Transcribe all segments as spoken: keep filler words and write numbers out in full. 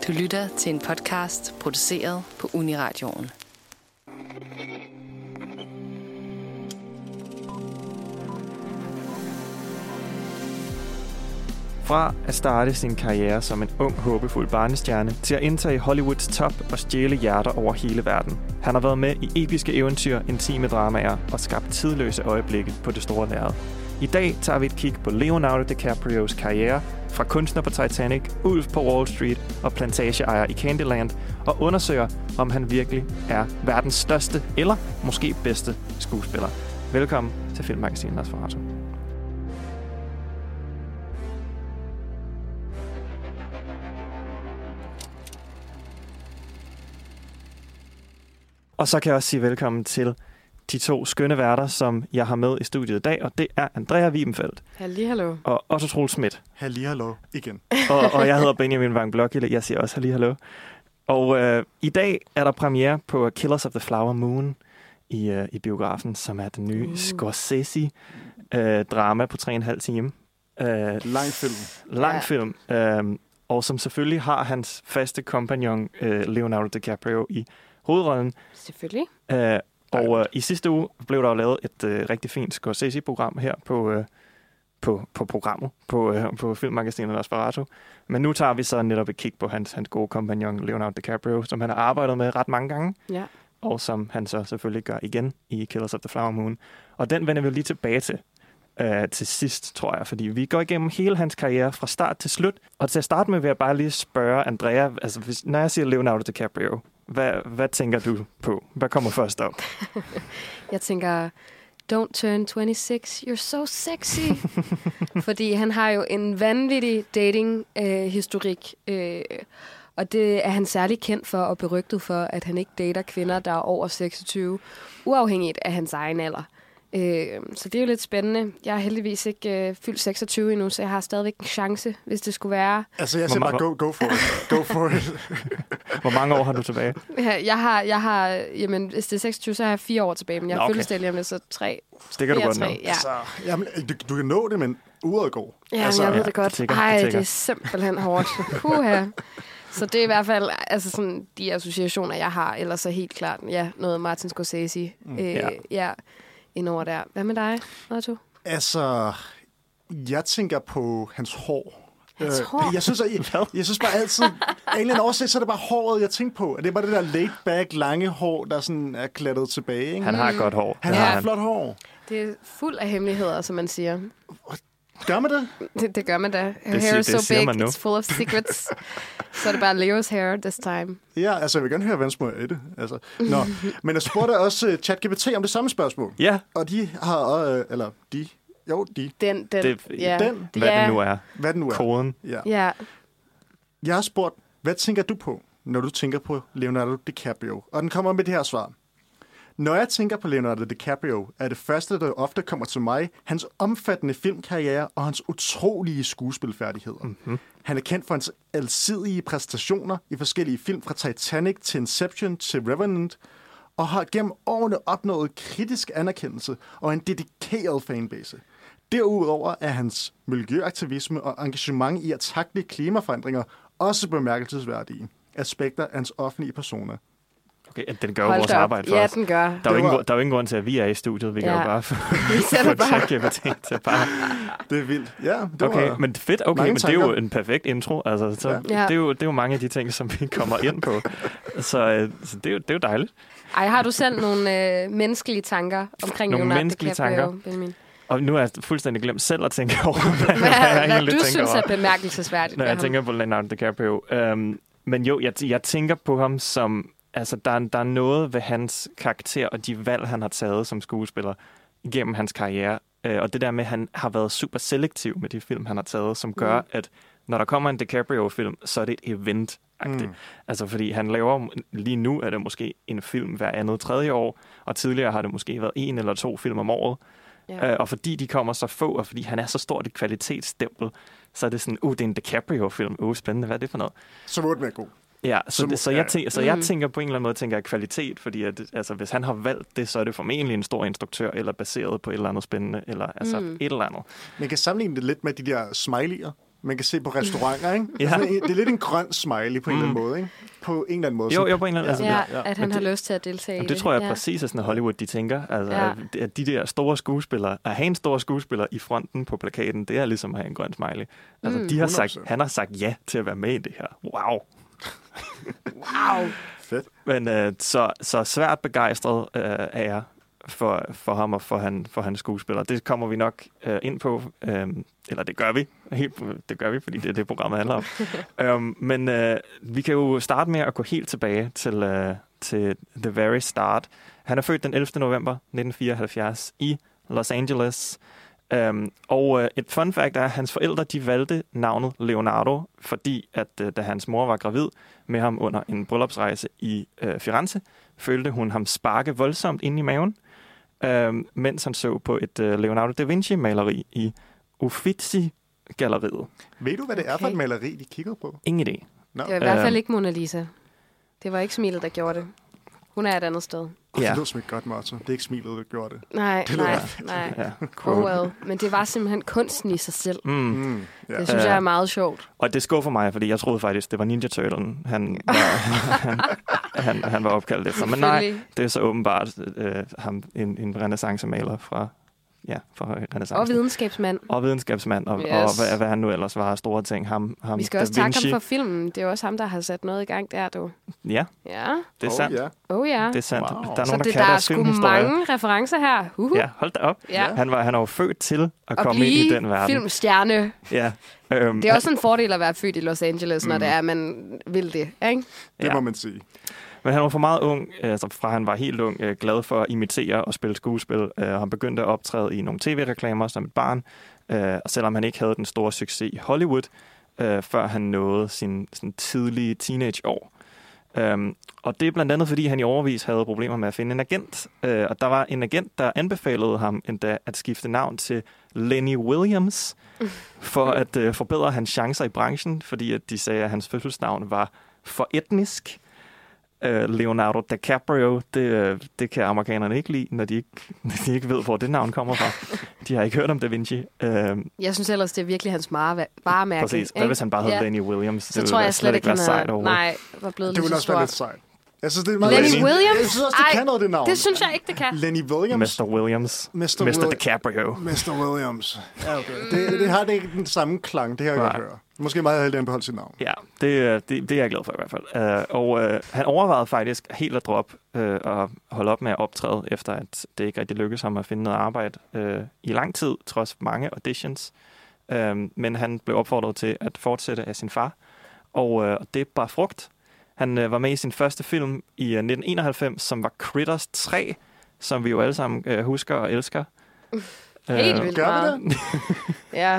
Du lytter til en podcast produceret på Uniradioen. Fra at starte sin karriere som en ung, håbefuld barnestjerne til at indtage Hollywoods top og stjæle hjerter over hele verden. Han har været med i episke eventyr, intime dramaer og skabt tidløse øjeblikke på det store lærred. I dag tager vi et kig på Leonardo DiCaprios karriere, fra kunstner på Titanic, ulv på Wall Street og plantageejer i Candyland, og undersøger, om han virkelig er verdens største eller måske bedste skuespiller. Velkommen til Filmmagasinet Nosferatu. Og så kan jeg også sige velkommen til de to skønne værter, som jeg har med i studiet i dag, og det er Andrea Wiebenfeldt. Halli, hallo. Og Otto Troels Schmidt. Halli, hallo igen. og, og jeg hedder Benjamin Vang Blokilde. Jeg siger også halli, hallo. Og øh, i dag er der premiere på Killers of the Flower Moon i, øh, i biografen, som er den nye uh. Scorsese-drama øh, på tre og en halv time. Øh, lang film. Lang ja. film. Øh, og som selvfølgelig har hans faste kompagnon, øh, Leonardo DiCaprio, i hovedrollen. Selvfølgelig. Øh, og øh, i sidste uge blev der jo lavet et øh, rigtig fint Scorsese-program her på, øh, på, på programmet, på, øh, på Filmmagasinet Nosferatu. Men nu tager vi så netop et kig på hans, hans gode kompagnon, Leonardo DiCaprio, som han har arbejdet med ret mange gange. Ja. Og som han så selvfølgelig gør igen i Killers of the Flower Moon. Og den vender vi lige tilbage til. Uh, til sidst, tror jeg, fordi vi går igennem hele hans karriere fra start til slut. Og til at starte med vil jeg bare lige spørge Andrea, altså hvis, når jeg siger Leonardo DiCaprio, hvad, hvad tænker du på? Hvad kommer først op? Jeg tænker, don't turn twenty-six, you're so sexy. Fordi han har jo en vanvittig dating-historik, øh, øh, og det er han særlig kendt for og berygtet for, at han ikke dater kvinder, der er over seksogtyve, uafhængigt af hans egen alder. Øh, så det er jo lidt spændende. Jeg er heldigvis ikke øh, fyldt seksogtyve endnu, så jeg har stadigvæk en chance, hvis det skulle være. Altså, jeg siger bare, go, go for it. Go for it. Hvor mange år har du tilbage? Jeg har, jeg har, jamen, hvis det er seksogtyve, så har jeg fire år tilbage, men jeg har okay. fødselsdag lige om lidt, så tre. Det kan du godt nå. Ja. Altså, jamen, du, du kan nå det, men uret går. Ja, altså, jeg ved ja, det godt. Det tigger, Ej, det, det er simpelthen hårdt. Puha. Så det er i hvert fald altså sådan, de associationer, jeg har. Ellers så helt klart, ja, noget Martin Scorsese. Mm. Øh, ja. ja. Indover der. Hvad med dig, Otto? Altså, jeg tænker på hans hår. Hans hår? Øh, jeg, synes, jeg, jeg synes bare altid, af en eller anden årsag, så er det bare håret, jeg tænker på. Det er bare det der laid back, lange hår, der sådan er klattet tilbage. Ikke? Han har et godt hår. Han ja. har et flot hår. Det er fuld af hemmeligheder, som man siger. Gør man det? Det, det gør man da. Her Det, hair siger, is so det big, man nu. it's full of secrets. Så er det bare Leos hair this time. Ja, altså jeg vil gerne høre, hvad små er det. Altså. Nå. Men jeg spurgte også uh, ChatGPT om det samme spørgsmål. Ja. Og de har, uh, eller de, jo de. Den, den, det, ja. den hvad ja. det nu er. Hvad den nu er. Koden. Ja. Ja. Jeg har spurgt, hvad tænker du på, når du tænker på Leonardo DiCaprio? Og den kommer med det her svar. Når jeg tænker på Leonardo DiCaprio, er det første, der ofte kommer til mig, hans omfattende filmkarriere og hans utrolige skuespilfærdigheder. Mm-hmm. Han er kendt for hans alsidige præstationer i forskellige film fra Titanic til Inception til Revenant, og har gennem årene opnået kritisk anerkendelse og en dedikeret fanbase. Derudover er hans miljøaktivisme og engagement i at tackle klimaforandringer også bemærkelsesværdige aspekter af hans offentlige persona. Okay, den gør jo Hold vores op. arbejde for ja, os. den gør. Der er, jo ingen, var... der er jo ingen grund til, at vi er i studiet. Vi ja. kan jo bare få ChatGPT til bare... Det er vildt. Ja, det okay, var... men fedt. Okay, men tanker. det er jo en perfekt intro. Altså, så ja. det, er jo, det er jo mange af de ting, som vi kommer ind på. Så, så det, er jo, det er jo dejligt. Ej, har du selv nogle øh, menneskelige tanker omkring nogle Leonardo menneskelige DiCaprio, tanker. Benjamin? Og nu er jeg fuldstændig glemt selv at tænke over, hvad, hvad, hvad jeg hvad egentlig du tænker synes over, er bemærkelsesværdigt. når jeg tænker på Leonardo DiCaprio. Um, men jo, jeg, jeg tænker på ham som... Altså, der, der er noget ved hans karakter og de valg, han har taget som skuespiller igennem hans karriere. Uh, og det der med, at han har været super selektiv med de film, han har taget, som gør, mm. at når der kommer en DiCaprio-film, så er det et event-agtigt. Mm. Altså, fordi han laver... Lige nu er det måske en film hver andet tredje år, og tidligere har det måske været en eller to film om året. Ja. Uh, og fordi de kommer så få, og fordi han er så stort et kvalitetsstempel, så er det sådan, uh, det er en DiCaprio-film. Uh, spændende, hvad er det for noget? Så må det være god. Ja, så, så, det, så, jeg, tænker, så jeg mm. tænker på en eller anden måde, tænker jeg kvalitet, fordi at, altså, hvis han har valgt det, så er det formentlig en stor instruktør, eller baseret på et eller andet spændende, eller altså mm. et eller andet. Man kan sammenligne det lidt med de der smiley'er. man kan se på restauranter, ikke? Ja. Altså, det er lidt en grøn smiley på en mm. eller anden måde, ikke? På en eller anden måde. Jo, jo, på en eller anden Ja, måde. ja, at han har det, lyst til at deltage i det. Det tror jeg ja. præcis er sådan, Hollywood, de tænker. Altså, ja. At de der store skuespillere, at have en stor skuespiller i fronten på plakaten, det er ligesom at have en grøn smiley. Altså, mm. de har sagt, han har sagt ja til at være med i det her. Wow. Wow. Fedt. Men øh, så, så svært begejstret øh, er jeg for, for ham og for, han, for hans skuespiller. Det kommer vi nok øh, ind på. Øh, eller det gør vi. Helt, det gør vi, fordi det er det, programmet handler om. um, men øh, vi kan jo starte med at gå helt tilbage til, øh, til the very start. Han er født den ellevte november nitten fireoghalvfjerds i Los Angeles. Um, og uh, et fun fact er, at hans forældre de valgte navnet Leonardo, fordi at uh, da hans mor var gravid med ham under en bryllupsrejse i uh, Firenze, følte hun ham sparke voldsomt ind i maven, um, mens han så på et uh, Leonardo da Vinci-maleri i Uffizi-galleriet. Ved du, hvad det okay. er for et maleri, de kigger på? Ingen idé. No. Det var i hvert fald ikke Mona Lisa. Det var ikke smilet, der gjorde det. Hun er et andet sted. Oh, ja. Det lyder som et godt motto. Det er ikke smilet, der gjorde det. Nej, det nej, nej. Ja. Oh well. Men det var simpelthen kunsten i sig selv. Mm. Mm, yeah. Det synes jeg er meget sjovt. Og det skuffer mig, fordi jeg troede faktisk, det var Ninja Turtlen, han var, han, han, han var opkaldt efter. Men nej, det er så åbenbart øh, ham, en, en renaissance-maler fra... Ja, fra renaissance. Og videnskabsmand. Og videnskabsmand, og, yes. og hvad, hvad han nu ellers var, store ting. Ham, ham Vi skal også takke ham for filmen. Det er også ham, der har sat noget i gang der, du. Ja, ja. det er sandt. Oh, yeah. Oh, ja. Det er sandt. Wow. Der er nogen, så der det, kan der deres er sgu mange referencer her. Uh-huh. Ja, hold da op. Ja. Han var han er jo født til at og komme ind i den verden. Filmstjerne. Ja. Øhm, det er også en fordel at være født i Los Angeles, når mm. det er, man vil det, ikke? Det ja. må man sige. Men han var for meget ung, altså fra han var helt ung, glad for at imitere og spille skuespil. Han begyndte at optræde i nogle tv-reklamer som et barn, og selvom han ikke havde den store succes i Hollywood, før han nåede sin, sin tidlige teenageår. Og det er blandt andet, fordi han i overvis havde problemer med at finde en agent. Og der var en agent, der anbefalede ham endda at skifte navn til Lenny Williams, for at forbedre hans chancer i branchen, fordi at de sagde, at hans fødselsnavn var for etnisk. Uh, Leonardo DiCaprio, det, det kan amerikanerne ikke lide, når de ikke, når de ikke ved, hvor det navn kommer fra. De har ikke hørt om Da Vinci. Uh, jeg synes ellers, det er virkelig hans varemærke. Præcis. Hvad hvis han bare hed ja. Lenny Williams? Så det tror jeg slet ikke, han havde... Nej, var blevet det lige så stort. Det ville også være lidt sejt. Jeg synes, det er meget Lenny Lenny. Williams? Jeg synes også, det Ej, kan noget, det navn. Det synes jeg ikke, det kan. Lenny Williams? mister Williams. mister mister DiCaprio. mister Williams. Ja, okay. det, det har det ikke den samme klang, det har jeg godt hørt. Måske meget heldig, at han beholdt sit navn. Ja, det, det, det er jeg glad for i hvert fald. Uh, og uh, han overvejede faktisk helt at droppe uh, og holde op med at optræde, efter at det ikke rigtig lykkedes ham at finde noget arbejde uh, i lang tid, trods mange auditions. Uh, men han blev opfordret til at fortsætte af sin far, og uh, det bar frugt. Han uh, var med i sin første film i uh, nitten enoghalvfems, som var Critters tre, som vi jo alle sammen uh, husker og elsker. Helt vildt meget. Ja.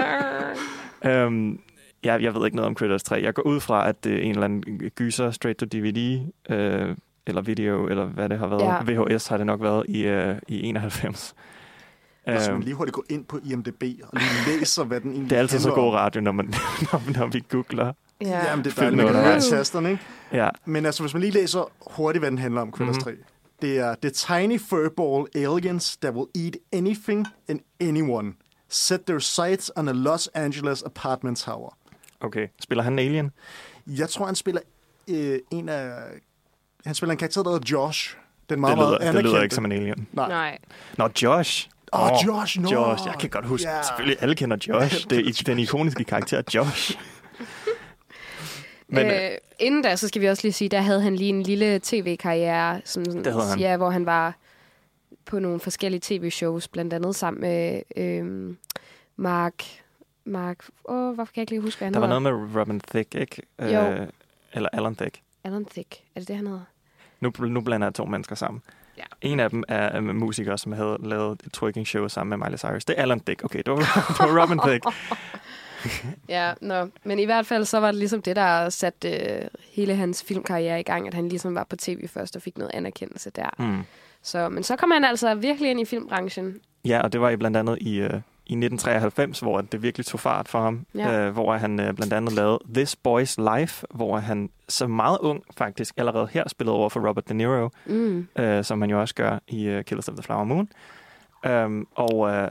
Um, ja, jeg ved ikke noget om Critters tre. Jeg går ud fra, at det er en eller anden gyser straight to D V D, øh, eller video, eller hvad det har været. Ja. V H S har det nok været i, øh, i enoghalvfems. Og så man lige hurtigt gå ind på I M D B og lige læser, hvad den egentlig det er altid så handler god om. radio, når, man, når, når vi googler. Ja. Jamen, det er dejligt, man kan høre tasterne, ikke? Ja. Men altså, hvis man lige læser hurtigt, hvad den handler om, Critters mm-hmm. tre. Det er The Tiny Furball Aliens that will eat anything and anyone. Set their sights on a Los Angeles apartment tower. Okay. Spiller han en alien? Jeg tror, han spiller øh, en af... Han spiller en karakter, der hedder Josh. Den meget, det, lyder, meget det lyder ikke som en alien. Nej. Nej. Nå, Josh. Åh, oh, oh, Josh, no. Josh, jeg kan godt huske. Yeah. Selvfølgelig, alle kender Josh. Det er den ikoniske karakter, Josh. Men, øh, inden da, så skal vi også lige sige, der havde han lige en lille tv-karriere, som, sådan, ja, hvor han var på nogle forskellige tv-shows, blandt andet sammen med øh, Mark... Mark... Åh, hvorfor kan jeg ikke lige huske, hvad han Der var hedder? noget med Robin Thicke, ikke? Jo. Øh, eller Alan Thicke. Alan Thicke. Er det det, han hedder? Nu, nu blander jeg to mennesker sammen. Ja. En af dem er en musiker, som havde lavet et twerking show sammen med Miley Cyrus. Det er Alan Thicke. Okay, det var, det var Robin Thicke. Ja, no. Men i hvert fald så var det ligesom det, der satte øh, hele hans filmkarriere i gang, at han ligesom var på tv først og fik noget anerkendelse der. Mm. Så, men så kom han altså virkelig ind i filmbranchen. Ja, og det var i blandt andet i, uh, i nitten treoghalvfems, hvor det virkelig tog fart for ham. Ja. Uh, hvor han uh, blandt andet lavede This Boy's Life, hvor han så meget ung faktisk allerede her spillede over for Robert De Niro, mm. uh, som han jo også gør i uh, Killers of the Flower Moon. Um, og... Uh,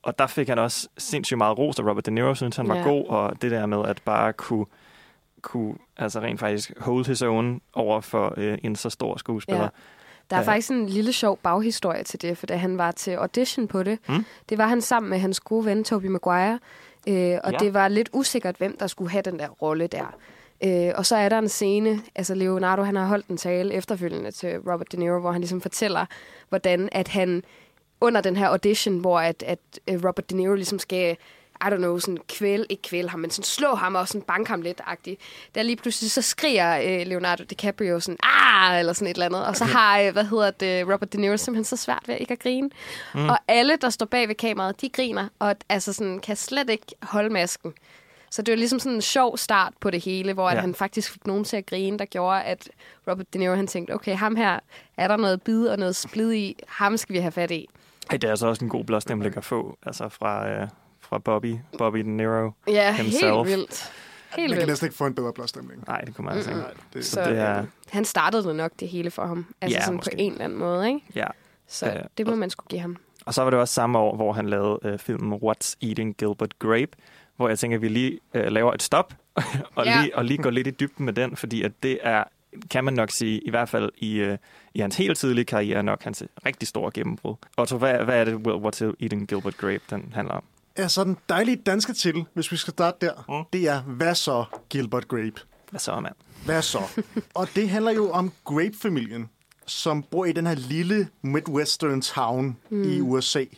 og der fik han også sindssygt meget ros, og Robert De Niro synes, han var Ja. god, og det der med at bare kunne, kunne altså rent faktisk hold his own over for øh, en så stor skuespiller. Ja. Der er Ja. faktisk en lille sjov baghistorie til det, for da han var til audition på det, Mm. det var han sammen med hans gode ven, Tobey Maguire, øh, og Ja. det var lidt usikkert, hvem der skulle have den der rolle der. Øh, og så er der en scene, altså Leonardo, han har holdt en tale efterfølgende til Robert De Niro, hvor han ligesom fortæller, hvordan at han under den her audition, hvor at, at Robert De Niro ligesom skal, I don't know, sådan kvæl, ikke kvæl ham, men sådan slå ham og sådan banke ham lidt-agtigt. Der lige pludselig så skriger øh, Leonardo DiCaprio sådan, ah, eller sådan et eller andet. Og så har, øh, hvad hedder det, Robert De Niro simpelthen så svært ved ikke at grine. Mm. Og alle, der står bag ved kameraet, de griner, og altså sådan, kan slet ikke holde masken. Så det var ligesom sådan en sjov start på det hele, hvor Ja. at han faktisk fik nogen til at grine, der gjorde, at Robert De Niro han tænkte, okay, ham her, er der noget bid og noget splid i, ham skal vi have fat i. Ej, det er altså også en god blåstempling at få, altså fra, øh, fra Bobby, Bobby De Niro. Ja, Himself. helt vildt. Helt Man kan vildt. næsten ikke få en bedre blåstemning. Nej, det kunne man altså ikke. Nej, det, Så Så det er, øh, han startede det nok det hele for ham. Altså Ja, sådan måske. på en eller anden måde, ikke? ja. Så Øh, det må man skulle give ham. Og så var det også samme år, hvor han lavede øh, filmen What's Eating Gilbert Grape, hvor jeg tænker, at vi lige øh, laver et stop, og, Ja. lige, og lige går lidt i dybden med den, fordi at det er, kan man nok sige, i hvert fald i, øh, i hans helt tidlige karriere, nok hans rigtig store gennembrud. Otto, hvad, hvad er det, What's Eating Gilbert Grape, den handler om? Ja, så den dejlige danske titel, hvis vi skal starte der, Mm. det er, hvad så, Gilbert Grape? Hvad så, mand? Hvad så? Og det handler jo om Grape-familien, som bor i den her lille Midwestern town mm. i U S A,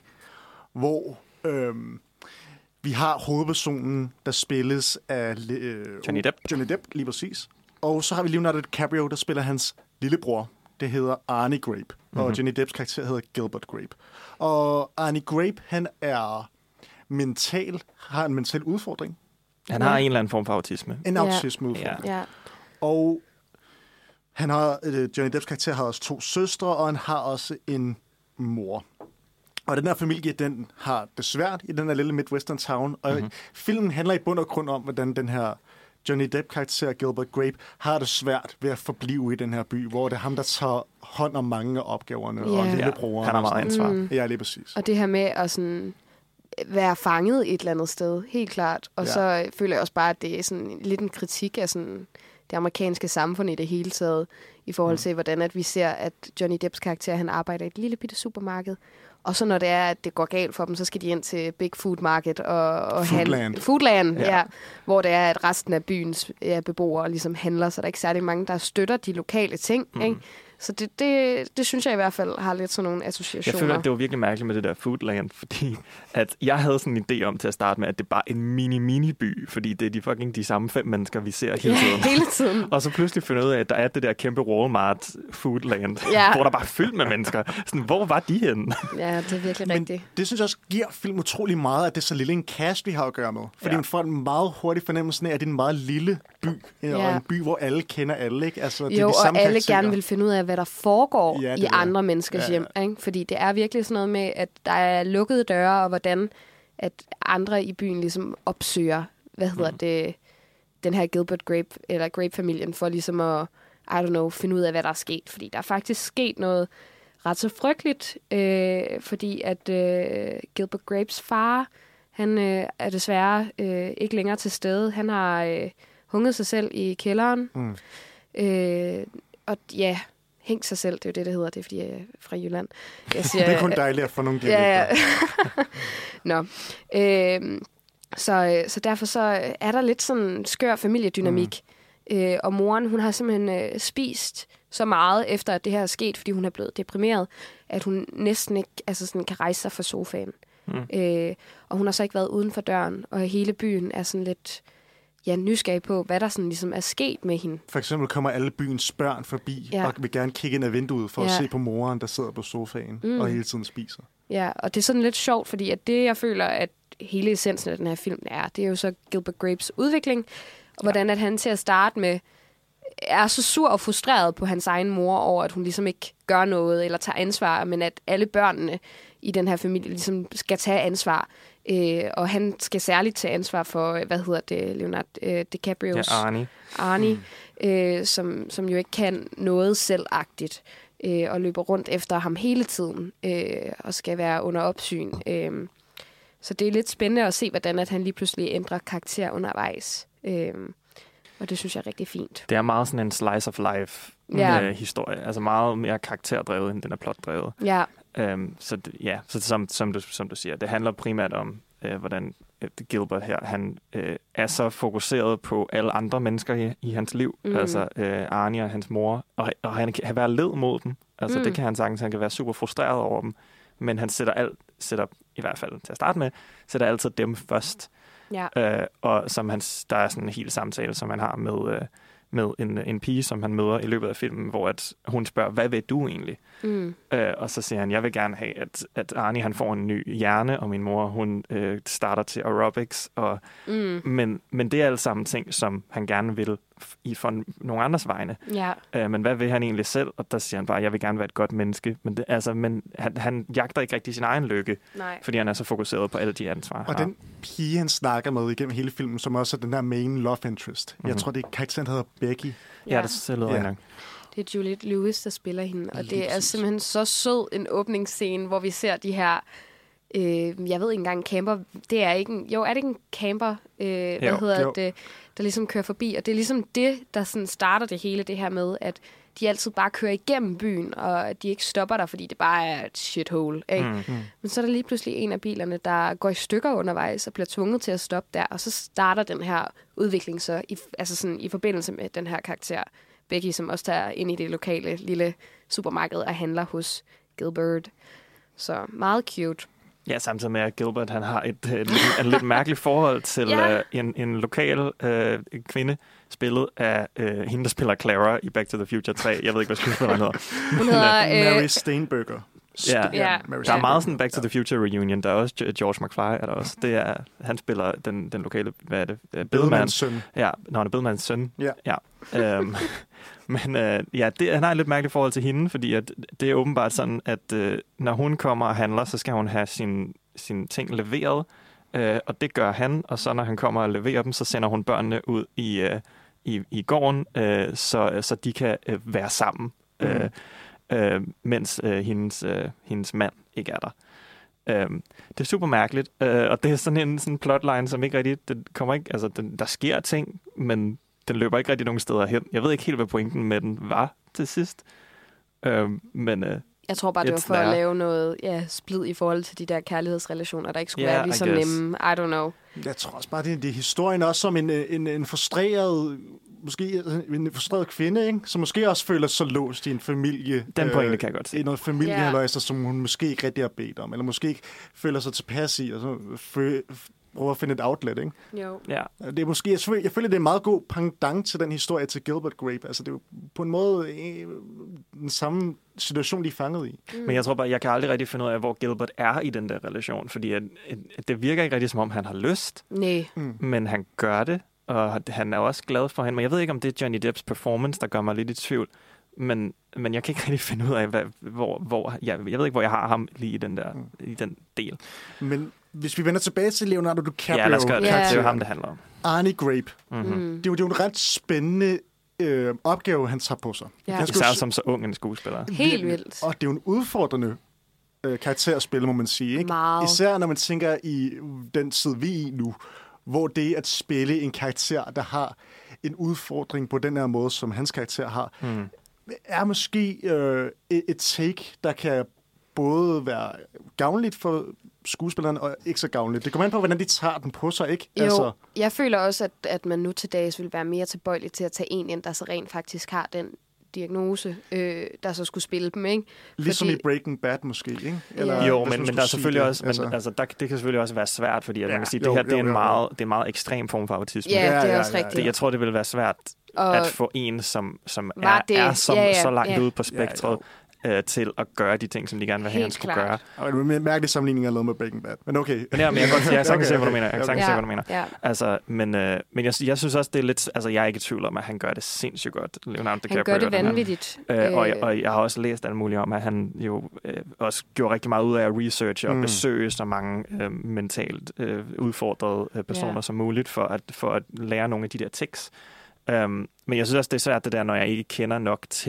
hvor øhm, vi har hovedpersonen, der spilles af øh, Johnny Depp. Johnny Depp, lige præcis. Og så har vi Leonardo DiCaprio, der spiller hans lillebror. Det hedder Arnie Grape, mm-hmm. og Johnny Depps karakter hedder Gilbert Grape. Og Arnie Grape, han er mental, har en mental udfordring. Han har en eller anden form for autisme. En Ja. autismeudfordring. Ja. Ja. Og han har, øh, Johnny Depps karakter har også to søstre, og han har også en mor. Og den her familie, den har det svært i den her lille Midwestern town. Og mm-hmm. filmen handler i bund og grund om, hvordan den her Johnny Depp-karakter, Gilbert Grape, har det svært ved at forblive i den her by, hvor det er ham, der tager hånd om mange af opgaverne, Ja. og Ja, lillebroren. han har meget ansvar. Mm. Ja, lige præcis. Og det her med at sådan være fanget et eller andet sted, helt klart. Og Ja. så øh, føler jeg også bare, at det er sådan lidt en kritik af sådan det amerikanske samfund i det hele taget, i forhold Mm. til, hvordan at vi ser, at Johnny Depps karakter, han arbejder i et lille bitte supermarked. Og så når det er, at det går galt for dem, så skal de ind til Big Food Market og, og Foodland. handle. Foodland, Ja. ja. Hvor det er, at resten af byens ja, beboere ligesom handler, så der er ikke særlig mange, der støtter de lokale ting. Mm. Ikke? Så det, det, det synes jeg i hvert fald har lidt sådan nogle Jeg associationer. føler, at det var virkelig mærkeligt med det der Foodland, fordi at jeg havde sådan en idé om til at starte med, at det bare er en mini-mini-by, fordi det er de fucking de samme fem mennesker, vi ser hele tiden. hele tiden. Og så pludselig finder jeg ud af, at der er det der kæmpe Walmart Foodland, Ja. hvor der bare er fyldt med mennesker. Sådan, hvor var de henne? Ja, det er virkelig Men rigtigt. det synes jeg også giver film utrolig meget, at det er så lille en cast, vi har at gøre med. Fordi Ja. man får en meget hurtig fornemmelse af, at det er en meget lille by, ja. og Ja. en by, hvor alle kender alle. Ikke? Altså, det er Jo, de samme og alle karakterer. gerne vil finde ud af, hvad der foregår Ja, ja, det i er det. andre menneskers Ja, ja, ja. hjem. Ikke? Fordi det er virkelig sådan noget med, at der er lukkede døre, og hvordan at andre i byen ligesom opsøger, hvad hedder mm. det, den her Gilbert Grape, eller Grape-familien, for ligesom at, I don't know, finde ud af, hvad der er sket. Fordi der er faktisk sket noget ret så frygteligt, øh, fordi at øh, Gilbert Grapes far, han øh, er desværre øh, ikke længere til stede. Han har øh, hunget sig selv i kælderen. Mm. Øh, og ja, hængt sig selv, det er jo det, det hedder. Det er, fordi jeg er fra Jylland. Jeg siger, Det er kun dejligt at få nogle Ja, ja. dialekter. Nå. Øh, så, så derfor så er der lidt sådan skør familiedynamik. Mm. Øh, og moren, hun har simpelthen øh, spist så meget, efter at det her er sket, fordi hun er blevet deprimeret, at hun næsten ikke altså sådan, kan rejse sig fra sofaen. Mm. Øh, og hun har så ikke været uden for døren, og hele byen er sådan lidt ja, nysgerrig på, hvad der sådan ligesom er sket med hende. For eksempel kommer alle byens børn forbi, Ja. og vil gerne kigge ind ad vinduet for ja. at Ja. se på moren, der sidder på sofaen Mm. og hele tiden spiser. Ja, og det er sådan lidt sjovt, fordi at det, jeg føler, at hele essensen af den her film er, det er jo så Gilbert Grapes udvikling, og hvordan at han til at starte med er så sur og frustreret på hans egen mor over, at hun ligesom ikke gør noget eller tager ansvar, men at alle børnene i den her familie ligesom skal tage ansvar. Øh, og han skal særligt tage ansvar for, hvad hedder det, Leonardo øh, DiCaprios Ja, Arnie. Arnie, mm. øh, som, som jo ikke kan noget selvagtigt, øh, og løber rundt efter ham hele tiden, øh, og skal være under opsyn. Øh, Så det er lidt spændende at se, hvordan at han lige pludselig ændrer karakter undervejs. Øhm, og det synes jeg er rigtig fint. Det er meget sådan en slice of life Ja. øh, historie. Altså meget mere karakterdrevet, end den er plotdrevet. Ja, Øhm, så det, ja, så som, som, du, som du siger, det handler primært om, øh, hvordan øh, Gilbert her, han øh, er så fokuseret på alle andre mennesker i, i hans liv. Mm. Altså øh, Arnie og hans mor. Og, og han kan være led mod dem. Altså Mm. det kan han sagtens. Han kan være super frustreret over dem. Men han sætter alt, sætter i hvert fald til at starte med, sætter altid dem først. ja. Øh, og som han, der er sådan en hel samtale, som han har med, øh, med en, en pige, som han møder i løbet af filmen, hvor at hun spørger, hvad vil du egentlig? Mm. Øh, og så siger han, jeg vil gerne have, at, at Arnie han får en ny hjerne, og min mor hun øh, starter til aerobics. Og, Mm. men, men det er alle sammen ting, som han gerne vil f- i for nogle andres vegne. Ja. Øh, men hvad vil han egentlig selv? Og der siger han bare, jeg vil gerne være et godt menneske. Men, det, altså, men han, han jagter ikke rigtig sin egen lykke, Nej. fordi han er så fokuseret på alle de ansvar. Og den pige, han snakker med igennem hele filmen, som også er den der main love interest. Mm-hmm. Jeg Mhm. tror, det er karakteren, der hedder Becky. Ja, det ser lidt Ja. nok. Det er Juliette Lewis, der spiller hende. Og Lige det er præcis. simpelthen så sød en åbningsscene, hvor vi ser de her... Øh, jeg ved ikke engang camper. Det er ikke en, jo, er det ikke en camper, øh, hvad Jo, hedder jo. det, der ligesom kører forbi. Og det er ligesom det, der sådan starter det hele, det her med, at de altid bare kører igennem byen, og at de ikke stopper der, fordi det bare er et shithole. Ikke? Mm. Mm. Men så er der lige pludselig en af bilerne, der går i stykker undervejs og bliver tvunget til at stoppe der, og så starter den her udvikling så i, altså sådan, i forbindelse med den her karakter, Becky, som også tager ind i det lokale lille supermarked og handler hos Gilbert. Så meget cute. Ja, samtidig med, at Gilbert han har et, et, et lidt mærkeligt forhold til Ja. øh, en, en lokal øh, kvinde, spillet af øh, hende, der spiller Clara i Back to the Future tre. Jeg ved ikke, hvad skuespilleren hedder. Hun hedder... Mary Øh, Steenburgen. Ja. Ja. Mary Der er Ja. meget sådan Back to the Future reunion. Der er også George McFly, er der også. Det er, han spiller den, den lokale, hvad er det? Øh, Bedemand. Bedemands søn. Ja, når han er Bedemands søn. Ja. ja. Øhm, men øh, ja, det, han har et lidt mærkeligt forhold til hende, fordi at det er åbenbart sådan, at øh, når hun kommer og handler, så skal hun have sin, sine ting leveret, øh, og det gør han, og så når han kommer og leverer dem, så sender hun børnene ud i, øh, i, i gården, øh, så, så de kan øh, være sammen, Mhm. øh, øh, mens øh, hendes, øh, hendes mand ikke er der. Øhm, det er super mærkeligt, øh, og det er sådan en sådan plotline, som ikke rigtig, den kommer ikke, altså den, der sker ting, men den løber ikke rigtig nogen steder hen. Jeg ved ikke helt, hvad pointen med den var til sidst, øhm, men øh, jeg tror bare, det var It's for at there. lave noget ja, splid i forhold til de der kærlighedsrelationer, der ikke skulle Yeah, være lige I så guess. nemme. I don't know. Jeg tror også bare, det er, det er historien også som en, en, en frustreret, måske en frustreret kvinde, ikke? Som måske også føler sig låst i en familie. den pointe kan jeg godt se. I noget familie, Ja. yeah. som hun måske ikke rigtig har bedt om, eller måske ikke føler sig tilpas i, og så fø, prøver at finde et outlet, ikke? Jo. Ja, Det er måske, jeg føler, jeg føler, det er en meget god pendant til den historie til Gilbert Grape. Altså, det er jo på en måde øh, den samme situation, de er fanget i. men jeg tror bare, jeg kan aldrig rigtig finde ud af, hvor Gilbert er i den der relation, fordi at, at det virker ikke rigtig, som om han har lyst, Nej. men han gør det, og han er også glad for hende. Men jeg ved ikke, om det er Johnny Depps performance, der gør mig lidt i tvivl. Men, men jeg kan ikke rigtig finde ud af, hvad, hvor, hvor jeg, jeg ved ikke, hvor jeg har ham lige i den der i den del. Men hvis vi vender tilbage til Leonardo DiCaprio, Ja, lad os gøre det. Ja. Det er jo ham, det handler om. Arnie Grape, Mm-hmm. Mm. det er jo, det er jo en ret spændende øh, opgave, han tager på sig. Ja. Han skal Især jo- som så ung en skuespiller. Helt vildt. Og det er jo en udfordrende øh, karakter at spille, må man sige. Ikke? Meget. Især når man tænker i den tid, vi er i nu, hvor det at spille en karakter, der har en udfordring på den her måde, som hans karakter har, Mm. er måske øh, et, et take, der kan både være gavnligt for skuespilleren og ikke så gavnligt. Det kommer an på, hvordan de tager den på sig, ikke? Jo, Altså, jeg føler også, at, at man nu til dags vil være mere tilbøjelig til at tage en ind, der så rent faktisk har den diagnose, øh, der så skulle spille dem, ikke? ligesom Fordi- i Breaking Bad måske, ikke? Ja. Jo, hvis men, man men skulle der er sige selvfølgelig det. også, men, altså, der, det kan selvfølgelig også være svært, fordi at Ja, man kan sige, jo, det her det er, jo, en jo, jo. meget, det er en meget ekstrem form for autisme. Ja, Ja, det er ja, også ja, ja. rigtigt. Det, jeg tror, det vil være svært Og- at få en, som, som Var er, det. er som, Ja, ja, så langt ja. ude på Ja, ja. spektret, øh, til at gøre de ting, som de gerne vil have, Helt han skulle klart. gøre. Og det er en mærkelig sammenligning, jeg lavede med Breaking Bad. Men okay. Men ja, men jeg kan godt jeg kan sagtens Okay, se, hvad du okay. mener. Jeg kan Okay. sagtens se, hvad du mener. Ja. Altså, men øh, men jeg, jeg synes også, det er lidt... Altså, jeg er ikke i tvivl om, at han gør det sindssygt godt, Leonardo DiCaprio. Han gør det den her. vanvittigt. Øh, og, Øh, og jeg har også læst alt muligt om, at han jo øh, også gjorde rigtig meget ud af at researche og Mm. besøge så mange øh, mentalt øh, udfordrede øh, personer Ja. som muligt for at, for at lære nogle af de der tics. Um, men jeg synes også, det er svært det der, når jeg ikke kender nok til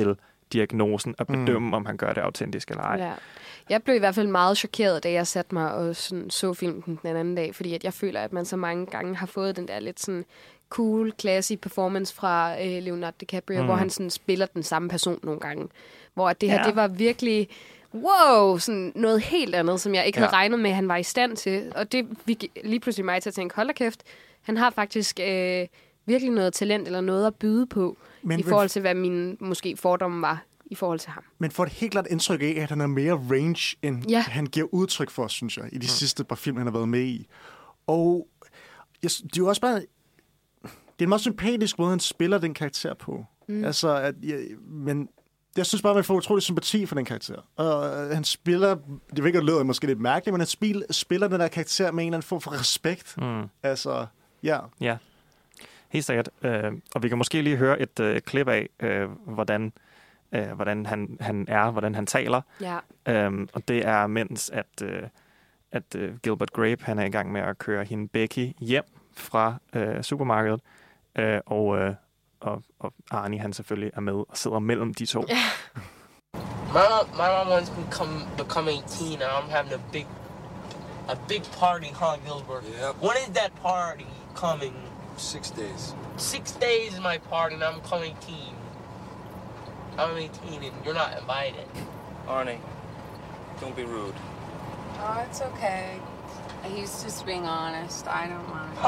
diagnosen og bedømme, mm. om han gør det autentisk eller ej. Ja. Jeg blev i hvert fald meget chokeret, da jeg satte mig og sådan, så filmen den anden dag, fordi at jeg føler, at man så mange gange har fået den der lidt sådan cool, classy performance fra øh, Leonardo DiCaprio, mm. hvor han sådan spiller den samme person nogle gange. Hvor det her, ja. det var virkelig, wow, sådan noget helt andet, som jeg ikke ja. havde regnet med, at han var i stand til. Og det fik lige pludselig mig til at tænke, hold da kæft, han har faktisk øh, virkelig noget talent eller noget at byde på, men, i forhold til, hvad mine måske fordomme var i forhold til ham. Men får det helt klart indtryk af, at han har mere range, end ja. han giver udtryk for, synes jeg, i de mm. sidste par film, han har været med i. Og jeg, det er jo også bare... Det er en meget sympatisk måde, han spiller den karakter på. Mm. Altså, at, jeg, men jeg synes bare, man får utrolig sympati for den karakter. Og han spiller... Det virker lyder måske lidt mærkeligt, men han spil, spiller den der karakter med en eller anden form for respekt. Mm. Altså, ja. Ja, helt sikkert. Uh, og vi kan måske lige høre et uh, klip af, uh, hvordan... Øh, hvordan han, han er, hvordan han taler. Ja. Øhm, og det er mens, at, øh, at øh, Gilbert Grape han er i gang med at køre hende Becky hjem fra øh, supermarkedet. Øh, og, øh, og, og Arnie han selvfølgelig er med og sidder mellem de to. my, mom, my mom wants me to come, become eighteen and I'm having a big, a big party, huh, Gilbert? Yep. When is that party coming? Six days. Six days is my party and I'm coming eighteen. I'm eighteen and you're not invited. Arnie, don't be rude. Oh, it's okay. He's just being honest. I don't mind.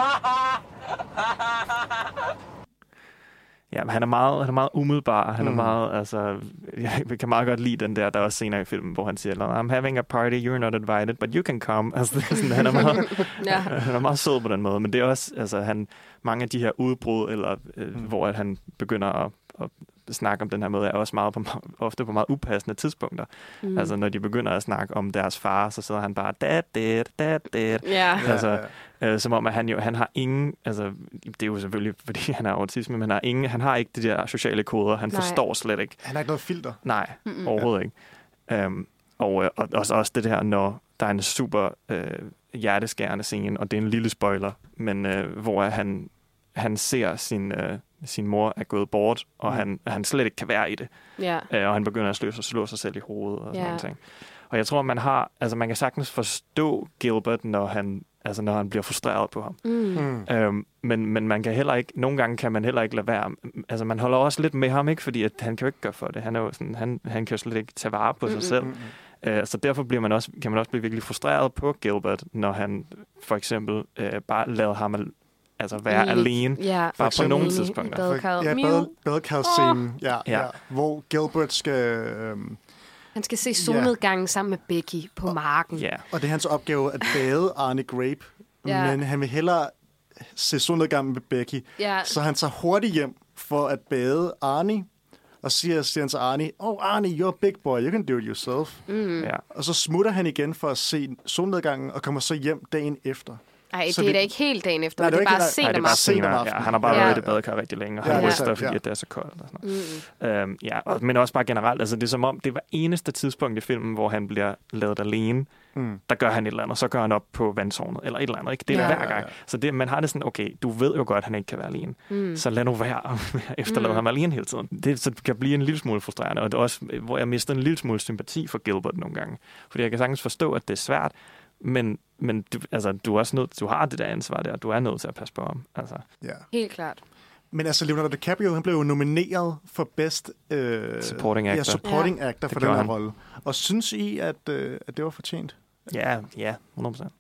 Ja, men han er meget, han er meget umiddelbar. Han mm. er meget, altså, jeg kan meget godt lide den der, der er også senere i filmen, hvor han siger, I'm having a party, you're not invited, but you can come. Altså, det er sådan, han er meget, ja. han er meget sød på den måde, men det er også, altså, han, mange af de her udbrud, eller øh, mm. hvor at han begynder at, at snakke om den her måde, er også meget på, ofte på meget upassende tidspunkter. Mm. Altså, når de begynder at snakke om deres far, så sidder han bare, dad, dad, dad, dad. Ja. Altså, øh, som om, at han jo, han har ingen, altså, det er jo selvfølgelig, fordi han har autisme, men han har, ingen, han har ikke de der sociale koder. Han Nej. forstår slet ikke. Han har ikke noget filter. Nej, Mm-mm. overhovedet ja. ikke. Um, og, og også, også det der, når der er en super øh, hjerteskærende scene, og det er en lille spoiler, men øh, hvor han, han ser sin... Øh, sin mor er gået bort, og mm. han, han slet ikke kan være i det. Yeah. Øh, og han begynder at slå, slå sig selv i hovedet og sådan yeah. noget. Og jeg tror, man har, altså man kan sagtens forstå Gilbert, når han, altså når han bliver frustreret på ham. Mm. Øhm, men, men man kan heller ikke, nogle gange kan man heller ikke lade være. Altså man holder også lidt med ham, ikke, fordi at han kan jo ikke gøre for det. Han er jo sådan, han, han kan jo slet ikke tage vare på mm-hmm. sig selv. Øh, så derfor bliver man også, kan man også blive virkelig frustreret på Gilbert, når han for eksempel øh, bare lader ham altså være I, alene, ja, bare på nogle tidspunkter. Ja, bad, badekar-scenen, oh. ja, ja. ja, hvor Gilbert skal... Øhm, han skal se solnedgangen ja. sammen med Becky på og, marken. Ja. Og det er hans opgave at bade Arnie Grape, ja. men han vil hellere se solnedgangen med Becky, ja. så han tager hurtigt hjem for at bade Arnie, og siger, siger han til Arnie, oh Arnie, you're a big boy, you can do it yourself. Mm. Ja. Og så smutter han igen for at se solnedgangen, og kommer så hjem dagen efter. Nej, det, det er da ikke helt dagen efter, nej, det, det er bare sent om aftenen. Ja, han har bare ja. været i det badekar rigtig længe, og han ja, ryster, ja. fordi ja. det er så koldt. Og sådan noget. Mm. Øhm, ja, og, men også bare generelt, altså det er som om, det var eneste tidspunkt i filmen, hvor han bliver lavet alene, mm. der gør han et eller andet, så gør han op på vandtårnet, eller et eller andet, ikke? Det er ja. hver gang. Ja, ja. Så det, man har det sådan, okay, du ved jo godt, at han ikke kan være alene, mm. så lad nu være at efterlade mm. ham alene hele tiden. Det så det kan blive en lille smule frustrerende, og det er også, hvor jeg mister en lille smule sympati for Gilbert nogle gange, fordi jeg kan sagtens forstå, at det er svært, Men, men du, altså, du, er også nødt, du har det der ansvar der, du er nødt til at passe på ham. Altså. Ja. Helt klart. Men altså, Leonardo DiCaprio, han blev jo nomineret for Best øh, Supporting Actor, ja, supporting ja. actor for den her rolle. Og synes I, at, øh, at det var fortjent? Ja, ja, hundrede procent.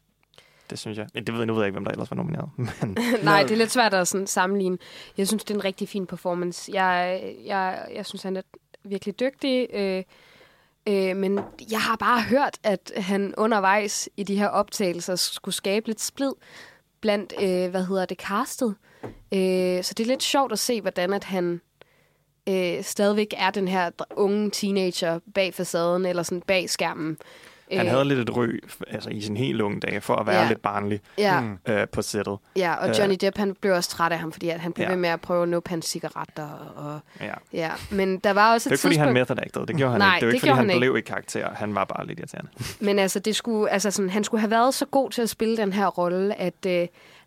Det synes jeg. Det ved jeg nu ved jeg ikke, hvem der ellers var nomineret. Men... Nej, det er lidt svært at sådan sammenligne. Jeg synes, det er en rigtig fin performance. Jeg, jeg, jeg synes, han er virkelig dygtig. Øh, Øh, men jeg har bare hørt, at han undervejs i de her optagelser skulle skabe lidt splid blandt, øh, hvad hedder det, castet. Øh, så det er lidt sjovt at se, hvordan at han øh, stadigvæk er den her unge teenager bag facaden, eller sådan bag skærmen. Han havde lidt et ry altså, i sin helt unge dage, for at være ja. lidt barnlig ja. øh, på sættet. Ja, og Johnny Depp, han blev også træt af ham, fordi at han blev ja. ved med at prøve at nuppe hans cigaretter. Og, ja. Ja. Men der var også et tidspunkt... Det er ikke, fordi han method-actede. Det gjorde han Nej, ikke. Det er jo ikke, fordi han, han blev i karakter. Han var bare lidt irriterende. Men altså, det skulle, altså sådan, han skulle have været så god til at spille den her rolle, at øh,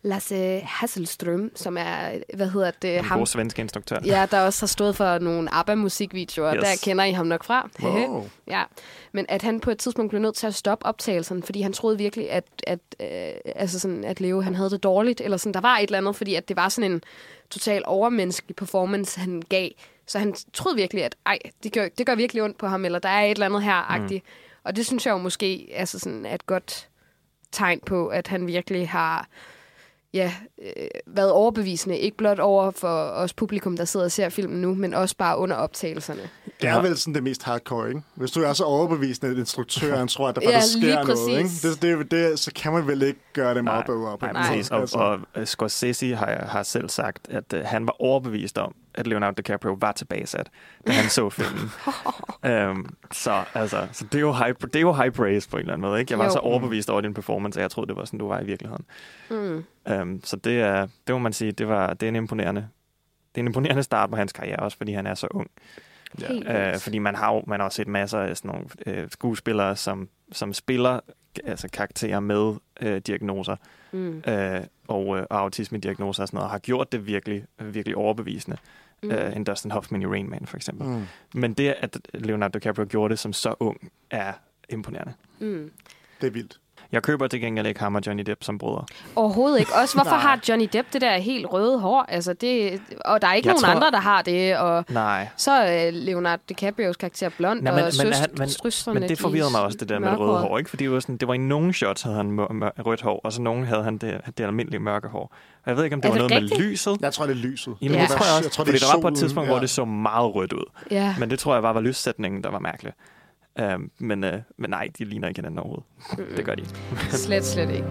Lasse Hasselström, som er, hvad hedder det? En ham, god svensk instruktør. Ja, der også har stået for nogle ABBA-musikvideoer, yes. Der kender I ham nok fra. Wow. Ja, men at han på et tidspunkt blev nødt til at stoppe optagelsen, fordi han troede virkelig, at, at, øh, altså sådan, at Leo han havde det dårligt, eller sådan, der var et eller andet, fordi at det var sådan en total overmenneskelig performance, han gav. Så han troede virkelig, at ej, det gør, det gør virkelig ondt på ham, eller der er et eller andet her-agtigt. Mm. Og det synes jeg jo måske altså sådan, er et godt tegn på, at han virkelig har ja, øh, været overbevisende. Ikke blot over for os publikum, der sidder og ser filmen nu, men også bare under optagelserne. Det er vel sådan det mest hardcore, ikke? Hvis du er så overbevisende, at instruktøren tror, at der faktisk ja, sker noget, ikke? Det, det, det, så kan man vel ikke gøre det meget bedre. Nej, nej, præcis. Og, altså. og, og Scorsese har, har selv sagt, at uh, han var overbevist om, at Leonardo DiCaprio var tilbagesat, da han så filmen. um, så, altså, så det, er jo high, det er jo high praise på en eller anden måde, ikke? Jeg var jo. så overbevist over din performance, at jeg troede, det var sådan, du var i virkeligheden. Mm. Um, så det er, det må man sige, det, var, det er en imponerende, det er en imponerende start på hans karriere, også fordi han er så ung. Ja. Uh, fordi man har jo man har også set masser af sådan nogle uh, skuespillere, som, som spiller altså karakterer med uh, diagnoser mm. uh, og, uh, og autisme-diagnoser og sådan noget, og har gjort det virkelig, virkelig overbevisende. Mm. Uh, en Dustin Hoffman i Rain Man, for eksempel. Mm. Men det, at Leonardo DiCaprio gjorde det som så ung, er imponerende. Mm. Det er vildt. Jeg køber til gengæld ikke ham og Johnny Depp som brødre. Overhovedet ikke. Også hvorfor har Johnny Depp det der helt røde hår? Altså det, og der er ikke jeg nogen tror... andre, der har det. Og Nej. Så er Leonardo DiCaprios karakter blond, Nej, men, og søst, men, men, men det forvirrede mig også, det der med det røde hår. Ikke? Fordi det var, sådan, det var i nogle shots, havde han mør- mør- rødt hår, og så nogle havde han det, det almindelige mørke hår. Og jeg ved ikke, om det, det var noget rigtigt? med lyset. Jeg tror, det er lyset. Jamen, ja. det tror jeg også. Jeg tror, det fordi der var på et tidspunkt, ja. hvor det så meget rødt ud. Ja. Men det tror jeg bare var lyssætningen, der var mærkelig. Uh, men, uh, men nej, de ligner ikke hinanden overhovedet. Mm. Det gør de ikke. Slet, slet ikke.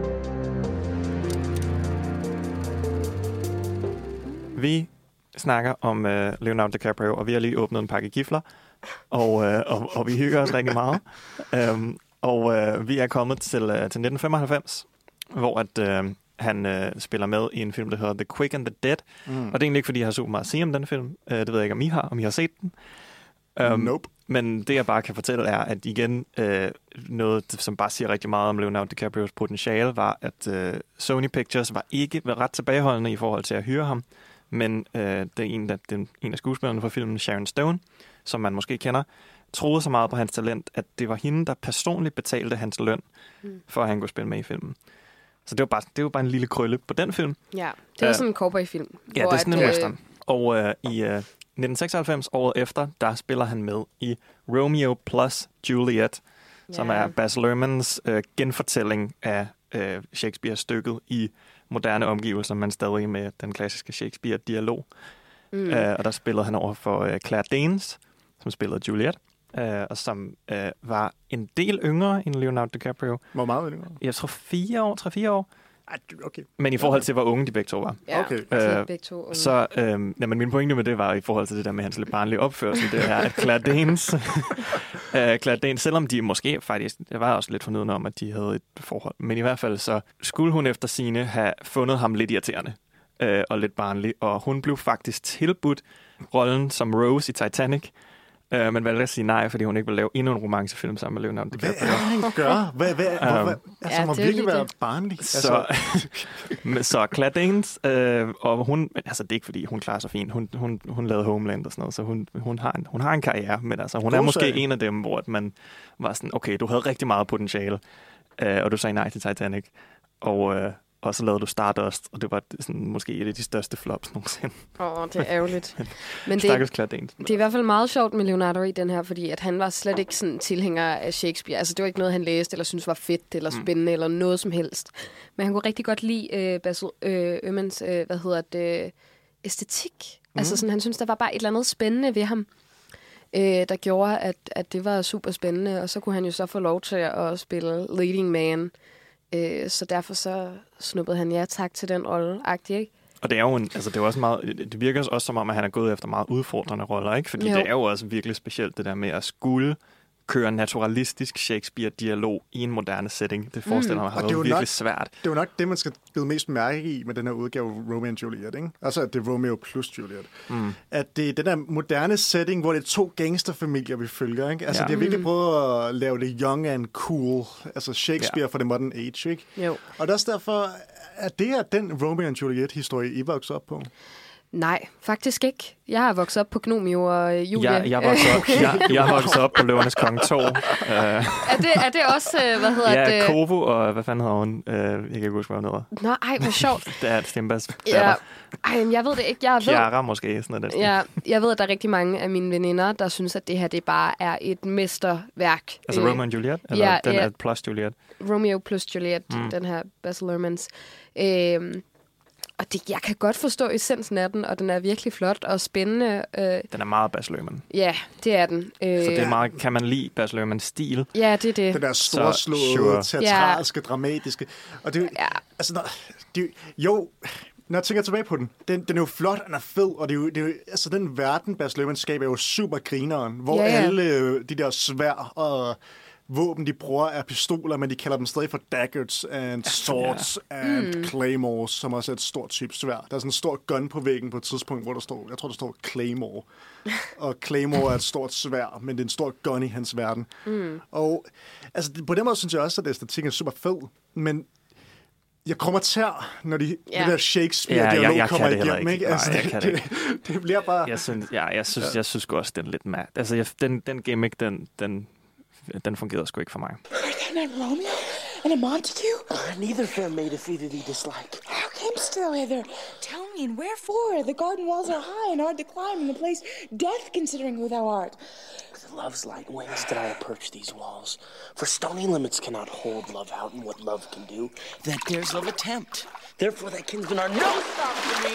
Vi snakker om uh, Leonardo DiCaprio, og vi har lige åbnet en pakke gifler, og, uh, og, og vi hygger os rigtig meget. Um, og uh, vi er kommet til, uh, til nitten femoghalvfems, hvor at, uh, han uh, spiller med i en film, der hedder The Quick and the Dead. Mm. Og det er egentlig ikke, fordi jeg har super meget at sige om den film. Uh, det ved jeg ikke, om I har, om I har set den. Um, nope. Men det, jeg bare kan fortælle, er, at igen, øh, noget, som bare siger rigtig meget om Leonardo DiCaprios potentiale, var, at øh, Sony Pictures var ikke ret tilbageholdende i forhold til at hyre ham. Men øh, det er en af, den, en af skuespillerne fra filmen, Sharon Stone, som man måske kender, troede så meget på hans talent, at det var hende, der personligt betalte hans løn, mm. for at han kunne spille med i filmen. Så det var bare, det var bare en lille krølle på den film. Ja, det var uh, sådan en cowboy-film. Ja, det er sådan en western. Og øh, i... Øh, nitten seksoghalvfems, året efter, der spiller han med i Romeo plus Juliet, yeah. som er Baz Luhrmanns øh, genfortælling af øh, Shakespeare-stykket i moderne omgivelser, men stadig med den klassiske Shakespeare-dialog. Mm. Øh, og der spillede han over for øh, Claire Danes, som spillede Juliet, øh, og som øh, var en del yngre end Leonardo DiCaprio. Hvor meget yngre? Jeg tror fire år, tre fire år. Okay. Men i forhold til, hvor unge de begge to var. Ja, okay. øh, begge to unge. Så øh, jamen, min pointe med det var i forhold til det der med hans lidt barnlige opførsel, det er, at Claire Danes, øh, Claire Danes, selvom de måske faktisk, jeg var også lidt fornøjende om, at de havde et forhold, men i hvert fald så skulle hun efter sine have fundet ham lidt irriterende øh, og lidt barnlig, og hun blev faktisk tilbudt rollen som Rose i Titanic, Uh, men valgte at sige nej, fordi hun ikke ville lave endnu en romancefilm sammen med Leonardo DiCaprio. Hvad er han gør? Hvad, hvad, um, hvad, altså, ja, må virkelig være barnlig. Så, altså. så Claire Danes, øh, og hun, altså det er ikke fordi, hun klarer sig fint. Hun, hun, hun lavede Homeland og sådan noget, så hun, hun, har, en, hun har en karriere, men altså, hun God er måske sag. en af dem, hvor man var sådan, okay, du havde rigtig meget potentiale, øh, og du sagde nej til Titanic, og... Øh, og så lavede du Stardust, og det var sådan, måske et af de største flops nogensinde. Åh, oh, det er ærgerligt. Men det, det er i hvert fald meget sjovt med Leonardo i den her, fordi at han var slet ikke sådan tilhænger af Shakespeare. Altså, det var ikke noget, han læste, eller syntes var fedt, eller spændende, mm. eller noget som helst. Men han kunne rigtig godt lide øh, Baz Luhrmanns, øh, hvad hedder det, æstetik. Mm. Altså, sådan, han synes der var bare et eller andet spændende ved ham, øh, der gjorde, at, at det var super spændende. Og så kunne han jo så få lov til at spille leading man. Så derfor så snuppede han ja tak til den rolle-agtig, ikke? Og det er jo en, altså det er også meget, det virker også som om, at han er gået efter meget udfordrende roller, ikke? Fordi jo. det er jo også virkelig specielt, det der med at skulle køre naturalistisk Shakespeare-dialog i en moderne setting. Det forestiller mm. mig har været virkelig nok, svært. Det er jo nok det, man skal bide mest mærke i med den her udgave af Romeo and Juliet, ikke? Altså, at det er Romeo plus Juliet. Mm. At det er den der moderne setting, hvor det er to gangsterfamilier, vi følger, ikke? Altså, ja. det er virkelig prøvet at lave det young and cool. Altså, Shakespeare ja. for det modern age, ikke? Jo. Og det er også derfor, at det er den Romeo and Juliet-historie, I voksede op på. Nej, faktisk ikke. Jeg har vokset op på Gnomio og Julie. Jeg, jeg, voksede op, jeg, jeg voksede op på Løvernes Konge to. Uh, er, det, er det også, hvad hedder ja, det? Ja, Kovo og hvad fanden hedder hun? Uh, jeg kan ikke huske, hvad hun hedder. Nå, ej, hvor sjovt. Det er Stembas. Ja. Ej, jeg ved det ikke. Jeg Chiara ved, måske, sådan noget. Ja, jeg ved, at der er rigtig mange af mine veninder, der synes, at det her det bare er et mesterværk. Altså øh, Romeo and Juliet? Eller ja, den ja. er plus Juliet? Romeo plus Juliet, mm. den her Baz Luhrmanns. Øh, Og det, jeg kan godt forstå essensen af den, og den er virkelig flot og spændende. Øh. Den er meget Baz Luhrmann. Ja, det er den. Øh. Så det er meget, kan man lide Baz Luhrmanns stil? Ja, det er det. Den der storslåede, sure. teatralske, ja. dramatiske. Og det, ja. altså, når, det, jo, når jeg tænker tilbage på den, den, den er jo flot, den er fed, og det er jo, det er jo, altså, den verden, Baz Luhrmann skaber, er jo super grineren, hvor ja, ja. alle de der svær og våben, de bruger, er pistoler, men de kalder dem stadig for daggers and swords ja. and mm. claymores, som også er et stort type sværd. Der er sådan en stor gun på væggen på et tidspunkt, hvor der står, jeg tror, der står claymore. Og claymore er et stort sværd, men det er en stor gun i hans verden. Mm. Og altså, på den måde synes jeg også, at æstetikken er super fed, men jeg kommer til, når de, ja. det der Shakespeare-dialog ja, jeg, jeg kommer igennem, ikke. ikke? Altså, Nej, jeg kan det, det, det bliver bare... Jeg synes, ja, jeg synes, ja. jeg synes også, den er lidt mad. Altså, jeg, den, den gimmick, den... den Den fungerede sgu ikke for mig. Are that not Romeo and a Montague? Neither fair made a feat that he disliked. How came still hither? Tell me, and wherefore? The garden walls are high and hard to climb, and the place death, considering who thou art. With love's light wings did I approach these walls. For stony limits cannot hold love out, and what love can do, that dares love attempt. Therefore thy kinsmen are no stop for me.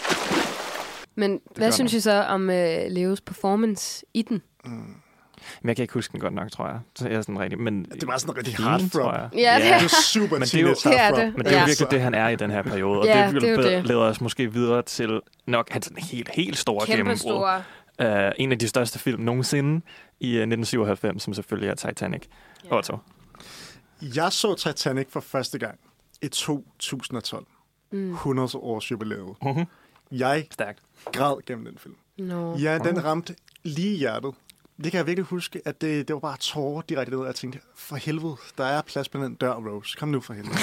Men hvad synes I så om uh, Leos performance i den? Mm. Men jeg kan ikke huske den godt nok, tror jeg. Så jeg er sådan rigtig, men det var sådan rigtig hard tror jeg. Ja, det er jo super men det er jo, det er det. Men det er jo virkelig det, han er i den her periode. Og ja, det, det, det leder os måske videre til nok hans helt, helt store gennembrud. Uh, en af de største film nogensinde i uh, nitten syvoghalvfems, som selvfølgelig er Titanic. Ja. Otto. Jeg så Titanic for første gang i to tusind og tolv. Mm. hundrede års jubilæet. Uh-huh. Jeg Stærkt. græd gennem den film. No. Ja, den ramte lige i hjertet. Det kan jeg virkelig huske, at det, det var bare tårer direkte ned, og jeg tænkte, for helvede, der er plads på den dør, Rose. Kom nu for helvede.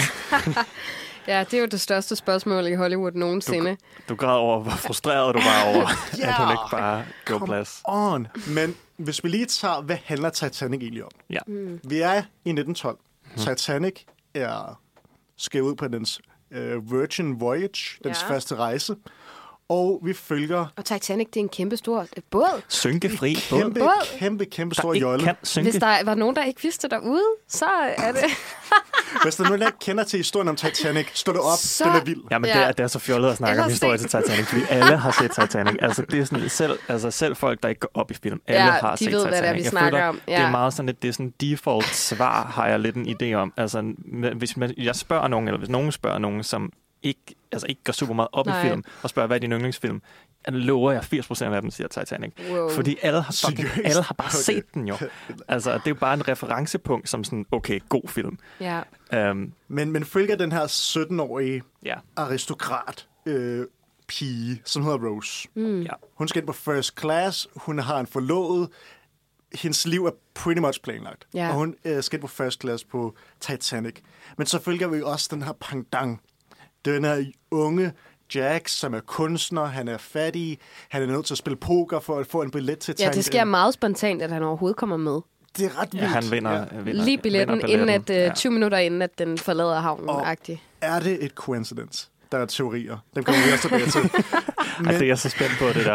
Ja, det er jo det største spørgsmål i Hollywood nogensinde. Du, du græd over, hvor frustreret du var over, yeah, at hun ikke bare gav plads. On. Men hvis vi lige tager, hvad handler Titanic egentlig om? Ja. Mm. Vi er i nitten tolv. Mm. Titanic er skrevet ud på dens uh, Virgin Voyage, dens ja. første rejse. Og vi følger... Og Titanic, det er en kæmpe stor båd. Synkefri kæmpe, båd. Kæmpe, kæmpe, kæmpe stor jolle. Hvis der var nogen, der ikke vidste derude, så er det... Hvis der er nogen, der ikke kender til historien om Titanic, stå det op, så... den er vild. Ja, men ja. Det, er, det er så fjollet at snakke Ellers om historien til Titanic, fordi alle har set Titanic. Altså, det er sådan, selv, altså, selv folk, der ikke går op i film, alle ja, har de set ved, Titanic. Hvad det er, vi jeg snakker føler, om. Ja. Det er meget sådan et, det er sådan default svar, har jeg lidt en idé om. Altså, hvis man, jeg spørger nogen, eller hvis nogen spørger nogen, som ikke, altså ikke går super meget op Nej. i film, og spørger, hvad er din yndlingsfilm? Jeg lover jeg, firs procent af dem siger Titanic. Wow. Fordi alle har, fucking, alle har bare okay. set den jo. Altså, det er jo bare en referencepunkt som sådan, okay, god film. Ja. Um, men, men følger den her sytten-årige ja. aristokrat øh, pige, som hedder Rose. Mm. Ja. Hun skal ind på first class. Hun har en forlovet. Hendes liv er pretty much planlagt. Ja. Og hun øh, skal ind på first class på Titanic. Men så følger vi også den her pendant. Den her unge Jack, som er kunstner, han er fattig, han er nødt til at spille poker for at få en billet til Ja, det sker meget spontant, at han overhovedet kommer med. Det er ret vildt. Ja, han vinder, ja. vinder lige billetten, vinder billetten. Inden at, uh, tyve minutter inden, at den forlader havnen-agtigt. Er det et coincidence? Der er teorier. Dem kommer vi også tilbage til. Men... Ej, det er jeg så spændt på, det der.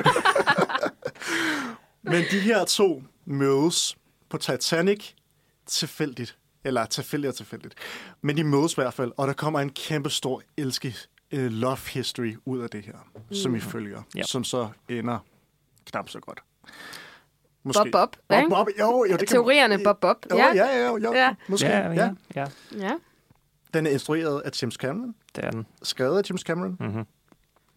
Men de her to mødes på Titanic tilfældigt. Eller tilfældigt og tilfældigt. Men de mødes i hvert fald, og der kommer en kæmpe stor elske uh, love history ud af det her, mm. som vi følger, ja. som så ender knap så godt. Måske. Bob Bob, Bob, Bob. Jo, jo, det Teorierne kan... Bob Bob. Jo, ja, ja, ja, jo, ja. Måske, ja, ja, ja. ja. Den er instrueret af James Cameron. Det er den. Skrevet af James Cameron. Mm-hmm.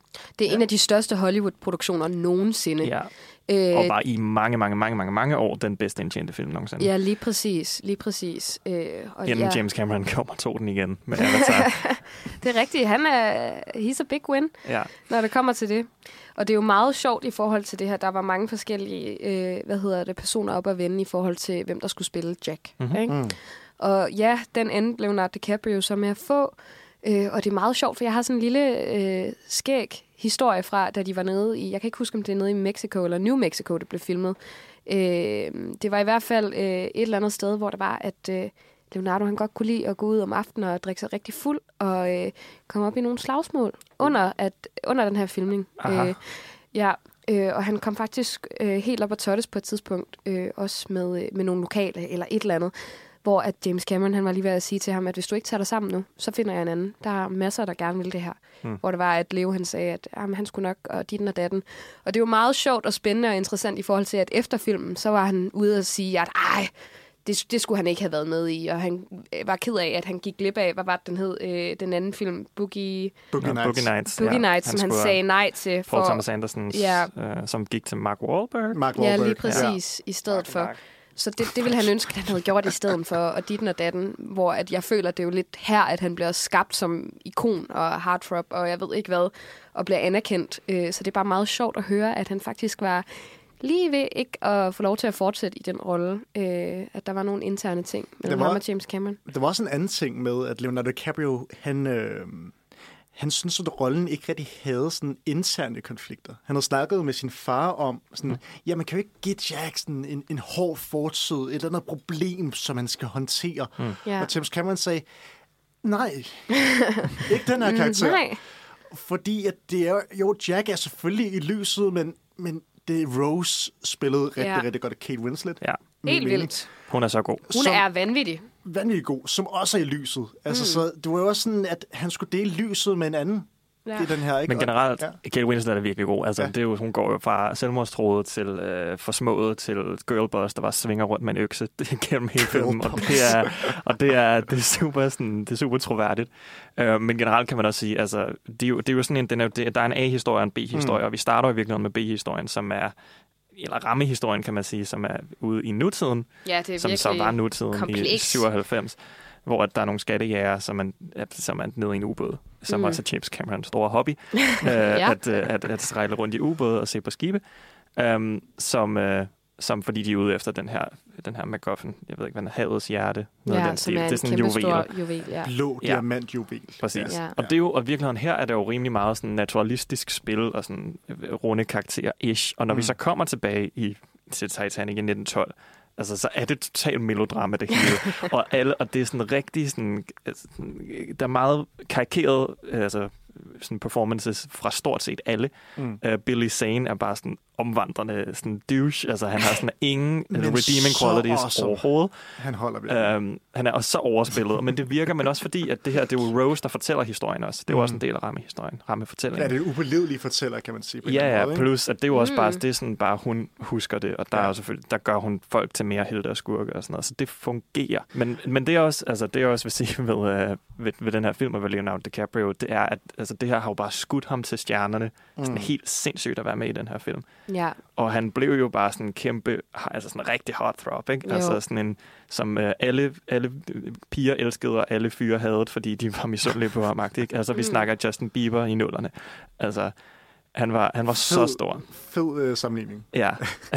Det er ja. en af de største Hollywood-produktioner nogensinde. Ja. Øh, og var i mange, mange, mange, mange, mange år den bedste indtjente film nogensinde. Ja, lige præcis. Lige præcis. Øh, og Inden ja. James Cameron kommer og tog den igen med Avatar. Det er rigtigt. Han er, he's a big win, ja. når det kommer til det. Og det er jo meget sjovt i forhold til det her. Der var mange forskellige øh, hvad hedder det, personer op at vende i forhold til, hvem der skulle spille Jack. Mm-hmm. Ikke? Mm. Og ja, den endte Leonardo DiCaprio så med at få. Øh, og det er meget sjovt, for jeg har sådan en lille øh, skæg historie fra, da de var nede i, jeg kan ikke huske, om det er nede i Mexico eller New Mexico, det blev filmet. Øh, det var i hvert fald øh, et eller andet sted, hvor der var, at øh, Leonardo han godt kunne lide at gå ud om aftenen og drikke sig rigtig fuld og øh, komme op i nogle slagsmål under, at, under den her filmning. Øh, ja, øh, og han kom faktisk øh, helt op at tottes på et tidspunkt, øh, også med, øh, med nogle lokale eller et eller andet, hvor at James Cameron han var lige ved at sige til ham, at hvis du ikke tager dig sammen nu, så finder jeg en anden. Der er masser, der gerne vil det her. Mm. Hvor det var, at Leo han sagde, at jamen, han skulle nok, og ditten og datten. Og det er jo meget sjovt og spændende og interessant i forhold til, at efter filmen, så var han ude og sige, at ej, det, det skulle han ikke have været med i. Og han var ked af, at han gik glip af, hvad var det, den hed, øh, den anden film, Boogie, Boogie Nights, Boogie Nights, Boogie ja. Nights som han, han sagde nej til. For Paul Thomas Anderson, ja. øh, som gik til Mark Wahlberg. Mark Wahlberg. Ja, lige præcis, ja. I stedet Mark, for. Mark. Så det, det ville han ønske, at han havde gjort i stedet for, og ditten og datten, hvor at jeg føler, at det er jo lidt her, at han bliver skabt som ikon og heartthrob, og jeg ved ikke hvad, og bliver anerkendt. Så det er bare meget sjovt at høre, at han faktisk var lige ved ikke at få lov til at fortsætte i den rolle, at der var nogle interne ting mellem ham og James Cameron. Der var også en anden ting med, at Leonardo DiCaprio, han... Øh Han synes, at rollen ikke rigtig havde sådan interne konflikter. Han havde snakket med sin far om, sådan, ja, man kan jo ikke give Jack sådan en, en hård fortid, et eller andet problem, som man skal håndtere. Mm. Yeah. Og James Cameron sagde, nej, ikke den her karakter. Mm, nej. Fordi at det er, jo, Jack er selvfølgelig i lyset, men, men det er Rose spillede rigtig, yeah. rigtig godt af Kate Winslet. Ja. Helt vildt. Hun er så god. Hun som, er vanvittig. Vanvittig god, som også er i lyset. Altså, mm. så det var jo også sådan, at han skulle dele lyset med en anden. Ja. I den her, ikke? Men generelt, ja. Kate Winslet er virkelig god. Altså, ja. det er jo, hun går jo fra selvmordstroet til øh, forsmået til girlboss, der bare svinger rundt med en økse gennem hele filmen. Og det er, og det er, det er, super, sådan, det er super troværdigt. Uh, men generelt kan man også sige, altså, det er jo, det er jo sådan en, den er, det, der er en A-historie og en B-historie, mm. og vi starter jo virkelig med B-historien, som er eller rammehistorien, kan man sige, som er ude i nutiden, ja, det er som så var nutiden kompleks. I syvoghalvfems, hvor der er nogle skattejæger, som er, som er nede i en ubåd, som mm. også er James Camerons store hobby, ja. øh, at, at, at sejle rundt i ubåde og se på skibe, um, som, uh, som fordi de er ude efter den her, den her MacGuffin, jeg ved ikke, hvad den er, havets hjerte, noget ja, af den stil. Er det er sådan en juvel. Stor juvel ja. Blå diamantjuvel. Ja, præcis. Ja. Og det er jo, og virkeligheden her er der jo rimelig meget sådan naturalistisk spil og sådan runde karakterer-ish. Og når mm. vi så kommer tilbage i til Titanic i nitten tolv, altså så er det totalt melodrama det hele. og, alle, og det er sådan rigtig sådan, sådan der er meget karikeret altså sådan performances fra stort set alle. Mm. Uh, Billy Zane er bare sådan omvandrende sådan douche. Altså han har sådan ingen redeeming qualities awesome. Overhovedet. Han holder virkelig. Um, han er også så overspillet, men det virker, men også fordi, at det her, det er jo Rose, der fortæller historien også. Det er jo mm. også en del af rammehistorien, rammefortællingen. Ja, det er upålidelige fortæller, kan man sige. På ja, ja, måde, plus at det er jo også mm. bare, det er sådan bare, hun husker det, og der, ja. er selvfølgelig, der gør hun folk til mere helte og skurke og sådan noget, så det fungerer. Men, men det er også, altså det er også, vil sige, ved, uh, ved, ved den her film med Leonardo DiCaprio, det er, at altså, det her har jo bare skudt ham til stjernerne. Mm. Sådan helt sindssygt at være med i den her film. Ja. Og han blev jo bare sådan en kæmpe, altså sådan en rigtig heartthrob, ikke? Jo. Altså sådan en, som uh, alle, alle piger elskede, og alle fyre hadede, fordi de var misundelige på ham, ikke? Altså vi mm. snakker Justin Bieber i nullerne. Altså, han var, han var fed, så stor. Fed uh, sammenligning. Ja.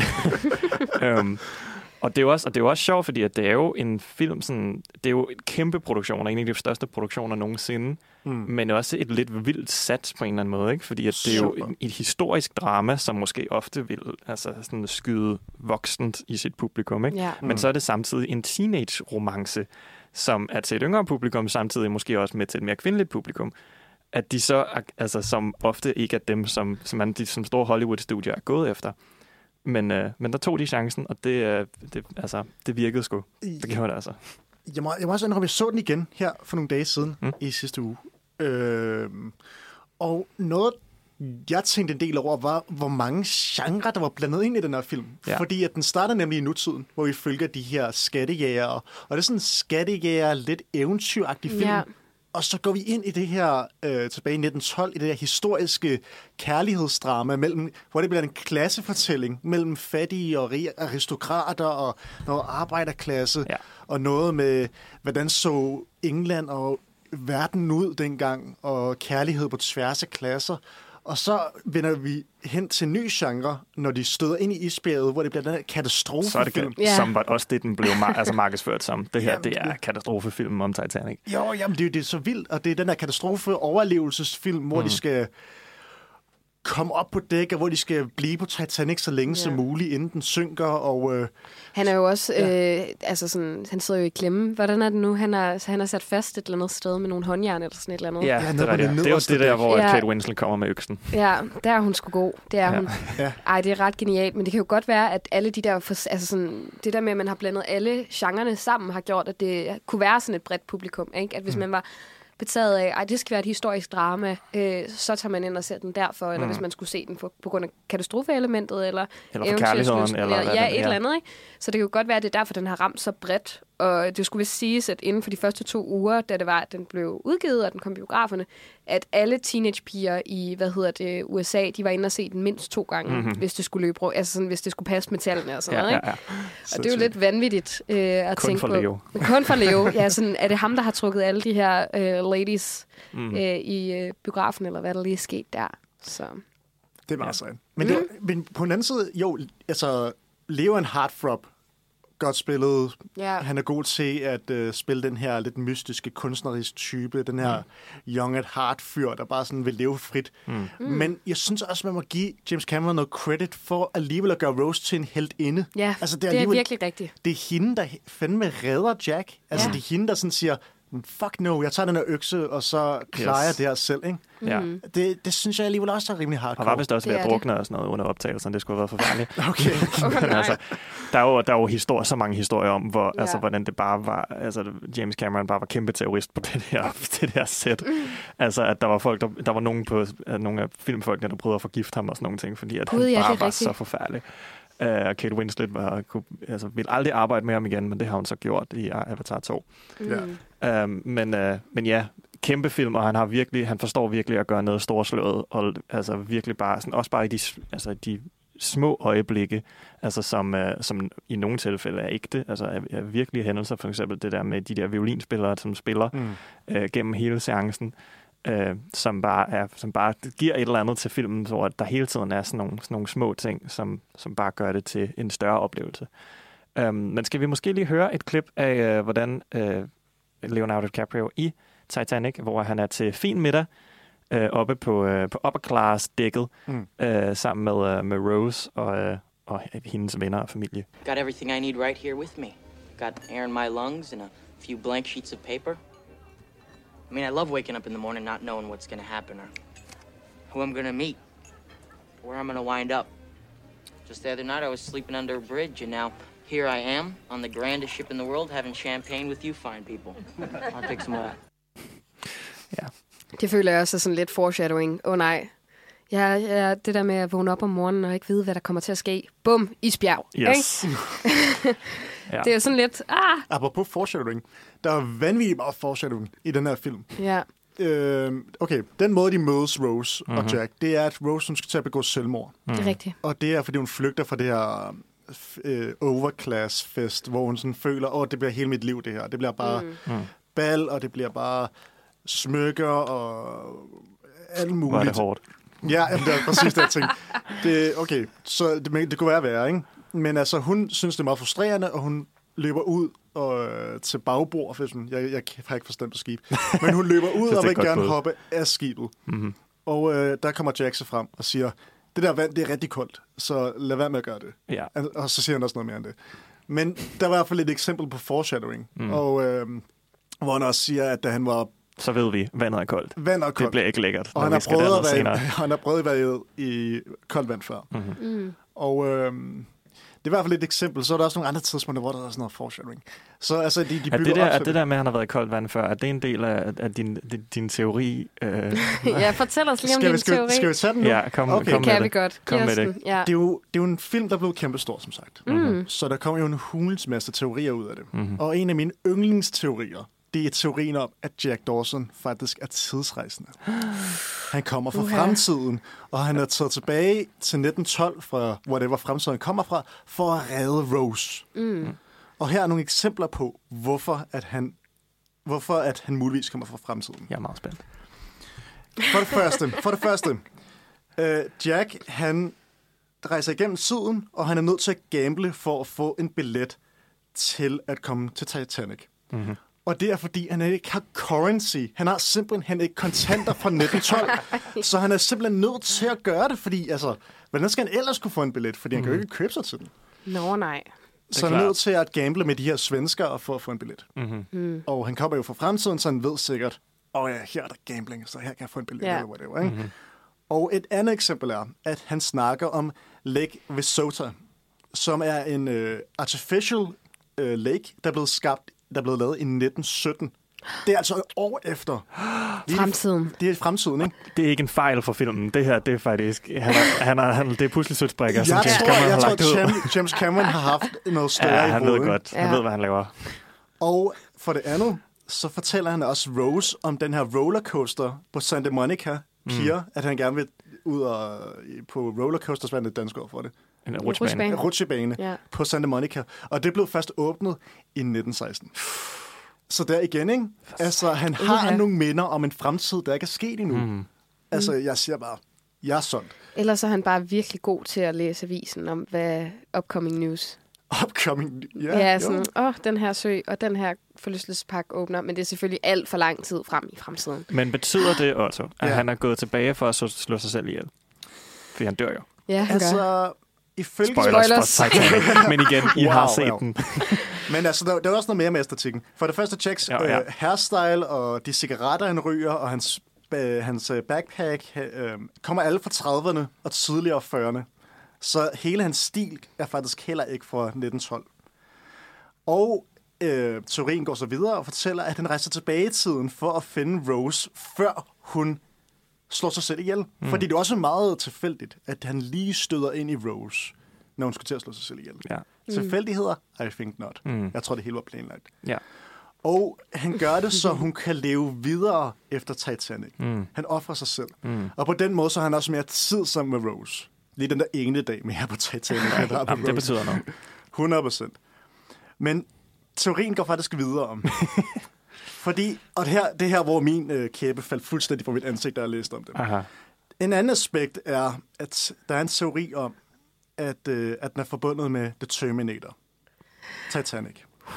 um, Og det er jo også, og det er jo også sjovt, fordi at det er jo en film, sådan, det er jo en kæmpe produktion, en af de største produktioner nogensinde, mm. men også et lidt vildt sats på en eller anden måde, ikke? Fordi at det er jo et, et historisk drama, som måske ofte vil altså sådan skyde voksent i sit publikum, ikke? Ja. Men mm. så er det samtidig en teenage-romance, som er til et yngre publikum, samtidig måske også med til et mere kvindeligt publikum. At de så, altså som ofte ikke er dem, som, som, man, de, som store Hollywood-studier er gået efter. Men, øh, men der tog de chancen, og det, det, altså, det virkede sgu. Det gjorde det altså. Jeg må, jeg må også indrømme, jeg så den igen her for nogle dage siden mm. i sidste uge. Øh, og noget, jeg tænkte en del over, var, hvor mange genrer, der var blandet ind i den her film. Ja. Fordi at den starter nemlig i nutiden, hvor vi følger de her skattejæger. Og det er sådan en skattejæger, lidt eventyragtig film. Ja. Og så går vi ind i det her, øh, tilbage i nitten tolv, i det her historiske kærlighedsdrama, mellem, hvor det bliver en klassefortælling mellem fattige og rige aristokrater og noget arbejderklasse, ja. og noget med, hvordan så England og verden ud dengang, og kærlighed på tværs af klasser. Og så vender vi hen til en ny genre, når de støder ind i isbjerget, hvor det bliver den her katastrofefilm. Så er det, Ja. som var også det, den blev mar- altså markedsført som. Det her, Jamen, det er det- katastrofefilmen om Titanic. Jo, jamen, det, er jo- det er så vildt, og det er den her katastrofe-overlevelsesfilm, hvor mm. de skal komme op på dæk, og hvor de skal blive på Titanic så længe ja. som muligt, inden den synker, og... Øh, Han er jo også, ja. øh, altså sådan, han sidder jo i klemme. Hvordan er det nu? Han er, han er sat fast et eller andet sted med nogle håndjern eller sådan et eller andet. Ja, Ja, det, nede er på det det, det er jo nederste det der, dæk. hvor Ja. Kate Winslet kommer med øksen. Ja, der er hun sgu god. Det er Ja. hun. Ja. Ej, det er ret genialt, men det kan jo godt være, at alle de der, for, altså sådan, det der med, at man har blandet alle genrerne sammen, har gjort, at det kunne være sådan et bredt publikum, ikke? At hvis mm. man var betaget af, ej, det skal være et historisk drama, øh, så tager man ind og ser den derfor, eller mm. hvis man skulle se den for, på grund af katastrofeelementet, eller Eller for kærligheden, eller hvad ja, den- et ja. eller andet, ikke? Så det kan jo godt være, at det er derfor, den har ramt så bredt, og det skulle vist siges, at inden for de første to uger, da det var, at den blev udgivet, og den kom i biograferne, at alle teenagepiger i, hvad hedder det, U S A, de var inde og se den mindst to gange, mm-hmm. hvis det skulle løbe, rundt, altså sådan, hvis det skulle passe med tallene og sådan Ja, noget, ja, ikke? ja. Og det er jo lidt vanvittigt øh, at Kun tænke for på. Leo. Kun for Leo. Ja, sådan, er det ham, der har trukket alle de her øh, ladies Mm. øh, i øh, biografen, eller hvad der lige er sket der? Så. Det er meget sejt. Men, det, men på den anden side, jo, altså, Leo er en heartthrob. Godt spillet. Ja. Han er god til at uh, spille den her lidt mystiske, kunstneriske type. Den her mm. young at heart-fyr, der bare sådan vil leve frit. Mm. Mm. Men jeg synes også, man må give James Cameron noget credit for alligevel at gøre Rose til en heltinde. Ja, altså, det er, det er virkelig rigtigt. Det er hende, der fandme redder Jack. Altså, Ja. det er hende, der sådan siger, fuck no, jeg tager den her økse, og så klarer Yes. jeg det her selv, ikke? Ja. Mm. Det, det synes jeg alligevel også er rimelig Og hardcore. var vist også ved Det at er drukne og sådan noget under optagelserne. Det skulle have været forfærdeligt. Okay. Oh, Men altså, der er jo, der er jo historier, så mange historier om, hvor, Ja. altså, hvordan det bare var, altså James Cameron bare var kæmpe terrorist på det her, det her sæt. Mm. Altså, at der var folk, der, der var nogen, på, nogle af filmfolkene, der prøvede at forgifte ham og sådan nogle ting, fordi at Gud, han ja, bare det er var rigtigt. så forfærdelig. Uh, Kate Winslet var, kunne, altså, ville aldrig arbejde med ham igen, men det har hun så gjort i Avatar to. Mm. Ja. Um, men, uh, men ja, kæmpe film, og han har virkelig, han forstår virkelig at gøre noget storslået, og altså virkelig bare, sådan, også bare i de, altså, de små øjeblikke, altså som, uh, som i nogle tilfælde er ægte, altså er, er virkelige hændelser, for eksempel det der med de der violinspillere, som spiller Mm. uh, gennem hele seancen, uh, som, bare er, som bare giver et eller andet til filmen, så der hele tiden er sådan nogle, sådan nogle små ting, som, som bare gør det til en større oplevelse. Um, men skal vi måske lige høre et klip af, uh, hvordan uh, Leonardo DiCaprio i Titanic, hvor han er til fin middag øh, oppe på, øh, på upper class dækket Mm. øh, sammen med, øh, med Rose og, øh, og hendes venner og familie. Got everything I need right here with me. Got air in my lungs and a few blank sheets of paper. I mean, I love waking up in the morning not knowing what's gonna happen or who I'm gonna meet, where I'm gonna wind up. Just the other night I was sleeping under a bridge and now here I am on the grandest ship in the world having champagne with you fine people. I'll take some of that. Ja. Det føler jeg også er sådan lidt foreshadowing. Åh oh, nej. Ja, ja, det der med at vågne op om morgenen og ikke vide, hvad der kommer til at ske. Bum, isbjerg. Yes. Ja. Det er jo sådan lidt, ah, Apropos foreshadowing, der er vanvittigt meget foreshadowing i den her film. ja. Øh, okay, den måde, de mødes, Rose Mhm. og Jack, det er, at Rose hun skal til at begå selvmord. Det er rigtigt. Og det er, fordi hun flygter fra det her øh, overclass-fest, hvor hun sådan føler, åh, det bliver hele mit liv, det her. Det bliver bare Mm. Mm. bal, og det bliver bare smykker og alt muligt. Hvor er det hårdt. Ja, jamen, det er præcis det, jeg tænkte. Det, okay, så det, men det kunne være værre, ikke? Men altså, hun synes, det er meget frustrerende, og hun løber ud og, øh, til bagbord. For sådan, jeg, jeg har ikke forstand på skib. Men hun løber ud Det er og vil godt gerne bud. hoppe af skibet. Mm-hmm. Og øh, der kommer Jack så frem og siger, det der vand, det er rigtig koldt, så lad være med at gøre det. Ja. Og så siger han også noget mere end det. Men der var i hvert fald et eksempel på foreshadowing. Mm. Og øh, hvor han også siger, at da han var Så ved vi, vandet er koldt. vand og Det koldt, bliver ikke lækkert, og når han vi har, skal prøvet derned at være, senere. han har prøvet at være i koldt vand før. Mm-hmm. Mm. Og øh, det er i hvert fald et eksempel. Så er der også nogle andre tidspunkter, hvor der er sådan noget foreshadowing. Så altså, de, de Er bygger det, der, op er til det der med, at han har været i koldt vand før, er det en del af, af din, din, din teori? Øh, Ja, fortæl os lige om skal, din vi, skal, teori. vi, skal vi tage den nu? ja, kom, Okay. kom Det med kan vi det. godt. Kom Giv med os det. den. Ja. Det er, jo, det er jo en film, der blev kæmpestor, som sagt. Mm. Så der kommer jo en hulens masse teorier ud af det. Mhm. Og en af mine yndlingsteorier, det er teorien om, at Jack Dawson faktisk er tidsrejsende. Han kommer fra Uha. fremtiden, og han er taget tilbage til nitten tolv, fra whatever fremtiden kommer fra, for at redde Rose. Mm. Og her er nogle eksempler på, hvorfor at han, hvorfor at han muligvis kommer fra fremtiden. Jeg er meget spændt. For det første, for det første øh, Jack, han rejser igennem tiden, og han er nødt til at gamble for at få en billet til at komme til Titanic. Mm-hmm. Og det er, fordi han ikke har currency. Han har simpelthen ikke kontanter fra nitten tolv. Så han er simpelthen nødt til at gøre det, fordi, altså, hvordan skal han ellers kunne få en billet? Fordi han mm. kan jo ikke købe sig til den. Nå, nej. Så han er nødt til at gamble med de her svenskere for at få en billet. Mm-hmm. Mm. Og han kommer jo fra fremtiden, så han ved sikkert, åh oh ja, her er der gambling, så her kan jeg få en billet, Ja. eller whatever. Ikke? Mm-hmm. Og et andet eksempel er, at han snakker om Lake Wissota, som er en uh, artificial uh, lake, der er blevet skabt, der er blevet lavet i nitten sytten. Det er altså et år efter. Fremtiden. Det er fremtiden, ikke? Det er ikke en fejl for filmen. Det her, det er faktisk... Han er, han er, han, det er puslesødsbrikker, som Jeg James tror, Cameron jeg har tror lagt ud. James, James Cameron har haft noget større Ja, i han hovedet. ved godt. Han Ja. ved, hvad han laver. Og for det andet, så fortæller han også Rose om den her rollercoaster på Santa Monica Pier, mm. at han gerne vil ud og, på rollercoaster, hvad er det danske ord for det? En rutsjebane. rutsjebane. En rutsjebane Ja. på Santa Monica. Og det blev først åbnet i nitten seksten. Så der igen, ikke? Altså, han har Uha. nogle minder om en fremtid, der ikke er sket endnu. Mm. Altså, jeg siger bare, jeg er solgt. Ellers er han bare virkelig god til at læse avisen om, hvad upcoming news. Upcoming, ja. Ja, ja jo. sådan, åh, den her sø og den her forlystelsespark åbner, men det er selvfølgelig alt for lang tid frem i fremtiden. Men betyder det også, at Ja. han er gået tilbage for at slå, slå sig selv ihjel? Fordi han dør jo. Ja, han gør. Altså, ifølge... Spoilers, Spoilers. for Titanic. Men igen, I Wow, har set wow. den. Men altså, der, der er også noget mere med æstetikken. For det første, Jacks Ja, ja. øh, hairstyle og de cigaretter, han ryger, og hans, øh, hans øh, backpack øh, kommer alle fra trediverne og tidligere fyrrerne. Så hele hans stil er faktisk heller ikke fra nitten tolv. Og øh, teorien går så videre og fortæller, at han rejser tilbage i tiden for at finde Rose, før hun slår sig selv ihjel. Mm. Fordi det er også meget tilfældigt, at han lige støder ind i Rose, når hun skal til at slå sig selv ihjel. Ja. Mm. Tilfældigheder? I think not. Mm. Jeg tror, det hele var planlagt. Ja. Og han gør det, så hun kan leve videre efter Titanic. Mm. Han offrer sig selv. Mm. Og på den måde, så har han også mere tid sammen med Rose. Lige den der ene dag mere på Titanic. han har på Jamen, det Rose. betyder noget. hundrede procent. Men teorien går faktisk videre om. Fordi, og det her, det her, hvor min øh, kæbe faldt fuldstændig fra mit ansigt, da jeg læste om det. Aha. En anden aspekt er, at der er en teori om, at, øh, at den er forbundet med The Terminator. Titanic.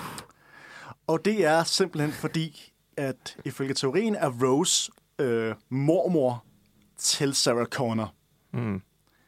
Og det er simpelthen fordi, at ifølge teorien er Rose øh, mormor til Sarah Connor. Mm.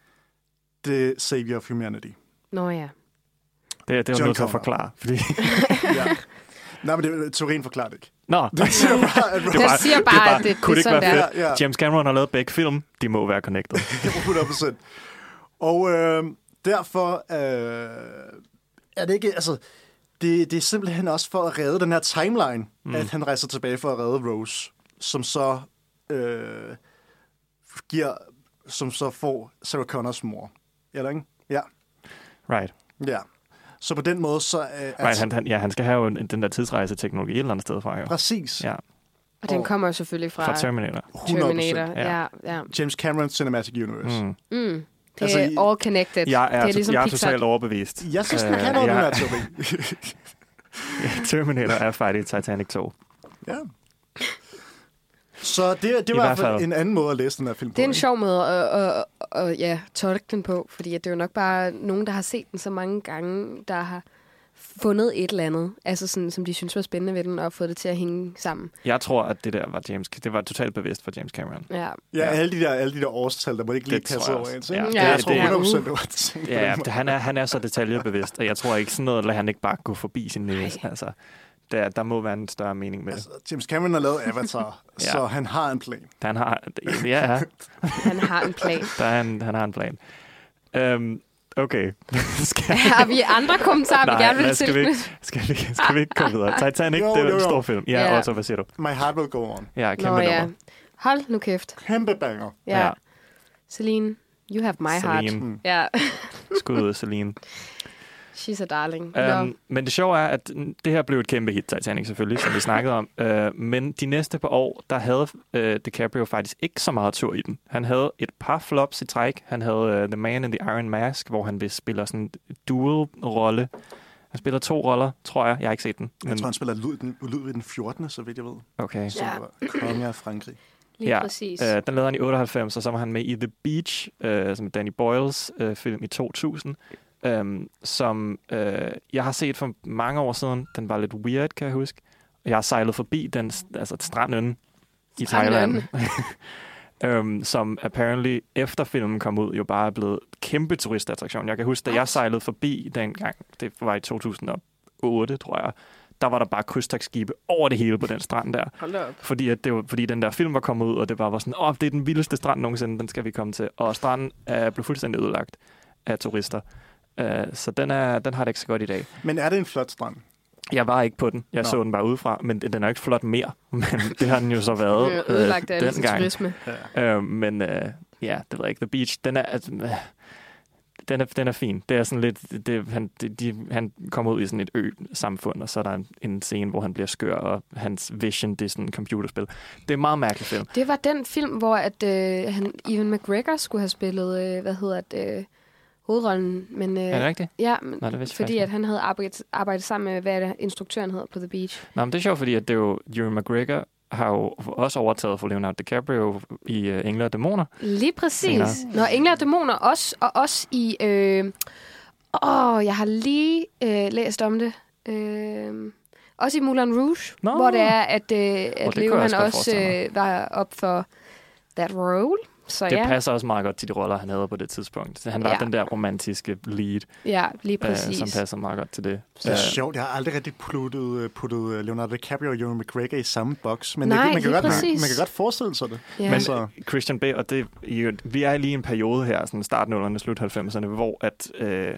The Savior of Humanity. Nå ja. Det, det er John jo nødt til at Connor. forklare. Fordi... Ja. Nej, men det, teorien forklarer det ikke. Nå, Det siger bare, at Den Rose... siger bare, at det, det kunne er det ikke sådan være der. fedt? Ja, ja. James Cameron har lavet begge film. De må være connected. hundrede procent. Og øh, derfor øh, er det ikke... Altså, det, det er simpelthen også for at redde den her timeline, mm. at han rejser tilbage for at redde Rose, som så øh, giver, som så får Sarah Connors mor. Eller ikke? Ja. Right. Ja. Så på den måde, så... Øh, right han, han, ja, han skal have jo en- den der tidsrejseteknologi et eller andet sted fra. Jo. Præcis. Ja, Og den kommer jo selvfølgelig fra, fra Terminator. hundrede procent. Terminator. Ja. Ja, ja. James Cameron Cinematic Universe. Mm. Mm. Det Altså, er i- all connected. Jeg er, det er ligesom jeg er Pixar. totalt overbevist. Jeg synes, den Øh, kan noget, den her jeg- teori. Terminator er færdig i Titanic to. Ja. Så det, det var i I hvert hvert fald fald. en anden måde at læse den her film på. Det er en ikke? sjov måde at, at, at, at ja, tolke den på, fordi at det er jo nok bare nogen, der har set den så mange gange, der har fundet et eller andet, altså sådan, som de synes var spændende ved den, og fået det til at hænge sammen. Jeg tror, at det der var James, det var totalt bevidst for James Cameron. Ja, Ja, Ja. alle de der, alle de der årstal, der må ikke lige Det tror passe jeg over også. ens. Ja. Ikke? Ja, jeg det- tror det- hundrede procent, det var tænkt på Ja, den det, måde. han, er, han er så detaljebevidst, og jeg tror ikke sådan noget, lader han ikke bare gå forbi sin næse. Altså, der, der må være en større mening med det. Altså, James Cameron har lavet Avatar, Ja. så han har en plan. Han har, ja, ja, han har en plan. der er en, han har en plan. Um, okay. skal, Har vi andre kommentarer, vi Nej, gerne vil lad- skal vi til? ikke, skal, vi, skal vi ikke gå videre? Titanic, Jo, det er jo, en jo. stor film. Ja, Ja. og så, hvad siger du? My Heart Will Go On. Ja, kæmpe Nå ja. nummer. Hold nu kæft. Kæmpe banger. Ja. Ja. Celine, you have my heart. Celine. Mm. Ja. Skud ud, Celine. She's a darling. Um, No. men det sjove er, at det her blev et kæmpe hit, Titanic selvfølgelig, som vi snakkede om. Uh, men de næste par år, der havde uh, DiCaprio faktisk ikke så meget tur i den. Han havde et par flops i træk. Han havde uh, The Man in the Iron Mask, hvor han spiller sådan en dual-rolle. Han spiller to roller, tror jeg. Jeg har ikke set den. Men... Jeg tror, han spiller Ludvig den fjortende, så vidt jeg ved. Okay. Som Ja. var konge af Frankrig. Lige ja, præcis. Øh, den lavede han i otteoghalvfems, og så var han med i The Beach, øh, som er Danny Boyles øh, film i to tusind, øh, som øh, jeg har set for mange år siden. Den var lidt weird, kan jeg huske. Jeg har sejlet forbi den, altså stranden i Thailand, um, som apparently efter filmen kom ud, jo bare er blevet kæmpe turistattraktion. Jeg kan huske, da jeg sejlede forbi dengang, det var i to tusind og otte, tror jeg, der var der bare krydstogtskibe over det hele på den strand der. Hold da op. Fordi, at det var, fordi den der film var kommet ud, og det bare var sådan, åh, det er den vildeste strand nogensinde, den skal vi komme til. Og stranden er blevet fuldstændig ødelagt af turister. Uh, så den, er, den har det ikke så godt i dag. Men er det en flot strand? Jeg var ikke på den. Jeg Nå. så den bare udefra, men den er ikke flot mere. Men det har den jo så været øh, ødelagt af dengang. turisme. Ja. Uh, men uh, ja, det ved jeg ikke. The Beach, den er... Altså, uh, Den er, den er fin. Det er sådan lidt, det, han, de, de, han kommer ud i sådan et ø-samfund, og så er der en, en scene, hvor han bliver skør, og hans vision, det er sådan et computerspil. Det er en meget mærkelig film. Det var den film, hvor at, øh, han, Ewan McGregor skulle have spillet, øh, hvad hedder det, øh, hovedrollen. Men, øh, er det rigtigt? Ja, men, Nå, det fordi at han havde arbejdet, arbejdet sammen med, hvad er det, instruktøren hedder på The Beach. Nå, men det er sjovt, fordi at det er jo Ewan McGregor, har jo også overtaget for Leonardo DiCaprio i uh, Engle og Dæmoner. Lige præcis. Nå, Engle og Dæmoner også, og også i... Øh, åh, jeg har lige øh, læst om det. Øh, også i Moulin Rouge, Nå. hvor det er, at, øh, at oh, Leo han også øh, var op for that role. Så det ja. passer også meget godt til de roller, han havde på det tidspunkt. Han var ja. den der romantiske lead, ja, lige præcis. øh, som passer meget godt til det. Det er uh, sjovt. Jeg har aldrig rigtig puttet, puttet Leonardo DiCaprio og Ewan McGregor i samme boks. Men Nej, det, man, kan godt, man, præcis. man kan godt forestille sig det. Ja. Men så. Christian Bale, og det, vi er lige i en periode her, sådan start nullerne, slut halvfemserne, hvor at, øh,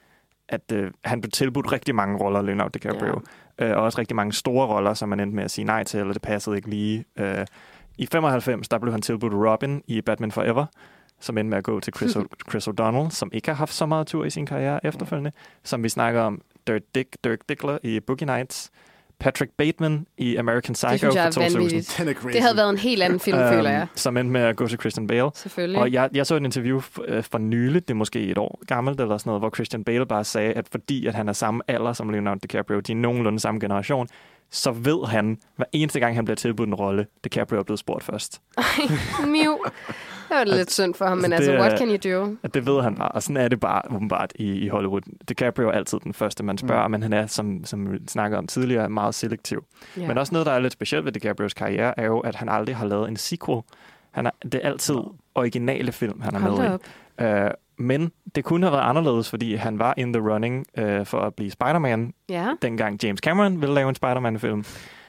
at øh, han blev tilbudt rigtig mange roller, Leonardo DiCaprio. Ja. Øh, og også rigtig mange store roller, som man endte med at sige nej til, eller det passede ikke lige. Øh, I femoghalvfems, der blev han tilbudt Robin i Batman Forever, som endte med at gå til Chris, o- Chris O'Donnell, som ikke har haft så meget tur i sin karriere efterfølgende, som vi snakker om Dirk, Dick, Dirk Diggler i Boogie Nights, Patrick Bateman i American Psycho det synes jeg for to tusind. Vanvittigt. Det havde været en helt anden film, um, føler jeg. Som endte med at gå til Christian Bale. Selvfølgelig. Og jeg, jeg så et interview for, for nylig, det er måske et år gammelt eller sådan noget, hvor Christian Bale bare sagde, at fordi at han er samme alder som Leonardo DiCaprio, de er nogenlunde samme generation, så ved han, hver eneste gang han bliver tilbudt en rolle, DiCaprio er blevet spurgt først. Ej, miu. Det var lidt synd for ham, men altså, det, what can you do? Det ved han bare, og sådan er det bare åbenbart i, i Hollywood. DiCaprio er altid den første, man spørger, mm. men han er, som, som vi snakkede om tidligere, meget selektiv. Yeah. Men også noget, der er lidt specielt ved DiCaprios karriere, er jo, at han aldrig har lavet en sequel. Han er, det er altid originale film, han er med i. Uh, men det kunne have været anderledes, fordi han var in the running uh, for at blive Spider-Man, yeah. dengang James Cameron ville lave en Spider-Man-film.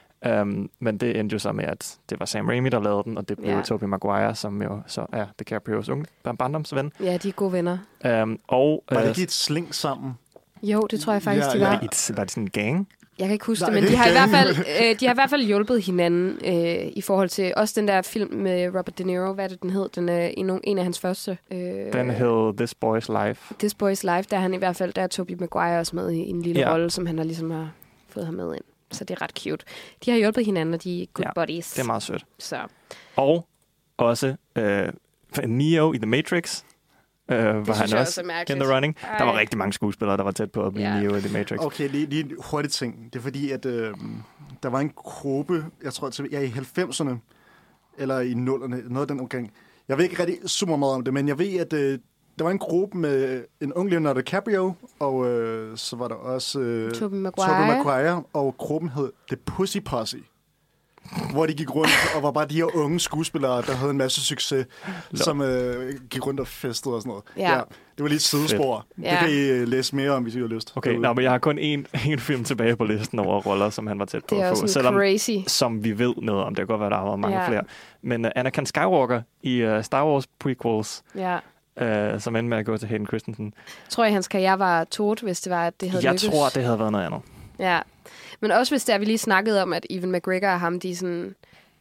Um, men det endte jo så med, at det var Sam Raimi, der lavede den, og det blev yeah. Tobey Maguire, som jo så er DiCaprios unge barndomsven. Ja, de er gode venner. Um, og, var det uh, ikke et sling sammen? Jo, det tror jeg faktisk, ja, de var. Var det, var det sådan en gang? Jeg kan ikke huske Nej, det, men de har, i hvert fald, øh, de har i hvert fald hjulpet hinanden øh, i forhold til også den der film med Robert De Niro. Hvad er det, den hed? Den er en, en af hans første. Øh, den hed This Boy's Life. This Boy's Life, der er han i hvert fald, der er Tobey Maguire også med i en lille ja. rolle, som han har ligesom har fået ham med ind. Så det er ret cute. De har hjulpet hinanden, og de er good ja, buddies. Det er meget sødt. Så. Og også øh, Neo i The Matrix. Øh, var han også, også in the running. Ej. Der var rigtig mange skuespillere, der var tæt på at blive yeah. Neo i The Matrix. Okay, lige, lige en hurtig ting. Det er fordi, at øh, der var en gruppe, jeg tror, ja, i halvfemserne, eller i nullerne, noget af den omgang. Jeg ved ikke rigtig super meget om det, men jeg ved, at øh, der var en gruppe med en ung Leonardo DiCaprio, og øh, så var der også øh, Tobey Maguire. Tobey Maguire, og gruppen hed The Pussy Posse. Hvor de gik rundt og var bare de her unge skuespillere, der havde en masse succes, Lå. som øh, gik rundt og festede og sådan noget. Ja. Ja, det var lidt sidespor. Ja. Det kan I læse mere om, hvis I har lyst. Okay, nå, men jeg har kun én, én film tilbage på listen over roller, som han var tæt på at få. Det er selvom, crazy. Som vi ved noget om. Det kan godt være, der har været mange ja. flere. Men uh, Anakin Skywalker i uh, Star Wars prequels, ja. uh, som endte med at gå til Hayden Christensen. Tror jeg, hans karriere var tort, hvis det var, at det havde Jeg lykkes? tror, det havde været noget andet. Ja, men også hvis det er, vi lige snakkede om, at Ewan McGregor og ham, de sådan...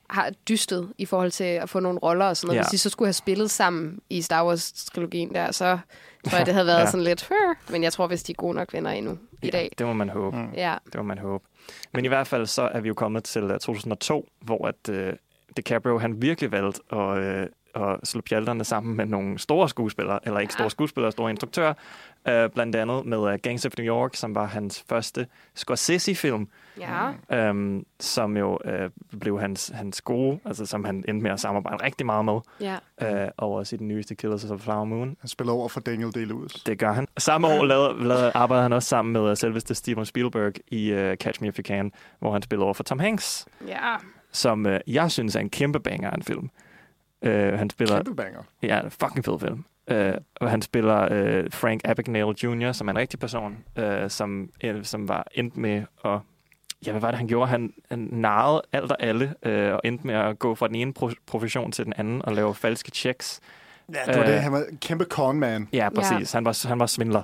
har dystet i forhold til at få nogle roller og sådan noget. Ja. Hvis de så skulle have spillet sammen i Star Wars-trilogien der, så tror jeg, det havde været ja. sådan lidt... Men jeg tror, hvis de er gode nok venner endnu ja, i dag. Det må man håbe. Mm. Ja. Det må man håbe. Men i hvert fald så er vi jo kommet til to tusind og to, hvor at, uh, DiCaprio han virkelig valgte at, uh, at slå pjalterne sammen med nogle store skuespillere, eller ikke store skuespillere, store instruktører. Uh, blandt andet med uh, Gangs of New York, som var hans første Scorsese-film. Ja. Um, som jo uh, blev hans, hans gode, altså som han endte med at samarbejde rigtig meget med. Ja. Uh, og også i den nyeste Killers of the Flower Moon. Han spiller over for Daniel Day-Lewis. Det gør han. Samme år lavede, lavede, arbejdede han også sammen med uh, selveste Steven Spielberg i uh, Catch Me If You Can, hvor han spillede over for Tom Hanks. Ja. Som uh, jeg synes er en kæmpe banger af en film. Uh, han spiller... Kæmpe banger? Ja, en fucking fed film. Uh, og han spiller uh, Frank Abagnale junior, som er en rigtig person, uh, som, uh, som var endt med at... Ja, hvad var det, han gjorde? Han, han narrede alt og alle, uh, og endte med at gå fra den ene pro- profession til den anden og lave falske checks. Ja, det var uh, det. Han var en kæmpe conman. Ja, præcis. Ja. Han, var, han var svindler.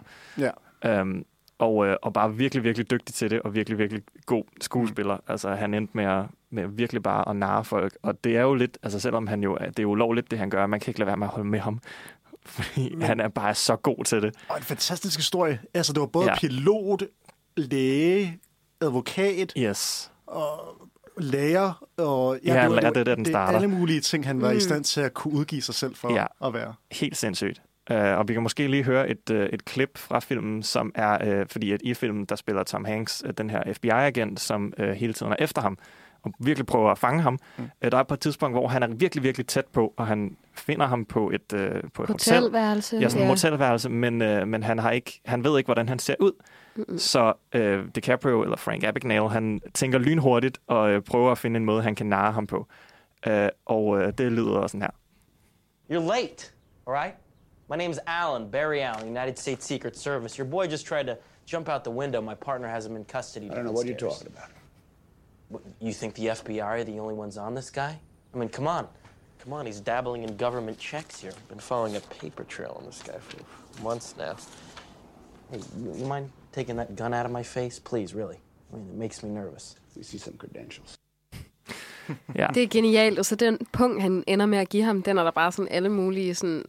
Ja. Um, og, uh, og bare virkelig, virkelig dygtig til det, og virkelig, virkelig god skuespiller. Mm. Altså, han endte med at, med virkelig bare at narre folk. Og det er jo lidt, altså selvom han jo, det er jo ulovligt, det han gør, man kan ikke lade være med at holde med ham. Fordi Men, han er bare så god til det. Og en fantastisk historie. Altså, det var både ja. pilot, læge, advokat, yes. og lærer. Og, ja, ja lærer det, der den det starter. Det er alle mulige ting, han var mm. i stand til at kunne udgive sig selv for ja. at være. Helt sindssygt. Uh, og vi kan måske lige høre et, uh, et klip fra filmen, som er, uh, fordi at i filmen, der spiller Tom Hanks, uh, den her F B I-agent, som uh, hele tiden er efter ham, og virkelig prøver at fange ham. Mm. Uh, der er på et tidspunkt, hvor han er virkelig, virkelig tæt på, og han finder ham på et, uh, på et hotelværelse. hotel. Ja, sådan et ja. hotelværelse, men, uh, men han, har ikke, han ved ikke, hvordan han ser ud. Mm-mm. Så uh, DiCaprio, eller Frank Abagnale, han tænker lynhurtigt og uh, prøver at finde en måde, han kan narre ham på. Uh, og uh, det lyder sådan her. You're late, all right? My name's Alan, Barry Allen, United States Secret Service. Your boy just tried to jump out the window. My partner has him in custody. I don't know what you're talking about. What, you think the F B I are the only ones on this guy? I mean, come on. Come on, he's dabbling in government checks here. I've been following a paper trail on this guy for months now. Hey, you, you mind taking that gun out of my face? Please, really. I mean, it makes me nervous. We see some credentials. Ja. Det er genialt, og så den punkt, han ender med at give ham, den er der bare sådan alle mulige sådan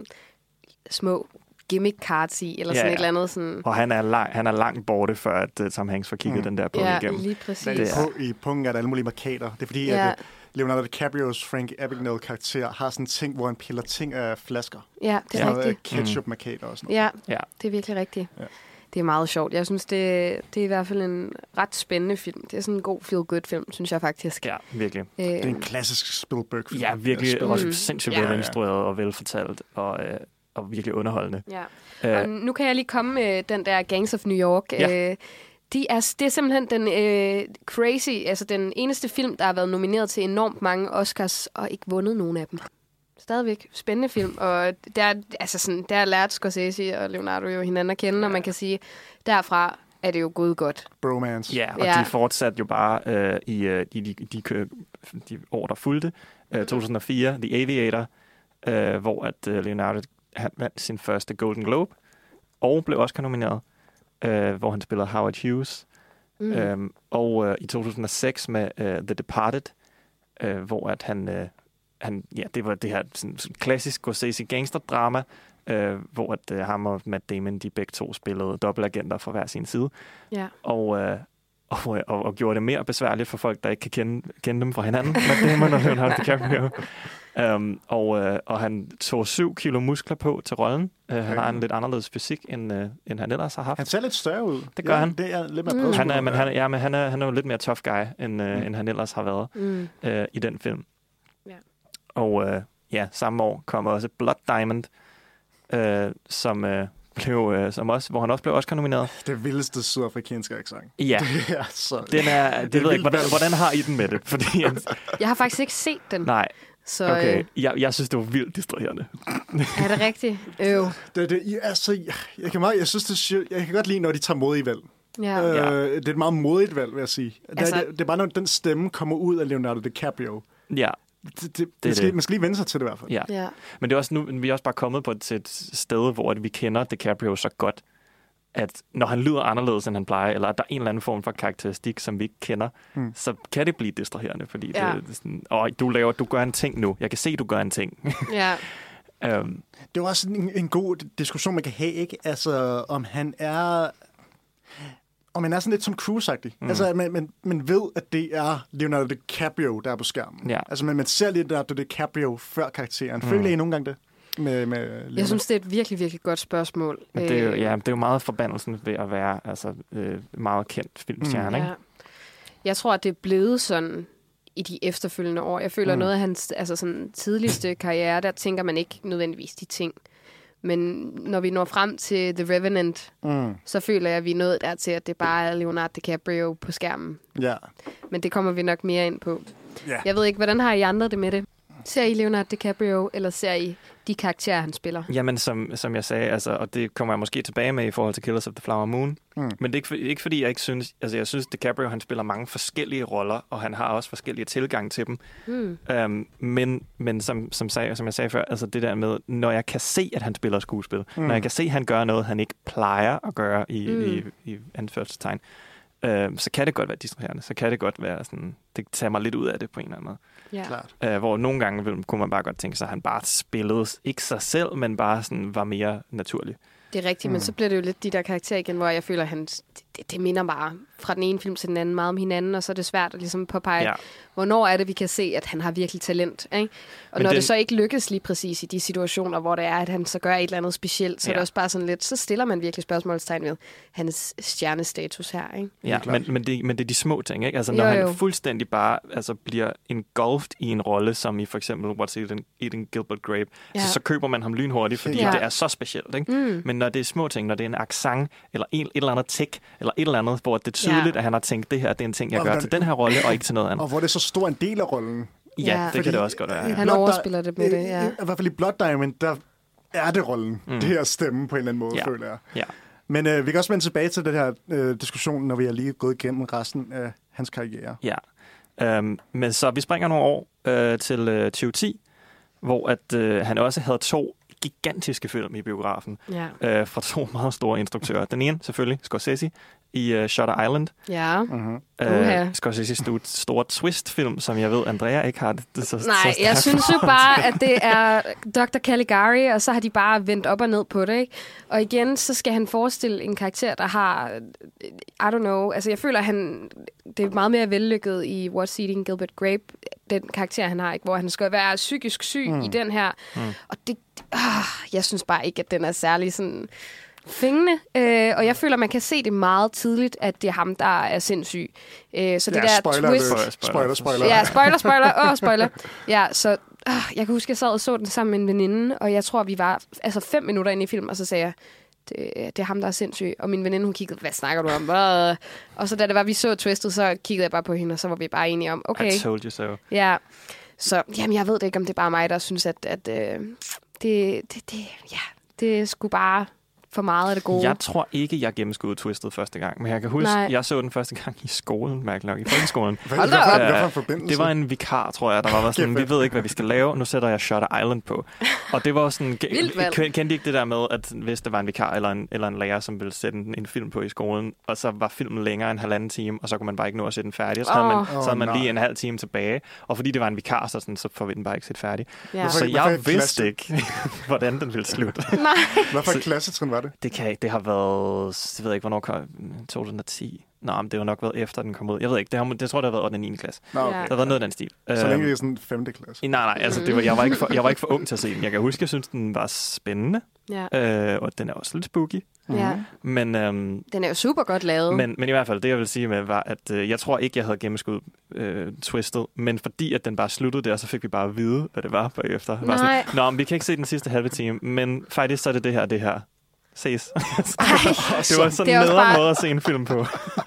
små gimmick cards i, eller sådan ja, ja. et eller andet. Sådan... Og han er, lang, han er langt borte, før at uh, Tom Hanks får kigget mm. den der punkt ja, igennem. Ja, lige præcis. Det er. På, I punkten er der alle mulige markader. Det er fordi, ja. at Leonardo DiCaprios Frank Abagnale-karakter har sådan en ting, hvor han piller ting af flasker. Ja, det er ja. rigtigt. Ketchup-markader og sådan noget. Ja, ja, det er virkelig rigtigt. Ja. Det er meget sjovt. Jeg synes, det, det er i hvert fald en ret spændende film. Det er sådan en god feel-good-film, synes jeg faktisk. Ja, virkelig. Øh, det er en klassisk Spielberg-film. Ja, virkelig. Også mm. sindssygt ja. velinstrueret og velfortalt, og, øh, og virkelig underholdende. Ja. Øh. Og nu kan jeg lige komme med den der Gangs of New York. Ja. Øh, de er, det er simpelthen den øh, crazy, altså den eneste film, der har været nomineret til enormt mange Oscars, og ikke vundet nogen af dem. Stadigvæk spændende film, og der, altså sådan, der har lært Scorsese og Leonardo jo hinanden at kende, ja. og man kan sige, derfra er det jo gået godt. Bromance. Ja, og ja. de fortsatte jo bare øh, i øh, de, de, de, de år, der fulgte. Øh, to tusind og fire, The Aviator, øh, hvor at øh, Leonardo vandt sin første Golden Globe, og blev også nomineret, øh, hvor han spillede Howard Hughes. Mm. Øhm, og øh, i to tusind og seks med øh, The Departed, øh, hvor at han... Øh, Han, ja, det var det her sådan, sådan klassisk Scorsese gangsterdrama, øh, hvor at, øh, ham og Matt Damon, de begge to spillede dobbeltagenter fra hver sin side. Ja. Og, øh, og, og, og gjorde det mere besværligt for folk, der ikke kan kende, kende dem fra hinanden. Matt Damon og Leonardo DiCaprio. um, og, øh, og han tog syv kilo muskler på til rollen. Uh, han har en lidt anderledes fysik, end, øh, end han ellers har haft. Han ser lidt større ud. Det gør ja, han. Det er lidt mere mm. han er, men han, ja, men han er, han er jo lidt mere tough guy, end, øh, mm. end han ellers har været mm. øh, i den film. Ja. Og øh, ja, samme år kom også Blood Diamond, øh, som, øh, blev, øh, som også, hvor han også blev Oscar-nomineret. Det vildeste sydafrikanske accent. Ja, det er så... Den er, det, det ved jeg ikke, hvordan, hvordan har I den med det? Fordi, jeg har faktisk ikke set den. Nej, så, okay. Øh... Jeg, jeg synes, det var vildt distraherende. Er det rigtigt? Øv. Det, det, altså, jeg, jeg, kan meget, jeg synes, det, jeg kan godt lide, når de tager modige valg. Ja. Øh, ja. Det er et meget modigt valg, vil jeg sige. Altså... Det, det, det er bare, når den stemme kommer ud af Leonardo DiCaprio. Ja. Det, det, det, det, skal, det. Man skal lige vende sig til det i hvert fald. Ja. Ja. Men det er også nu, vi er også bare kommet på et, et sted, hvor vi kender DiCaprio så godt. at når han lyder anderledes, end han plejer, eller at der er en eller anden form for karakteristik, som vi ikke kender, mm. så kan det blive distraherende, fordi ja. det, det er sådan, åh, du laver, du gør en ting nu. Jeg kan se, du gør en ting. Ja. um, det er jo også en, en god diskussion, man kan have, ikke? Altså, om han er... Om han er sådan lidt som Cruise-agtig. Mm. Altså, man, man, man ved, at det er Leonardo DiCaprio, der er på skærmen. Ja. Altså, man, man ser Leonardo DiCaprio før karakteren. Mm. Føler I nogle gange det? Med, med jeg synes, det er et virkelig, virkelig godt spørgsmål. Men det er jo, ja, det er jo meget forbandelsen ved at være altså, øh, meget kendt filmstjerne, mm. ikke? Ja. Jeg tror, at det er blevet sådan i de efterfølgende år. Jeg føler, mm. noget af hans altså sådan, tidligste karriere, der tænker man ikke nødvendigvis de ting. Men når vi når frem til The Revenant, mm. så føler jeg, at vi er nået dertil, at det bare er Leonardo DiCaprio på skærmen. Ja. Men det kommer vi nok mere ind på. Ja. Jeg ved ikke, hvordan har I andre det med det? Ser I Leonardo DiCaprio, eller ser I de karakterer, han spiller? Jamen, som, som jeg sagde, altså, og det kommer jeg måske tilbage med i forhold til Killers of the Flower Moon. Mm. Men det er ikke, for, ikke fordi, jeg ikke synes... Altså, jeg synes, DiCaprio, han spiller mange forskellige roller, og han har også forskellige tilgang til dem. Mm. Um, men men som, som, sag, som jeg sagde før, altså det der med, når jeg kan se, at han spiller skuespil, mm. når jeg kan se, at han gør noget, han ikke plejer at gøre i, mm. i, i anførselstegn, uh, så kan det godt være distraherende. Så kan det godt være sådan... Det tager mig lidt ud af det på en eller anden måde. Ja. Uh, hvor nogle gange kunne man bare godt tænke sig, at han bare spillede ikke sig selv, men bare sådan var mere naturlig. Det er rigtigt, mm. men så bliver det jo lidt de der karakterer igen, hvor jeg føler, at han, det, det minder bare fra den ene film til den anden meget om hinanden, og så er det svært at ligesom påpege, ja. hvornår er det, vi kan se, at han har virkelig talent. Ikke? Og men når den... det så ikke lykkes lige præcis i de situationer, hvor det er, at han så gør et eller andet specielt, så ja. er det også bare sådan lidt, så stiller man virkelig spørgsmålstegn ved hans stjernestatus her. Ikke? Ja, men, men, det, men det er de små ting, ikke? Altså når jo, jo. han fuldstændig bare altså, bliver engulfed i en rolle, som i for eksempel What's Eating, Eating Gilbert Grape, ja. så, så køber man ham lynhurtigt, fordi ja. det er så specielt. Ikke? Mm. Men når det er små ting, når det er en accent, eller en, et eller andet tik, eller et eller andet, hvor det er tydeligt, ja. at han har tænkt, det her det er en ting, jeg og gør den, til den her rolle, og ikke til noget andet. Og hvor det er så stor en del af rollen. Ja, ja. det fordi kan det også godt være. Ja. Han overspiller det med det, ja. I, I hvert fald i Blood Diamond, der er det rollen. Mm. Det her stemme på en eller anden måde, ja. føler jeg. Ja. Men øh, vi kan også vende tilbage til den her øh, diskussion, når vi har lige gået igennem resten af hans karriere. Ja, um, men så vi springer nogle år øh, til øh, tyve ti, hvor at, øh, han også havde to gigantiske film i biografen ja. øh, fra to meget store instruktører. Den ene selvfølgelig Scorsese i uh, Shutter Island. Ja. Uh-huh. Uh, Scorsese store, store twist-film, som jeg ved, Andrea ikke har det, det så, Nej, så jeg synes jo bare, at det er doktor Caligari, og så har de bare vendt op og ned på det, ikke? Og igen, så skal han forestille en karakter, der har, I don't know, altså jeg føler, at han, det er meget mere vellykket i What's Eating Gilbert Grape, den karakter, han har, ikke? Hvor han skal være psykisk syg mm. i den her. Mm. Og det, øh, jeg synes bare ikke, at den er særlig sådan fængende, øh, og jeg føler, man kan se det meget tidligt, at det er ham, der er sindssyg. Øh, så det ja, der spoiler, twist... Spoiler, spoiler, spoiler. Ja, spoiler, spoiler, åh, oh, spoiler. Ja, så øh, jeg kan huske, jeg sad og så den sammen med en veninde, og jeg tror, vi var altså fem minutter inde i film, og så sagde jeg, det, det er ham, der er sindssyg. Og min veninde, hun kiggede, hvad snakker du om? Hvad? Og så da det var, vi så twistet, så kiggede jeg bare på hende, og så var vi bare enige om, okay. I told you so. Ja, så jamen, jeg ved det ikke, om det er bare mig, der synes, at, at øh, det, det, det, ja, det skulle bare... for meget af det gode. Jeg tror ikke, jeg gennemskudde twistet første gang, men jeg kan huske, Nej. jeg så den første gang i skolen, mærkeligt nok, i folkeskolen. Hold da op. Uh, det var en vikar, tror jeg, der var sådan, vi ved ikke, hvad vi skal lave, nu sætter jeg Shutter Island på. Og det var sådan, kendte ikke det der med, at hvis der var en vikar eller en, eller en lærer, som ville sætte en, en film på i skolen, og så var filmen længere end halvanden time, og så kunne man bare ikke nå at sætte den færdig, og så havde man, oh. så havde man lige en halv time tilbage, og fordi det var en vikar, så, sådan, så får vi den bare ikke set færdig. Ja. Så jeg vidste ikke, hvordan den ville slutte. Nej. Hvad for et klassetrin var det? Det kan det har været, jeg ved ikke, hvornår kom, to tusind og ti. Nej, men det har nok været efter, den kom ud. Jeg ved ikke, det, har, det tror jeg, det har været ottende og niende klasse. Nå, okay. Der har været noget af den stil. Så længe det er sådan femte klasse? Nej, nej, altså det var, jeg, var ikke for, jeg var ikke for ung til at se den. Jeg kan huske, jeg synes, den var spændende. Ja. Øh, og den er også lidt spooky. Ja. Men, øhm, den er jo super godt lavet. Men, men i hvert fald, det jeg vil sige med, var, at øh, jeg tror ikke, jeg havde gennemskud øh, twistet, men fordi at den bare sluttede der, så fik vi bare at vide, hvad det var bagefter. Var sådan, nå, men vi kan ikke se den sidste halve time, men faktisk så er det det her, det her. Ses. Ej, det var sådan en nedre bare... måde at se en film på.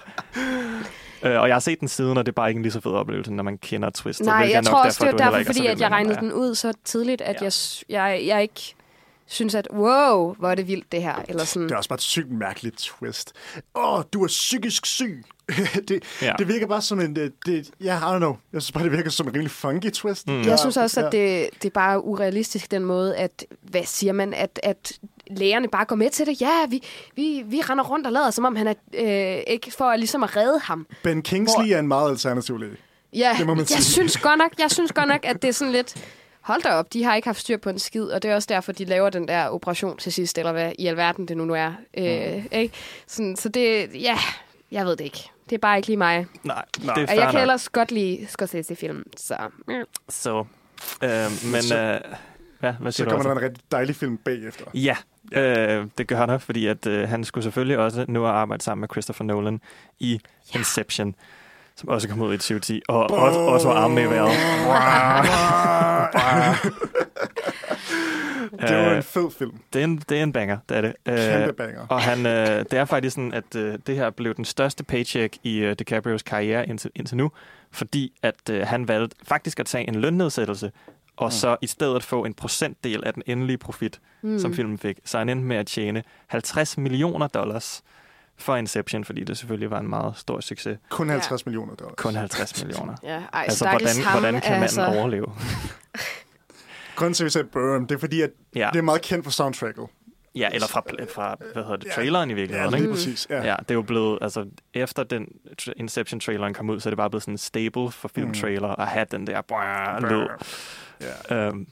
Uh, og jeg har set den siden, og det er bare ikke en lige så fed oplevelse, når man kender twistet. Nej, jeg, jeg tror også, derfor, det var derfor, fordi at jeg regnede ja. den ud så tidligt, at ja. jeg, jeg, jeg ikke synes, at wow, hvor er det vildt det her. Eller sådan. Det er også bare et sygt mærkeligt twist. Åh, oh, du er psykisk syg. det, ja. det virker bare som en... Det, det, yeah, I don't know. Jeg synes bare, det virker som en rigtig funky twist. Mm. Jeg synes også, at det, det er bare urealistisk den måde, at... Hvad siger man? At... at lægerne bare går med til det. Ja, vi, vi, vi render rundt og lader, som om han er øh, ikke for ligesom at redde ham. Ben Kingsley Hvor... er en meget alternativ læge. Ja, det må man jeg sige. synes godt nok, jeg synes godt nok, at det er sådan lidt... Hold da op, de har ikke haft styr på en skid, og det er også derfor, de laver den der operation til sidst, eller hvad i alverden det nu, nu er. Øh, mm. ikke? Sådan, så det, ja, jeg ved det ikke. Det er bare ikke lige mig. Nej, det er og jeg kan ellers godt lide Scorsese-film, så... Så, øh, men... Så, øh, hvad, hvad så kommer der en rigtig dejlig film bagefter. Ja, ja. Øh, det gør der, fordi at, øh, han skulle selvfølgelig også nu arbejde sammen med Christopher Nolan i ja. Inception, som også kom ud i tyve ti, og oh. også, også var armen i vejret. Det var en fed film. Det er en, det er en banger, det er det. Kæmpe banger. Og han, øh, det er faktisk sådan, at øh, det her blev den største paycheck i øh, DiCaprios karriere indtil, indtil nu, fordi at øh, han valgte faktisk at tage en lønnedsættelse, og mm. så i stedet få en procentdel af den endelige profit, mm. som filmen fik. Så han endte med at tjene halvtreds millioner dollars for Inception, fordi det selvfølgelig var en meget stor succes. Kun halvtreds ja. millioner dollars. Kun halvtreds millioner. Ja, ej, altså, hvordan, hvordan kan manden altså... overleve? Grunden til, at vi sagde Burn, det er fordi, at ja. det er meget kendt for soundtracket. Ja, eller fra, fra hvad hedder det, traileren i virkeligheden. Ja, lige ikke? præcis. Ja. ja, det er jo blevet, altså efter den Inception-traileren kom ud, så er det bare blevet sådan en staple for filmtrailer mm. at have den der brrr, lyd. Ja. Um,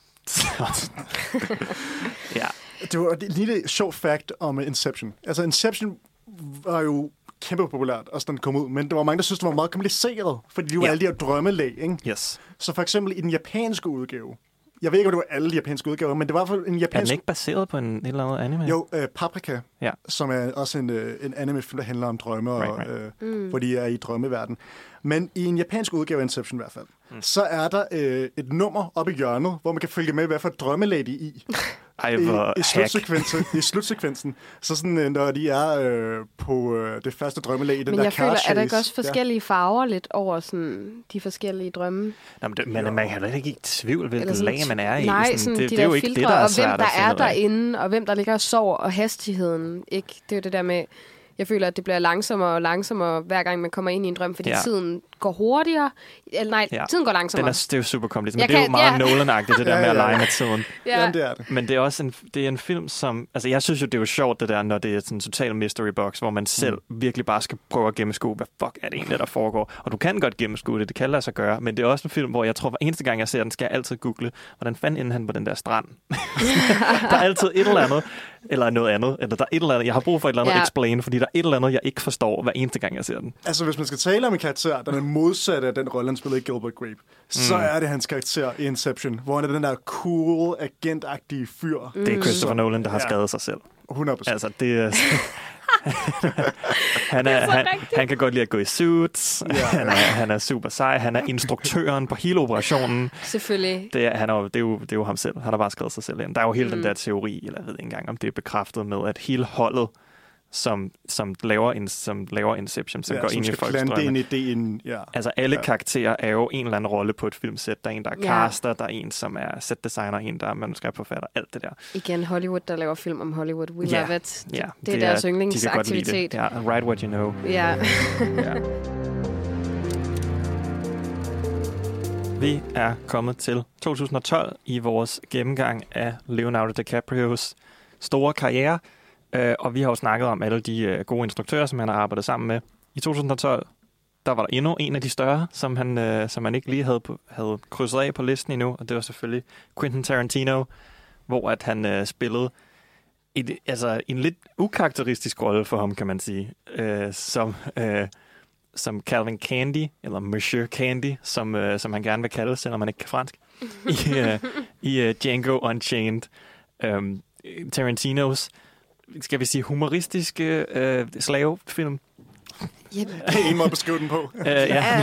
ja. Det var et lille sjov fact om Inception. Altså, Inception var jo kæmpe populært, også den kom ud, men der var mange, der synes, det var meget kompliceret, fordi de var ja. alle de her drømmelag, ikke? Yes. Så for eksempel i den japanske udgave, jeg ved ikke, om det var alle de japanske udgaver, men det var i hvert fald en japansk... Er den ikke baseret på en et eller andet anime? Jo, uh, Paprika, ja. som er også en, uh, en anime-film, der handler om drømme, right, right. og, uh, mm. hvor de er i drømmeverden. Men i en japansk udgave af Inception i hvert fald, mm. så er der uh, et nummer oppe i hjørnet, hvor man kan følge med, hvad for et drømmelag de i. Ej, hvor I, i, slutsekvensen, I slutsekvensen. Så sådan, når de er øh, på øh, det første drømmelag i den men der jeg føler, chase. er der ikke også forskellige ja. farver lidt over sådan, de forskellige drømme? Nå, men, det, men man kan da ikke i tvivl, hvilket lag man er i. Nej, sådan, sådan, det, de det er jo filtre, ikke det, der er svært og hvem der er derinde, derinde, og hvem der ligger og sover, og hastigheden. Ikke? Det er jo det der med... Jeg føler, at det bliver langsommere og langsommere, hver gang man kommer ind i en drøm, fordi ja. tiden går hurtigere. Eller nej, ja. tiden går langsommere. Den er, det er jo super kompliceret, men det er jo meget ja. Nolan-agtigt, det der med at lege med tiden. Ja. Jamen, det er det. Men det er også en, det er en film, som... Altså, jeg synes jo, det er jo sjovt, det der, når det er sådan en total mystery box, hvor man selv mm. virkelig bare skal prøve at gennemskue, hvad fuck er det egentlig, der foregår. Og du kan godt gennemskue det, det kan lade sig gøre, men det er også en film, hvor jeg tror, hver eneste gang, jeg ser den, skal jeg altid google, hvordan fanden ender han på den der strand? Der er altid et eller andet, eller noget andet, eller der er et eller andet, jeg har brug for et eller andet ja. explain, fordi der er et eller andet, jeg ikke forstår, hver eneste gang, jeg ser den. Altså, hvis man skal tale om en karakter, der er modsatte af den rolle, han spillede i Gilbert Grape, mm. så er det hans karakter i Inception, hvor han er den der cool, agentagtige fyr. Mm. Det er Christopher Nolan, der har ja. skadet sig selv. hundrede procent. Altså, det er... han, er, er han, han kan godt lide at gå i suits. Ja. han, er, han er super sej. Han er instruktøren på hele operationen. Selvfølgelig. Det er, han er, det, er jo, det er jo ham selv. Han har bare skrevet sig selv ind. Der er jo hele mm. den der teori, eller jeg ved ikke engang, om det er bekræftet med, at hele holdet, som, som, laver, en, som laver Inception, som ja, går som ind i folks drømme. Ideen, ja. Altså alle ja. karakterer er jo en eller anden rolle på et filmsæt. Der er en, der er ja. caster, der er en, som er setdesigner, en, der er manuskriptforfatter, alt det der. Igen, Hollywood, der laver film om Hollywood. We ja. love it. Ja. Det, det er deres yndlingsaktivitet. De ja, write what you know. Ja. ja. Vi er kommet til to tusind og tolv i vores gennemgang af Leonardo DiCaprios store karriere. Uh, og vi har jo snakket om alle de uh, gode instruktører, som han har arbejdet sammen med. I to tusind og tolv, der var der endnu en af de større, som han, uh, som han ikke lige havde, på, havde krydset af på listen endnu, og det var selvfølgelig Quentin Tarantino, hvor at han uh, spillede et, altså, en lidt ukarakteristisk rolle for ham, kan man sige, uh, som, uh, som Calvin Candy, eller Monsieur Candy, som, uh, som han gerne vil kalde, selvom man ikke kan fransk, i, uh, i uh, Django Unchained. Um, Tarantinos skal vi sige, humoristiske øh, slavefilm. Yep. En måde at beskrive den på. uh, ja.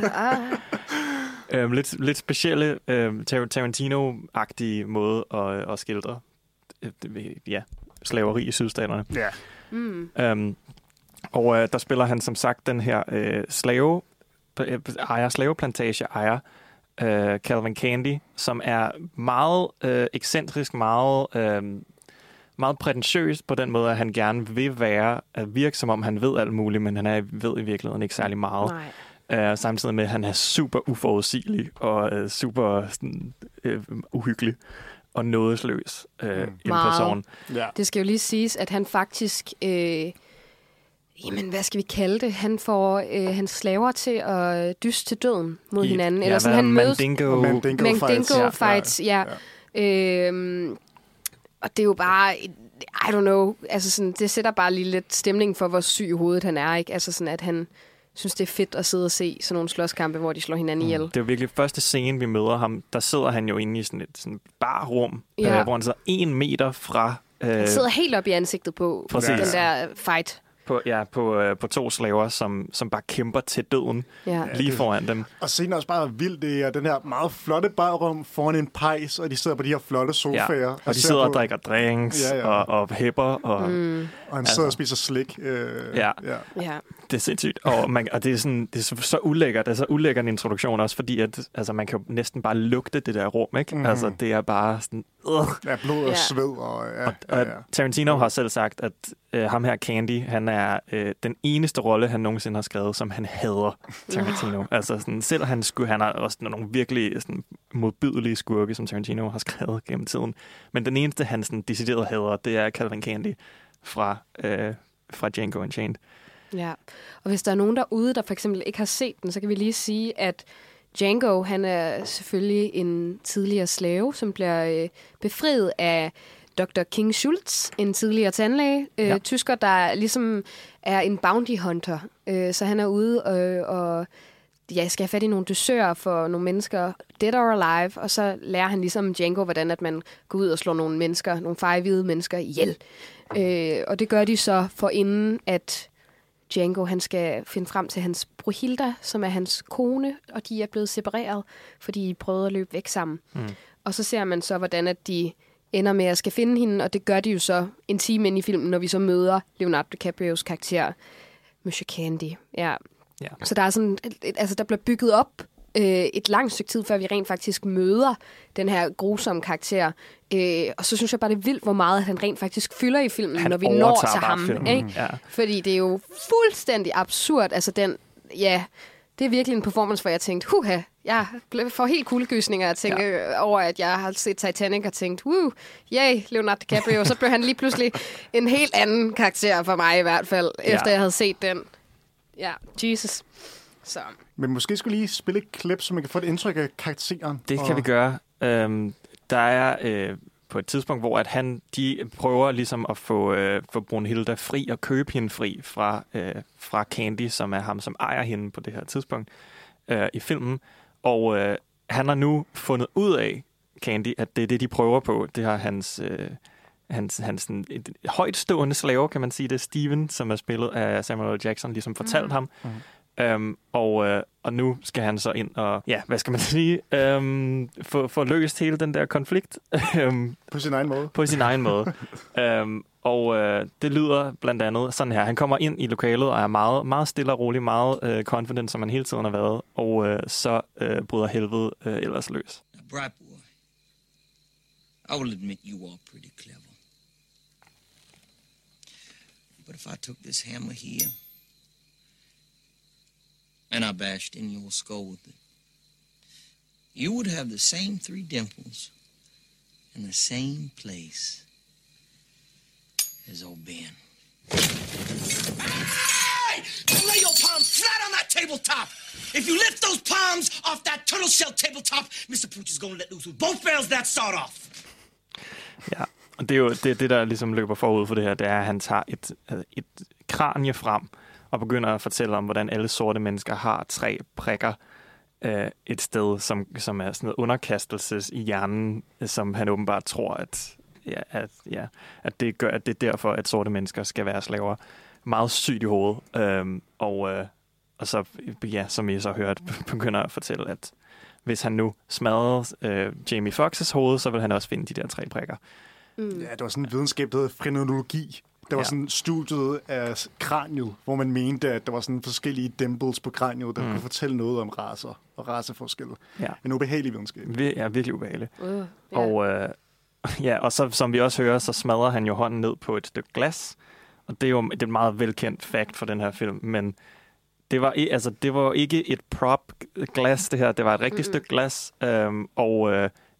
øhm, lidt, lidt specielle øh, Tarantino-agtige måde at, at skildre øh, ja, slaveri i sydstaterne. Ja. Mm. Øhm, og øh, der spiller han som sagt den her øh, slave, øh, ejer, slaveplantage ejer, øh, Calvin Candy, som er meget øh, ekscentrisk, meget... Øh, meget prætentiøs på den måde, at han gerne vil være, at virke som om han ved alt muligt, men han er, ved i virkeligheden ikke særlig meget. Uh, samtidig med, at han er super uforudsigelig og uh, super sådan, uh, uhyggelig. og nådesløs øh, Mm. en person. Ja. Det skal jo lige siges, at han faktisk... Øh, jamen, hvad skal vi kalde det? Han får øh, hans slaver til at dyste til døden mod I, hinanden. Ja, Eller sådan, hvad, han mødes... Mandingo. Mandingo, Mandingo fights. fights, fights ja. ja. ja. Øhm, og det er jo bare... I don't know. Altså sådan, det sætter bare lige lidt stemning for, hvor syg i hovedet han er, ikke? Altså sådan, at han synes, det er fedt at sidde og se sådan nogle slåskampe, hvor de slår hinanden ihjel. Mm. Det er jo virkelig første scene, vi møder ham. Der sidder han jo inde i sådan et sådan bar rum, Ja. øh, hvor han sidder en meter fra... Øh, Han sidder helt op i ansigtet på Præcis. den der fight. på, ja, på, øh, på to slaver, som, som bare kæmper til døden Ja. lige foran dem. Og scenen er også bare vild. Det er den her meget flotte barrum foran en pejs, og de sidder på de her flotte sofaer. Ja. Og de sidder og drikker drinks ja, ja. og, og hæpper. Og, mm. og han sidder altså. og spiser slik. Øh, ja. ja. ja. Det er sindssygt. Og, man, og det er, sådan, det er så, så ulækkert. Det er så ulækker en introduktion også, fordi at, altså, man kan jo næsten bare lugte det der rum, ikke? Mm. Altså, det er bare sådan... Øh. Ja, blod og ja. sved. Og, ja, og, og ja, ja. Tarantino har selv sagt, at øh, ham her, Candy, han er øh, den eneste rolle, han nogensinde har skrevet, som han hader, Tarantino. altså, sådan, selv han, skulle, han har også nogle virkelig sådan, modbydelige skurke, som Tarantino har skrevet gennem tiden. Men den eneste, han sådan, decideret hader, det er Calvin Candy fra, øh, fra Django Unchained. Ja, og hvis der er nogen derude, der for eksempel ikke har set den, så kan vi lige sige, at Django, han er selvfølgelig en tidligere slave, som bliver øh, befriet af doktor King Schultz, en tidligere tandlæge, øh, ja. tysker, der ligesom er en bounty hunter. Øh, så han er ude øh, og ja, skal have fat i nogle dusører for nogle mennesker, dead or alive, og så lærer han ligesom Django, hvordan at man går ud og slår nogle mennesker, nogle fejhvide mennesker ihjel. Øh, og det gør de så for inden, at Django, han skal finde frem til hans Brunhilde, som er hans kone, og de er blevet separeret, fordi de prøvede at løbe væk sammen. Mm. Og så ser man så, hvordan at de ender med at skal finde hende, og det gør de jo så en time ind i filmen, når vi så møder Leonardo DiCaprios karakter, Monsieur Candy. Ja. Ja. Så der er sådan, altså der bliver bygget op øh, et langt stykke tid, før vi rent faktisk møder den her grusomme karakter. Øh, og så synes jeg bare, det er vildt, hvor meget han rent faktisk fylder i filmen, han når vi når til ham. Ikke? Ja. Fordi det er jo fuldstændig absurd. Altså den, ja, det er virkelig en performance, hvor jeg tænkte, huha, jeg får helt kuldegysninger at tænke ja. over, at jeg har set Titanic og tænkt, woo, yay, Leonardo DiCaprio. Så blev han lige pludselig en helt anden karakter for mig i hvert fald, ja. efter jeg havde set den. Ja, Jesus. Så. Men måske skulle lige spille et klip, så man kan få et indtryk af karakteren. Det kan og... vi gøre. Øhm, der er øh, på et tidspunkt, hvor at han, de prøver ligesom at få, øh, få Brunhilde fri og købe hende fri fra, øh, fra Candy, som er ham, som ejer hende på det her tidspunkt øh, i filmen. Og øh, han har nu fundet ud af, Candy, at det er det, de prøver på. Det har hans... Øh, Hans, hans sådan, et højtstående slave, kan man sige det, Steven, som er spillet af Samuel L. Jackson, ligesom fortalt mm. ham. Mm. Øhm, og, øh, og nu skal han så ind og, ja, hvad skal man sige, øhm, få, få løst hele den der konflikt. På sin egen måde. På sin egen måde. øhm, og øh, det lyder blandt andet sådan her. Han kommer ind i lokalet og er meget, meget stille og rolig, meget øh, confident, som han hele tiden har været. Og øh, så øh, bryder helvede øh, ellers løs. Bright boy, I will admit you are pretty clever. But if I took this hammer here and I bashed in your skull with it, you would have the same three dimples in the same place as old Ben. Hey! Lay your palms flat on that tabletop! If you lift those palms off that turtle shell tabletop, Mister Pooch is gonna let loose with both barrels that sawed off. Ja. Og det er jo det, det, der ligesom løber forud for det her, det er, at han tager et, et kranie frem og begynder at fortælle om, hvordan alle sorte mennesker har tre prikker øh, et sted, som, som er sådan noget underkastelses i hjernen, som han åbenbart tror, at, ja, at, ja, at, det gør, at det er derfor, at sorte mennesker skal være slaver. Meget sygt i hovedet. Øhm, og, øh, og så, ja, som I så har hørt, begynder at fortælle, at hvis han nu smadrede øh, Jamie Foxxes hoved, så vil han også finde de der tre prikker. Mm. Ja, det var sådan en videnskab, der hedder frenologi. Der var ja. sådan studiet af kraniet, hvor man mente, at der var sådan forskellige dimples på kraniet, der mm. kunne fortælle noget om racer og raceforskelle. Ja. En ubehagelig videnskab. Vi, ja, virkelig ubehagelig. Uh, yeah. Og, øh, ja, og så, som vi også hører, så smadrer han jo hånden ned på et stykke glas. Og det er jo det er et meget velkendt fact for den her film, men det var, altså, det var ikke et prop glas, det her. Det var et rigtigt mm-hmm. stykke glas, øhm, og... Øh,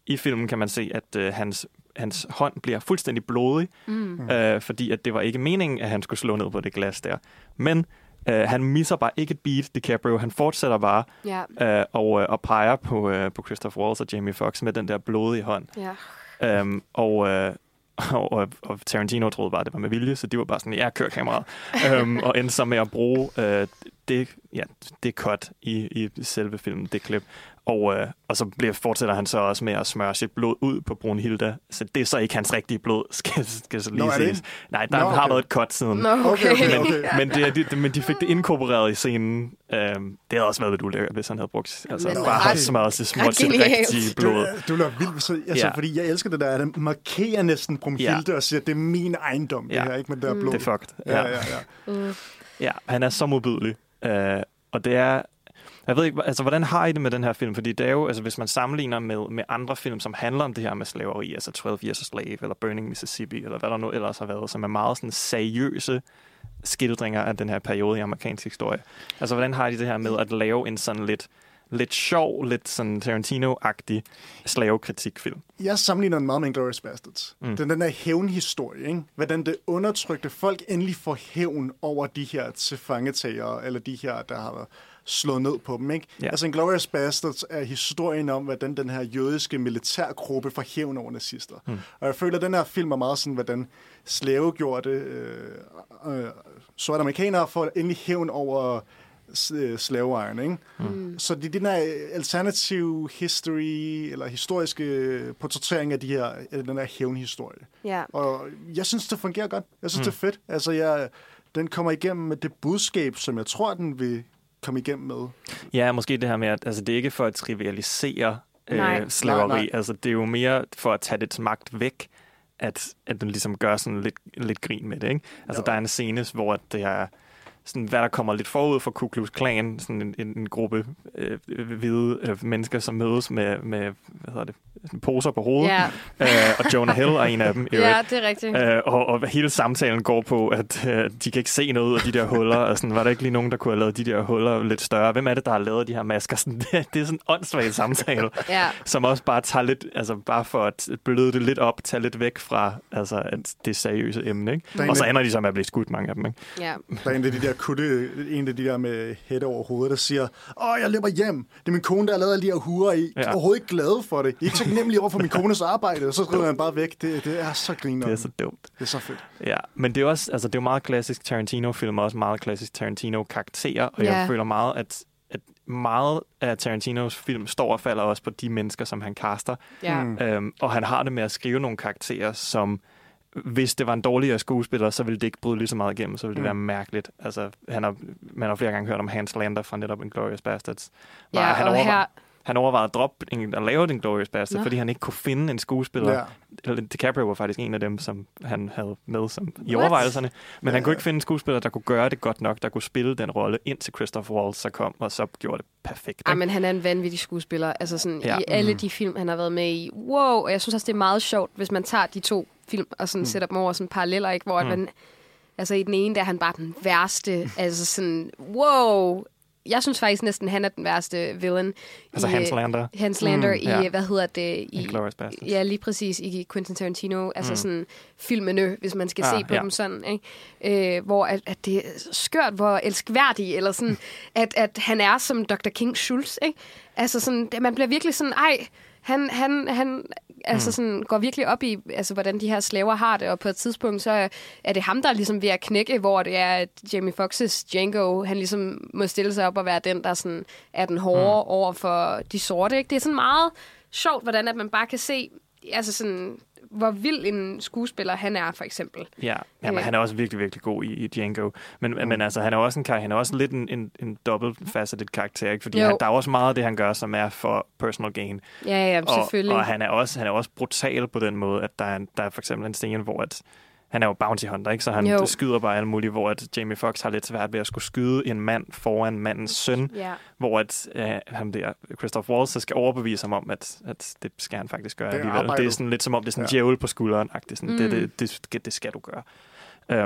i filmen kan man se, at øh, hans, hans hånd bliver fuldstændig blodig, mm. øh, fordi at det var ikke meningen, at han skulle slå ned på det glas der. Men øh, han misser bare ikke et beat, DiCaprio. Han fortsætter bare yeah. øh, og, øh, og peger på, øh, på Christopher Waltz og Jamie Foxx med den der blodige hånd. Yeah. Øhm, og... Øh, Og, og, og Tarantino troede bare, det var med vilje, så de var bare sådan, ja, kør kameraet. um, og endte så med at bruge uh, det, ja, det cut i, i selve filmen, det klip. Og, uh, og så bliver, fortsætter han så også med at smøre sit blod ud på Brunhilde. Så det er så ikke hans rigtige blod, skal, skal så lige ses. Nej, der Nå, okay. har været et cut siden. Nå, okay, okay, okay. Men, men, det, de, men de fik det inkorporeret i scenen. Um, det havde også været lidt ulækkert, hvis han havde brugt altså, men, bare har smøret sig smurt sit rigtige blod. Du er vildt, så, altså, ja. fordi jeg elsker det der, at han markerer næsten Brunhilde ja. og siger, at det er min ejendom, det ja. her, ikke med det der blod. Det er fucked. Ja, ja, ja. ja. Uh. ja han er så modbydelig. Uh, og det er... Jeg ved ikke, altså, hvordan har I det med den her film? Fordi det er jo, altså, hvis man sammenligner med, med andre film, som handler om det her med slaveri, altså twelve Years a Slave, eller Burning Mississippi, eller hvad der nu ellers har været, som er meget sådan seriøse skildringer af den her periode i amerikansk historie. Altså, hvordan har I det her med at lave en sådan lidt, lidt sjov, lidt sådan Tarantino-agtig slavekritikfilm? Jeg sammenligner den meget med Inglourious Basterds. Mm. Den, den der hævnhistorie, ikke? Hvordan det undertrykte folk endelig får hævn over de her tilfangetagere, eller de her, der har slået ned på dem, ikke? Ja. Altså, Inglourious Basterds er historien om, hvordan den her jødiske militærgruppe får hævn over nazister. Mm. Og jeg føler, at den her film er meget sådan, hvordan slavegjorte øh, øh, sorte amerikanere får endelig hævn over øh, slaveejerne, ikke? Mm. Så det er den her alternative history, eller historiske portrættering af, de her, af den her hævnhistorie. Yeah. Og jeg synes, det fungerer godt. Jeg synes, mm. det er fedt. Altså, jeg, den kommer igennem med det budskab, som jeg tror, den vil komme igennem med. Ja, måske det her med, at altså, det er ikke for at trivialisere øh, slaveri. Nej, nej. Altså, det er jo mere for at tage dets magt væk, at, at den ligesom gør sådan lidt, lidt grin med det, ikke? Altså, jo. Der er en scene, hvor det er sådan, hvad der kommer lidt forud for Ku Klux Klan, sådan en, en, en gruppe øh, hvide øh, mennesker, som mødes med, med hvad hedder det, poser på hovedet. Yeah. Øh, og Jonah Hill er en af dem. Ja, det er rigtigt. Øh, og, og hele samtalen går på, at øh, de kan ikke se noget af de der huller. Og sådan, var der ikke lige nogen, der kunne have lavet de der huller lidt større? Hvem er det, der har lavet de her masker? Sådan, det, det er sådan en åndssvagt samtale, yeah. som også bare tager lidt, altså bare for at bløde det lidt op, tage lidt væk fra altså, at det seriøse emne. Ikke? Og så ender de så med at blive skudt, mange af dem. Ikke? Yeah. Der er en af de der kutte, en af de der med hætte over hovedet, der siger, åh, jeg løber hjem. Det er min kone, der har lavet alle de her huer i. Jeg er overhovedet ikke glad for det. Jeg er ikke så nemlig over for min kones arbejde, og så skriver han bare væk. Det, det er så griner. Det er så dumt. Det er så fedt. Ja, men det er også, altså det er jo meget klassisk Tarantino-film, og også meget klassisk Tarantino-karakterer, og yeah. jeg føler meget, at, at meget af Tarantinos film står og falder også på de mennesker, som han caster. Yeah. Øhm, og han har det med at skrive nogle karakterer, som hvis det var en dårligere skuespiller, så ville det ikke bryde lige så meget igennem, så ville det mm. være mærkeligt. Altså, han har, man har flere gange hørt om Hans Lander fra netop Inglourious Basterds. Ja, han, overvej- her... han overvejede at droppe en, at lave Inglourious Basterds, no. fordi han ikke kunne finde en skuespiller. Ja. DiCaprio var faktisk en af dem, som han havde med som, i overvejelserne. Men ja, han kunne ikke finde en skuespiller, der kunne gøre det godt nok, der kunne spille den rolle, indtil Christopher Waltz så kom, og så gjorde det perfekt. Ej, men han er en vanvittig skuespiller. Altså sådan, ja. i alle mm. de film, han har været med i. Wow! Og jeg synes også, det er meget sjovt, hvis man tager de to film og sådan mm. sætter dem over sådan paralleller, ikke? Hvor mm. man, altså i den ene, der er han bare den værste. Altså sådan, wow! Jeg synes faktisk næsten, han er den værste villain. Altså i, Hans Lander. Hans Lander mm, i, ja. hvad hedder det? I Inglourious Basterds. Ja, lige præcis i Quentin Tarantino. Altså mm. sådan filmene, hvis man skal ah, se på ja. dem sådan. Ikke? Øh, hvor at, at det er skørt, hvor elskværdig, eller sådan, at, at han er som doktor King Schultz. Ikke? Altså sådan, man bliver virkelig sådan, ej, han, han, han altså sådan, går virkelig op i, altså, hvordan de her slaver har det, og på et tidspunkt, så er det ham, der er ligesom ved at knække, hvor det er, at Jamie Foxx's Django, han ligesom må stille sig op og være den, der sådan, er den hårde mm. over for de sorte. Ikke? Det er sådan meget sjovt, hvordan at man bare kan se, altså sådan, hvor vild en skuespiller han er, for eksempel. Ja, ja men han er også virkelig, virkelig god i, i Django. Men, mm. men altså, han er også en han er også lidt en, en, en dobbelt-faceted karakter, ikke? Fordi han, der er også meget af det, han gør, som er for personal gain. Ja, ja, selvfølgelig. Og, og han er også han er også brutal på den måde, at der er, der er for eksempel en scene, hvor at han er jo bounty hunter, ikke? Så han jo. skyder bare alt muligt, hvor at Jamie Foxx har lidt svært ved at skulle skyde en mand foran mandens søn, yeah. hvor at øh, ham der, Christopher Waltz, så skal overbevise ham om, at, at det skal han faktisk gøre det alligevel. Det er sådan lidt som om, det er sådan en ja. djævel på skulderen. Sådan, mm. det, det, det, det, det skal du gøre. Um,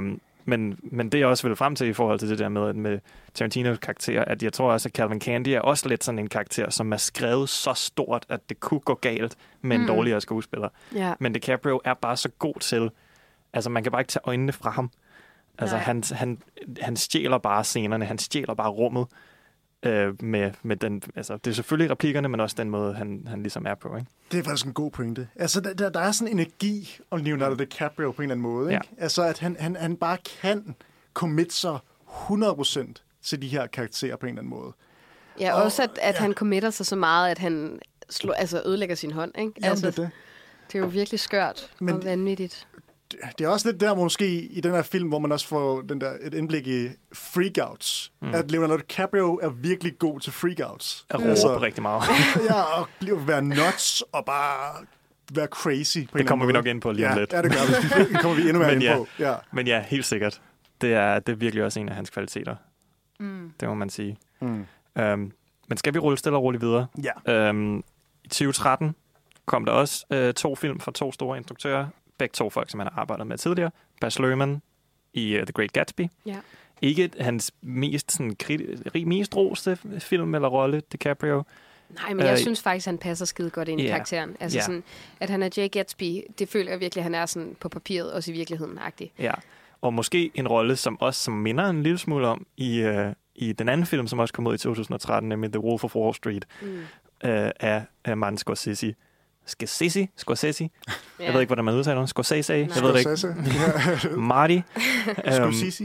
men, men det er også vel frem til i forhold til det der med, med Tarantinos karakter, at jeg tror også, at Calvin Candy er også lidt sådan en karakter, som er skrevet så stort, at det kunne gå galt med en mm. dårligere skuespiller. Ja. Men DiCaprio er bare så god til, altså man kan bare ikke tage øjnene fra ham. Altså han, han, han stjæler bare scenerne, han stjæler bare rummet øh, med, med den, altså det er selvfølgelig replikkerne, men også den måde, han, han ligesom er på, ikke? Det er faktisk en god pointe. Altså der, der, der er sådan en energi om Leonardo DiCaprio på en eller anden måde, ikke? Ja. Altså at han, han, han bare kan commit sig hundrede procent til de her karakterer på en eller anden måde. Ja, og, også at, at ja. han committer sig så meget, at han slår, altså ødelægger sin hånd, ikke? Jamen, altså, det er det. Det er jo virkelig skørt men og vanvittigt. Det er også lidt der måske i den her film, hvor man også får den der, et indblik i freakouts. Mm. At Leonardo DiCaprio er virkelig god til freakouts. Jeg råber altså, rigtig meget. Ja, og være nuts og bare være crazy. På det kommer vi nok ind på lige om ja, lidt. Ja, det gør vi. Det kommer vi endnu mere ind ja, på. Ja. Men ja, helt sikkert. Det er, det er virkelig også en af hans kvaliteter. Mm. Det må man sige. Mm. Um, men skal vi rulle stille og roligt videre? Ja. Um, I tyve tretten kom der også uh, to film fra to store instruktører. Begge to folk, som han har arbejdet med tidligere. Baz Luhrmann i uh, The Great Gatsby. Ja. Ikke hans mest, sådan, kriti- mest roste film eller rolle, DiCaprio. Nej, men jeg uh, synes faktisk, han passer skide godt ind yeah. i karakteren. Altså yeah. sådan, at han er Jay Gatsby, det føler jeg virkelig, han er sådan på papiret, også i virkeligheden-agtig. Ja, og måske en rolle, som også som minder en lille smule om i, uh, i den anden film, som også kom ud i to tusind og tretten, nemlig The Wolf of Wall Street, mm. uh, af, af Martin Scorsese. Scorsese? Scorsese? Ja. Jeg ved ikke, hvordan man udtaler det. Scorsese? Nej. Jeg ved det ikke. Marty? Scorsese?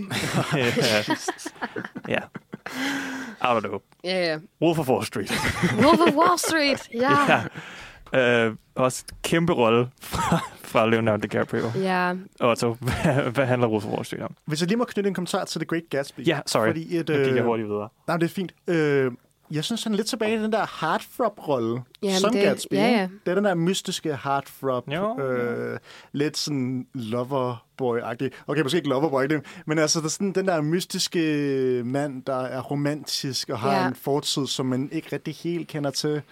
Ja. I don't know. Ja, ja. Wolf of Wall Street. Wolf of Wall Street, ja. ja. Uh, også kæmpe rolle fra, fra Leonardo DiCaprio. Ja. Otto, hvad, hvad handler Wolf of Wall Street om? Hvis jeg lige må knytte en kommentar til The Great Gatsby. Ja, sorry. Fordi et, nu gik jeg hurtigt videre. Nej, det er fint. Øh, Jeg synes, han er lidt tilbage i den der heartthrob-rolle Jamen som det, Gatsby. Ja, ja. Det er den der mystiske heartthrob. Øh, lidt sådan loverboy-agtig. Okay, måske ikke loverboy-agtig, men altså der er sådan den der mystiske mand, der er romantisk og har ja. en fortid, som man ikke rigtig helt kender til.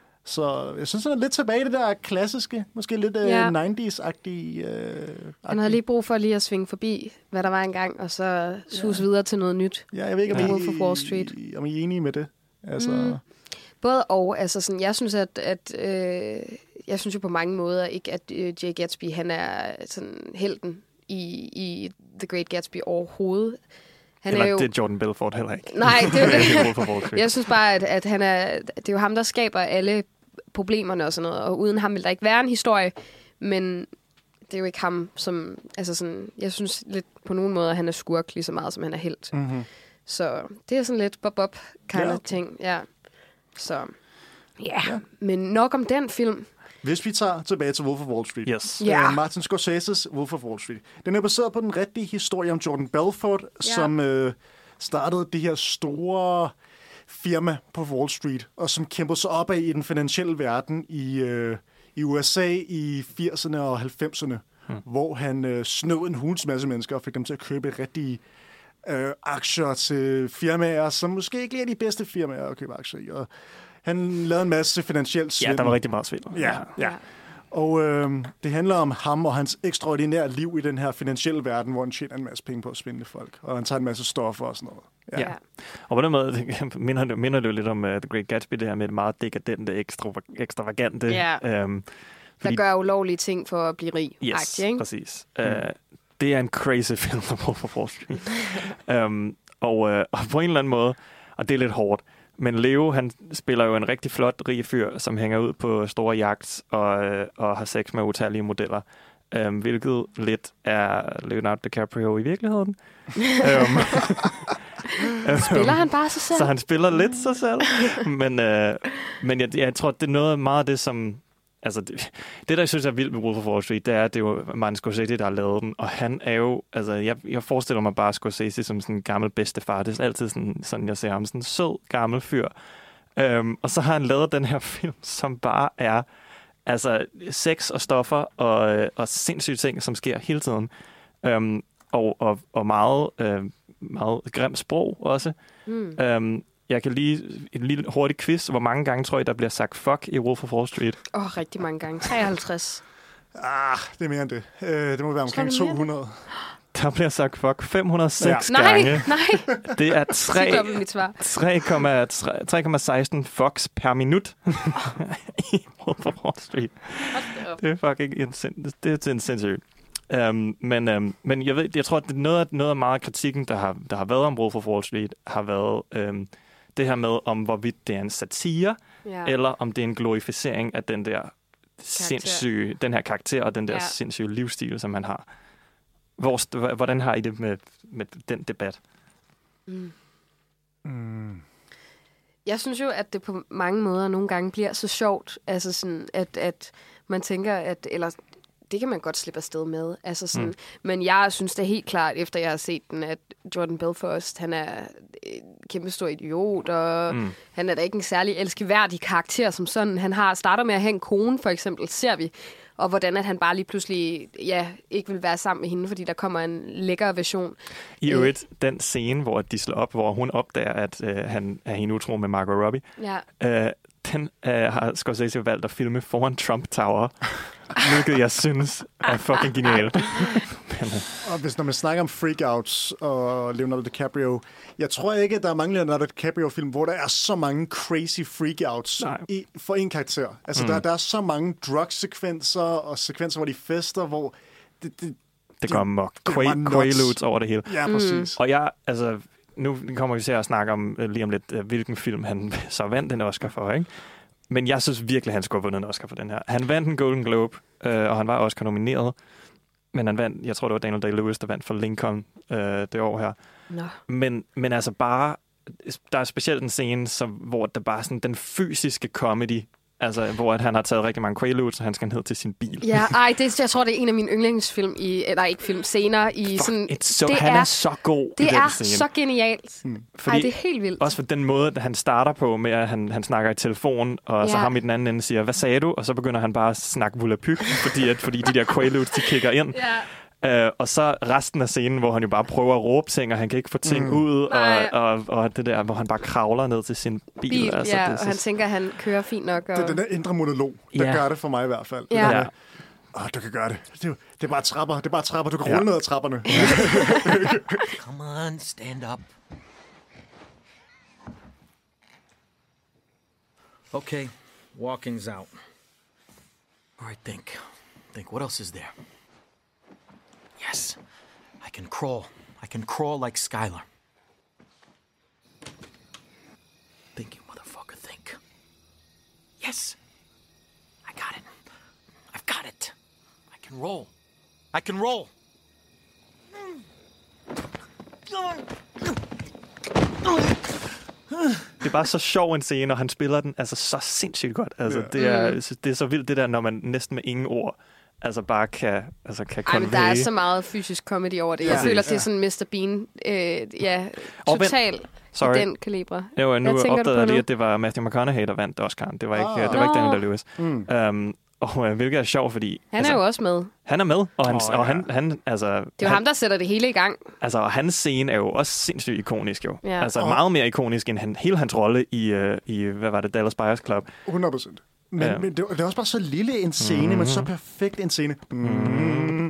Så jeg synes, han er lidt tilbage i det der klassiske, måske lidt ja. uh, nioghalvfemserne-agtige. Uh, han havde lige brug for lige at svinge forbi, hvad der var engang, og så sus ja. videre til noget nyt. Ja, jeg ved ikke, om, Wolf of Wall Street. I, om I er enige med det. Altså... Mm. Både og. Altså sådan, jeg synes, at, at øh, jeg synes jo på mange måder ikke, at øh, Jay Gatsby, han er sådan helten i, i The Great Gatsby overhovedet. Han Eller er jo... det er Jordan Belfort heller ikke. Nej, det er det. Jeg synes bare, at, at han er, det er jo ham, der skaber alle problemerne og sådan noget, og uden ham vil der ikke være en historie, men det er jo ikke ham, som, altså sådan, jeg synes lidt på nogen måde, at han er skurk lige så meget, som han er helt. Mm-hmm. Så det er sådan lidt bob-bob kind ja. of ting, ja. Så, yeah. ja, men nok om den film. Hvis vi tager tilbage til Wolf of Wall Street. Yes. Yeah. Uh, Martin Scorseses Wolf of Wall Street. Den er baseret på den rigtige historie om Jordan Belfort, yeah. som uh, startede det her store firma på Wall Street, og som kæmpede sig opad i den finansielle verden i, uh, i U S A i firserne og halvfemserne, hmm. hvor han uh, snød en hulens masse mennesker og fik dem til at købe rigtige uh, aktier til firmaer, som måske ikke er de bedste firmaer at købe aktier i. Og han lavede en masse finansielt svindel. Ja, der var rigtig meget svindel. Ja, ja. ja. Og øh, det handler om ham og hans ekstraordinære liv i den her finansielle verden, hvor han tjener en masse penge på at svindle folk. Og han tager en masse stoffer og sådan noget. Ja. ja. Og på den måde minder det, minder det jo lidt om uh, The Great Gatsby, det her med et meget dekadente, ekstra, ekstravagante. Ja. Um, fordi, der gør ulovlige ting for at blive rig. Yes, aktie, ikke? præcis. Mm. Uh, det er en crazy film for Wolf of Wall Street. um, og, uh, og på en eller anden måde, og det er lidt hårdt, men Leo, han spiller jo en rigtig flot, rig fyr, som hænger ud på store yachts og, øh, og har sex med utallige modeller. Um, hvilket lidt er Leonardo DiCaprio i virkeligheden. um, spiller han bare sig selv? Så han spiller lidt sig selv. men øh, men jeg, jeg tror, det er noget meget af det, som... Altså, det, det, der jeg synes er vildt med Wolf of Wall Street, det er, at det er jo Martin Scorsese, der har lavet den. Og han er jo... Altså, jeg, jeg forestiller mig bare Scorsese som sådan en gammel bedstefar. Det er altid sådan, sådan jeg ser ham. Sådan en sød, gammel fyr. Um, og så har han lavet den her film, som bare er... Altså, sex og stoffer og, og sindssyge ting, som sker hele tiden. Um, og, og, og meget, uh, meget grimt sprog også. Mm. Um, jeg kan lige en lille hurtig quiz. Hvor mange gange tror jeg, der bliver sagt fuck i Wolf of Wall Street? Åh, oh, rigtig mange gange. treoghalvtreds. Ah, det er mere end det. Uh, det må være omkring to hundrede. Der bliver sagt fuck fem hundrede og seks ja. gange. Nej, nej. Det er tre komma seksten fucks per minut i Wolf of Wall Street. Det er fucking insin- det er sindssygt. Um, men, um, men jeg ved, jeg tror, at noget af, noget af meget af kritikken, der har, der har været om Wolf of Wall Street, har været um, det her med, om hvorvidt det er en satire, ja. eller om det er en glorificering af den der sindssyge, den her karakter og den der ja. sindssyge livsstil, som han har. Hvor, hvordan har I det med, med den debat? Mm. Mm. Jeg synes jo, at det på mange måder nogle gange bliver så sjovt, altså sådan, at, at man tænker, at eller det kan man godt slippe afsted med. Altså sådan, mm. Men jeg synes da helt klart, efter jeg har set den, at Jordan Belfort, han er en kæmpe stor idiot, og mm. han er da ikke en særlig elskeværdig karakter som sådan. Han har starter med at have en kone, for eksempel, ser vi, og hvordan at han bare lige pludselig ja, ikke vil være sammen med hende, fordi der kommer en lækker version. I øvrigt, den scene, hvor de slår op, hvor hun opdager, at øh, han er hende utro med Margot Robbie, ja. øh, den øh, har Scorsese valgt at filme foran Trump Tower, hvilket jeg synes er fucking genialt. Men, øh. Og hvis når man snakker om freakouts og Leonardo DiCaprio, jeg tror ikke, at der er mange Leonardo DiCaprio-film, hvor der er så mange crazy freakouts i, for en karakter. Altså, mm. der, der er så mange drug-sekvenser og sekvenser, hvor de fester, hvor det, det, det går mok. Quaaludes over det hele. Ja, præcis. Mm. Og jeg, altså, nu kommer vi til at snakke om lige om lidt, hvilken film han så vandt en Oscar for, ikke? Men jeg synes virkelig, han skulle have vundet en Oscar for den her. Han vandt en Golden Globe, øh, og han var Oscar nomineret. Men han vandt, jeg tror, det var Daniel Day-Lewis, der vandt for Lincoln øh, det år her. Nå. Men, men altså bare, der er specielt en scene, som, hvor der bare sådan den fysiske comedy, altså hvor at han har taget rigtig mange Quaaludes, så han skal ned til sin bil. Ja, ej, det, jeg tror, det er en af mine yndlingsfilm i, eller ikke film, scener i Fuck, sådan... So, det han er, er så god det i den er scene. så genialt. Hmm. Ej, det er helt vildt. Også for den måde, han starter på med, at han, han snakker i telefon, og ja. så ham i den anden ende siger, hvad sagde du? Og så begynder han bare at snakke volapyk, fordi, at, fordi de der Quaaludes, de kigger ind. Ja. Uh, og så resten af scenen, hvor han jo bare prøver at råbe ting, og han kan ikke få ting mm. ud, og, og, og det der, hvor han bare kravler ned til sin bil. bil altså, ja, det og så... han tænker, at han kører fint nok. Og... Det er den der indre monolog, der ja. gør det for mig i hvert fald. Ja. Det Åh, oh, du kan gøre det. det. Det er bare trapper, det er bare trapper. Du kan rulle ja. ned ad trapperne. Come on, stand up. Okay, walking's out. All right, think. Think, what else is there? Yes, I can crawl. I can crawl like Skylar. Think, you motherfucker, think. Yes, I got it. I've got it. I can roll. I can roll. Det er bare så sjov en scene, og han spiller den altså så sindssygt godt. Altså, yeah. det, er, mm. det er så vildt det der, når man næsten med ingen ord altså bare kan, altså kan convey. Ej, der er så meget fysisk comedy over det. Jeg ja. føler, det er sådan mister Bean, øh, ja, total i den kalibre. Jo, nu opdagede jeg lige, at det var Matthew McConaughey, der vandt Oscar'en. Det var ikke, oh. det var ikke Daniel Day-Lewis. Mm. Um, og øh, hvilket er sjovt, fordi... Han altså, er jo også med. Han er med, og han... Oh, og han, han altså, det er jo han, ham, der sætter det hele i gang. Altså, og hans scene er jo også sindssygt ikonisk, jo. Ja. Altså, oh. meget mere ikonisk end han, hele hans rolle i, uh, i, hvad var det, Dallas Buyers Club. hundrede procent. Men, ja. men det, det er også bare så lille en scene, mm-hmm. men så perfekt en scene. Mm-hmm.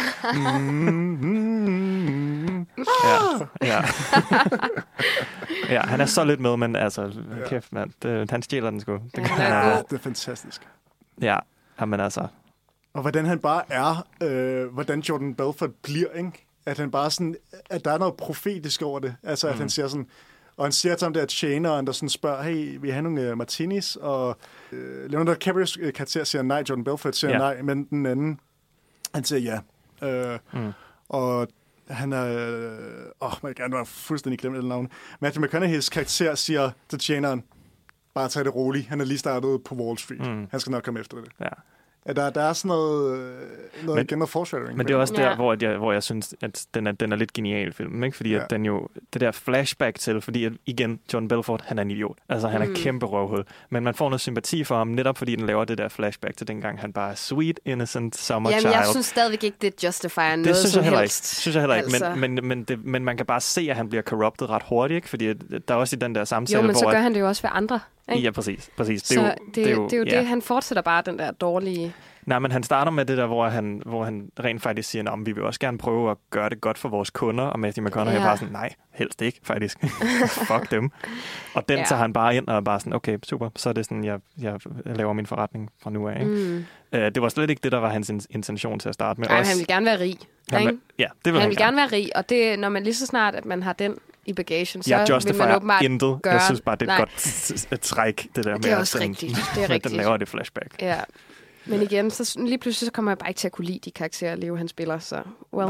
Mm-hmm. Ja, ja. ja, han er så lidt med, men altså, ja. kæft, mand. Det, han stjæler den sgu. Det, ja, ja, det er fantastisk. Ja, men altså... Og hvordan han bare er, øh, hvordan Jordan Belfort bliver, ikke? At han bare sådan, at der er noget profetisk over det. Altså, at mm. han siger sådan... Og han siger til ham der tjeneren, der sådan spørger, hey, vil I have nogle uh, martinis? Og øh, Leonardo DiCaprio's karakter siger nej, Jordan Belfort siger yeah. nej, men den anden, han siger ja. Øh, mm. Og han er... Åh, øh, man kan gerne være fuldstændig glemt det navn. Matthew McConaughey's karakter siger til tjeneren, bare tag det roligt. Han er lige startet på Wall Street. Mm. Han skal nok komme efter det. Ja. At der, der er sådan noget, noget men, igen, noget foreshadowing. Men det er også der, ja. hvor, jeg, hvor jeg synes, at den er, den er lidt genial film, ikke? Fordi ja. at den jo, det der flashback til, fordi at, igen, Jordan Belfort, han er en idiot. Altså, han er mm. kæmpe røvhul. Men man får noget sympati for ham, netop fordi den laver det der flashback til dengang, han bare er sweet, innocent summer Jamen, child. jeg synes stadigvæk ikke, det justifier noget det synes som jeg heller helst. Ikke. synes jeg heller ikke. Altså. Men, men, men, det, men man kan bare se, at han bliver corrupted ret hurtigt, ikke? Fordi der er også i den der samtale, jo, men hvor... så gør at, han det jo også ved andre. Ikke? Ja, præcis. præcis. Det så er jo, det, det er jo, det, er jo ja. det, han fortsætter bare den der dårlige... Nej, men han starter med det der, hvor han, hvor han rent faktisk siger, at vi vil også gerne prøve at gøre det godt for vores kunder, og Matthew McConaughey Ja. er bare sådan, nej, helst ikke, faktisk. Fuck dem. Og den Ja. tager han bare ind og er bare sådan, okay, super, så er det sådan, jeg, jeg laver min forretning fra nu af. Ikke? Mm. Uh, det var slet ikke det, der var hans in- intention til at starte med. Ej, også, han vil gerne være rig. han Ikke? vil, ja, det vil han han, vil gerne være rig, og det, når man lige så snart, at man har den i bagagen, så jeg vil man justifier åbenbart intet. gøre... Jeg synes bare, det er et Nej. godt t- t- træk, det der med, Det er også at den, rigtigt. Det er at den rigtigt. laver det flashback. Ja. Men igen, så lige pludselig så kommer jeg bare ikke til at kunne lide de karakterer, Leo han spiller, så well.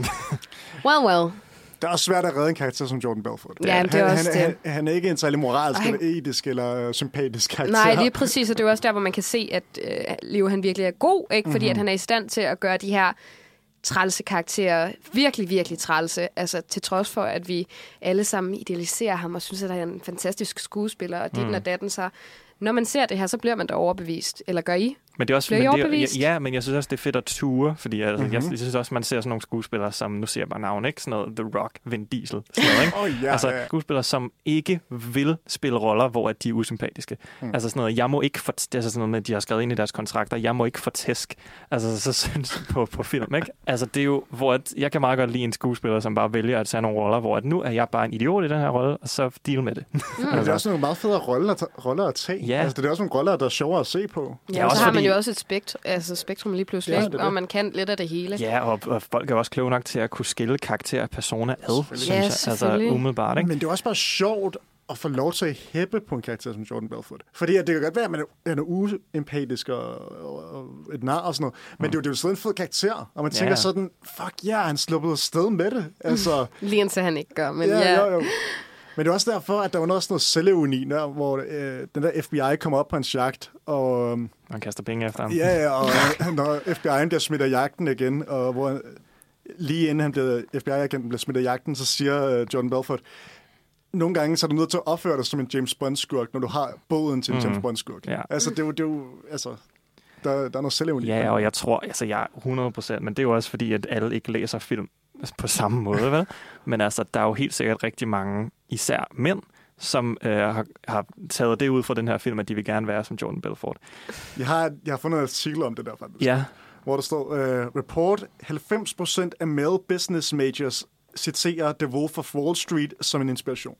well, well. Det er også svært at redde en karakter som Jordan Belfort. Ja, det er han, også han, det. Han, han er ikke en særlig moralsk, Ej. eller etisk, eller sympatisk karakter. Nej, lige præcis, og det er jo også der, hvor man kan se, at øh, Leo han virkelig er god, ikke? Fordi Mhm. at han er i stand til at gøre de her trælse karakterer virkelig, virkelig trælse. Altså til trods for, at vi alle sammen idealiserer ham og synes, at han er en fantastisk skuespiller, og dit Mm. og datten, så når man ser det her, så bliver man da overbevist. Eller gør I? Men det er også, Bliver I men det, overbevist? er- ja, men jeg synes også, det er fedt at ture, fordi altså, Mhm. mm-hmm. jeg, jeg synes også, man ser sådan nogle skuespillere, som, nu ser jeg bare navn, ikke? Sådan noget The Rock, Vin Diesel, sådan noget, ikke? Åh, ja, altså ja. skuespillere, som ikke vil spille roller, hvor at de er usympatiske. Mm. Altså sådan noget, jeg må ikke få, det er sådan noget med, at de har skrevet ind i deres kontrakter, jeg må ikke få tæsk, altså så synes på, på film, ikke? Altså det er jo, hvor at, jeg kan meget godt lide en skuespiller, som bare vælger at tage nogle roller, hvor at nu er jeg bare en idiot i den her rolle, og så deal med det. Mm. Men det er også nogle meget federe roller at, ta- roller at tage. Ja. Altså, det er også nogle roller, der er sjovere at se på. Ja, og så har man jo også et spektrum, altså spektrum lige pludselig, Ja, ja, det er og det. man kan lidt af det hele. Ja, og, og folk er også kloge nok til at kunne skille karakterer af personer ad, synes Ja, jeg. Altså selvfølgelig. umiddelbart, ikke? Men det er også bare sjovt at få lov til at hæppe på en karakter som Jordan Belfort. Fordi at det kan godt være, at man er, han er uempatisk og, og, og et nar og sådan noget. Men mm. det er jo, det er jo stadig en fed karakter. Og man tænker Ja. sådan, fuck ja, yeah, han sluppet afsted med det. Altså, Lige indtil han ikke gør, men ja, ja. Jo, jo. Men det er også derfor, at der var også noget selvevni der, hvor øh, den der F B I kommer op på en jagt, og... øhm, Man kaster penge efter ham. Ja, ja, og når F B I'en bliver smidt af jagten igen, og hvor han, lige inden han bliver, F B I-agenten bliver smidt af jagten, så siger øh, Jordan Belfort, nogle gange så er du nødt til at opføre dig som en James Bond-skurk, når du har båden til en Mhm. James Bond-skurk. Ja. Altså, det er jo, det er jo altså, der, der er noget selvevni. Ja, og jeg tror, altså jeg er hundrede procent, men det er jo også fordi, at alle ikke læser film på samme måde, vel? Men altså, der er jo helt sikkert rigtig mange, især mænd, som øh, har, har taget det ud fra den her film, at de vil gerne være som Jordan Belfort. Jeg har, jeg har fundet en artikel om det der, faktisk. Ja. Hvor der står, uh, report, halvfems procent af male business majors citerer The Wolf of Wall Street som en inspiration.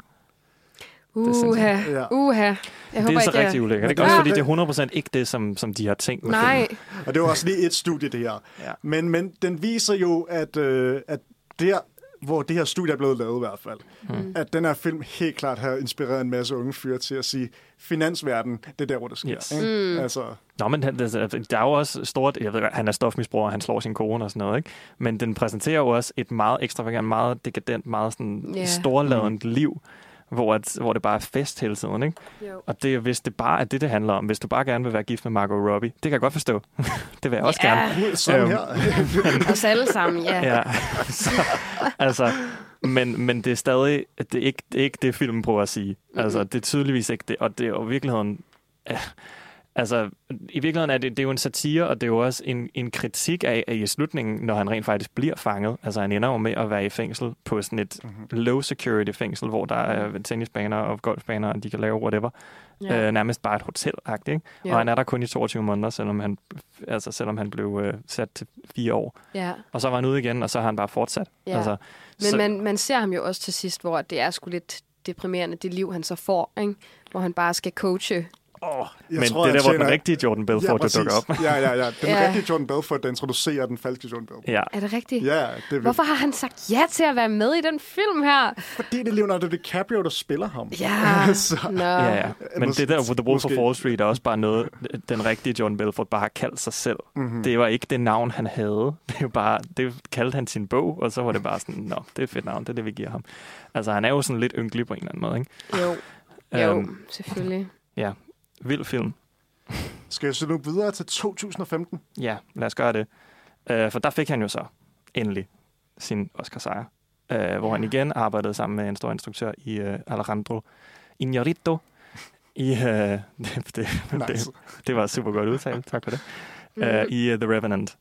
Uha, Ja. uha. Jeg Det håber er så ikke, jeg- rigtig ulækkert. Det er Ja. også fordi, det er hundrede procent ikke det, som, som de har tænkt med Nej. filmen. Og det var også lige et studie, det her. Ja. Men, men den viser jo, at, øh, at der, hvor det her studie er blevet lavet i hvert fald, mm. at den her film helt klart har inspireret en masse unge fyre til at sige, finansverden, det er der, hvor det sker. Yes. Ikke? Mm. Altså, Nå, men han, altså, der er jo også stort, jeg ved godt, han er stofmisbruger, han slår sin kone og sådan noget, ikke? Men den præsenterer jo også et meget ekstravagant, meget dekadent, meget sådan Ja. storladent liv, hvor, at, hvor det bare er fest hele tiden, ikke? Jo. Og det, hvis det bare er det, det handler om, hvis du bare gerne vil være gift med Margot Robbie, det kan jeg godt forstå. Det vil jeg også Ja. gerne. sådan Øhm, her. Os alle sammen, ja. Ja, så, altså, men, men det er stadig, det er ikke det, er ikke det filmen prøver at sige. Altså, det er tydeligvis ikke det, og det er jo i virkeligheden, ja, altså, i virkeligheden er det, det er jo en satire, og det er jo også en, en kritik af, at i slutningen, når han rent faktisk bliver fanget, altså han ender jo med at være i fængsel på sådan et mm-hmm. low security fængsel, hvor der er tennisbaner og golfbaner, og de kan lave whatever. Ja. Øh, nærmest bare et hotel-agtigt, ikke? Jo. Og han er der kun i toogtyve måneder, selvom han, altså, selvom han blev øh, sat til fire år. Ja. Og så var han ude igen, og så har han bare fortsat. Ja. Altså, Men så, man, man ser ham jo også til sidst, hvor det er sgu lidt deprimerende, det liv, han så får, ikke? Hvor han bare skal coache. oh, Jeg men tror, det er han der, hvor den tjener- rigtige Jordan Belfort, ja, der præcis. dukker op. Ja, ja, ja. Den Ja. rigtige Jordan Belfort, der introducerer den falske Jordan Belfort. Ja. Er det rigtigt? Ja, det er Hvorfor har han sagt ja til at være med i den film her? Fordi det er Leonardo DiCaprio, der spiller ham. Ja, Så- nå. Ja, ja. Men Mås- det der, The Wolf of måske. Wall Street, er også bare noget, den rigtige Jordan Belfort bare har kaldt sig selv. Mhm. Det var ikke det navn, han havde. Det er jo bare, det kaldte han sin bog, og så var det bare sådan, nå, det er et fedt navn, det er det, vi giver ham. Altså, han er jo sådan lidt ynkelig på en eller anden måde, ikke? Jo, jo, Øhm, selvfølgelig. Ja, vild film. Skal jeg så nu videre til to tusind og femten? Ja, lad os gøre det. Uh, for der fik han jo så endelig sin Oscar-sejr, uh, hvor han igen arbejdede sammen med en stor instruktør i uh, Alejandro Iñárritu. I, uh, det, det, Nice. det, det var super godt udtalt, tak for det. Uh, Mhm. I uh, The Revenant.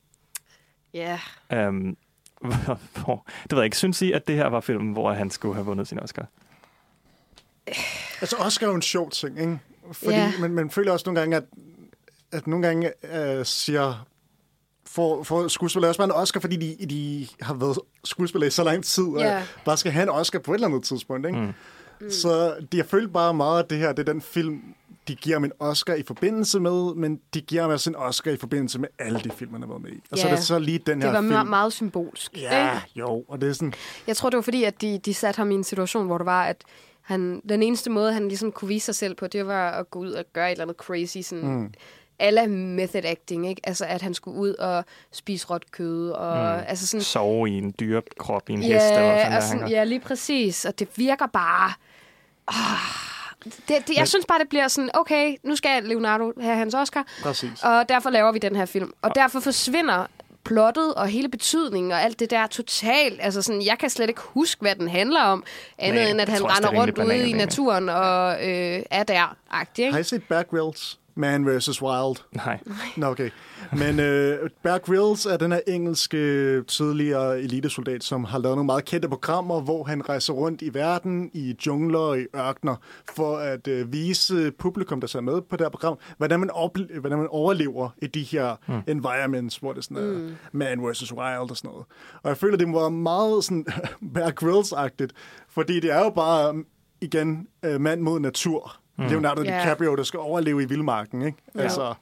Ja. Um, hvor, det ved jeg ikke. Synes I, at det her var filmen, hvor han skulle have vundet sin Oscar? Altså, Oscar er jo en sjov ting, ikke? Fordi Ja. man, man føler også nogle gange, at, at nogle gange øh, siger... For, for skuespillere også bare en Oscar, fordi de, de har været skuespillere i så lang tid, og Ja. bare skal have en Oscar på et eller andet tidspunkt, ikke? Mm. Mm. Så de har følt bare meget, at det her, det er den film, de giver ham en Oscar i forbindelse med, men de giver ham også en Oscar i forbindelse med alle de film, han har været med i. Og så er Ja. det så lige den her Det var film. meget, meget symbolsk. Ja, ikke? jo, og det er sådan... Jeg tror, det var fordi, at de, de satte ham i en situation, hvor det var, at han, den eneste måde, han ligesom kunne vise sig selv på, det var at gå ud og gøre et eller andet crazy, sådan... Mm. Alla method acting, ikke? Altså, at han skulle ud og spise råt kød, og Mm. altså sådan... Sove i en dyrekrop, i en ja, hest, eller hvad og fanden sådan, er, ja, lige præcis. Og det virker bare... Oh, det, det, jeg Men- synes bare, det bliver sådan, okay, nu skal Leonardo have hans Oscar, Præcis. og derfor laver vi den her film. Og derfor forsvinder plottet og hele betydningen og alt det der totalt. Altså sådan, jeg kan slet ikke huske, hvad den handler om, andet Nej, end at jeg han tror også, det er render rundt rimelig ude i banalt, naturen og øh, er der-agtig, Har I ikke? set Bear Grylls? Man versus. Wild. Nej. Nå, okay. Men øh, Bear Grylls er den her engelske tidligere elitesoldat, som har lavet nogle meget kendte programmer, hvor han rejser rundt i verden, i jungler og i ørkner, for at øh, vise publikum, der ser med på det her program, hvordan man, ople- hvordan man overlever i de her mm. environments, hvor det sådan er Mm. Man versus. Wild og sådan noget. Og jeg føler, det var meget sådan Bear Grylls-agtigt, fordi det er jo bare, igen, øh, mand mod natur. Mm. Leonardo Ja. DiCaprio, der skal overleve i vildmarken, ikke? Ja. Altså,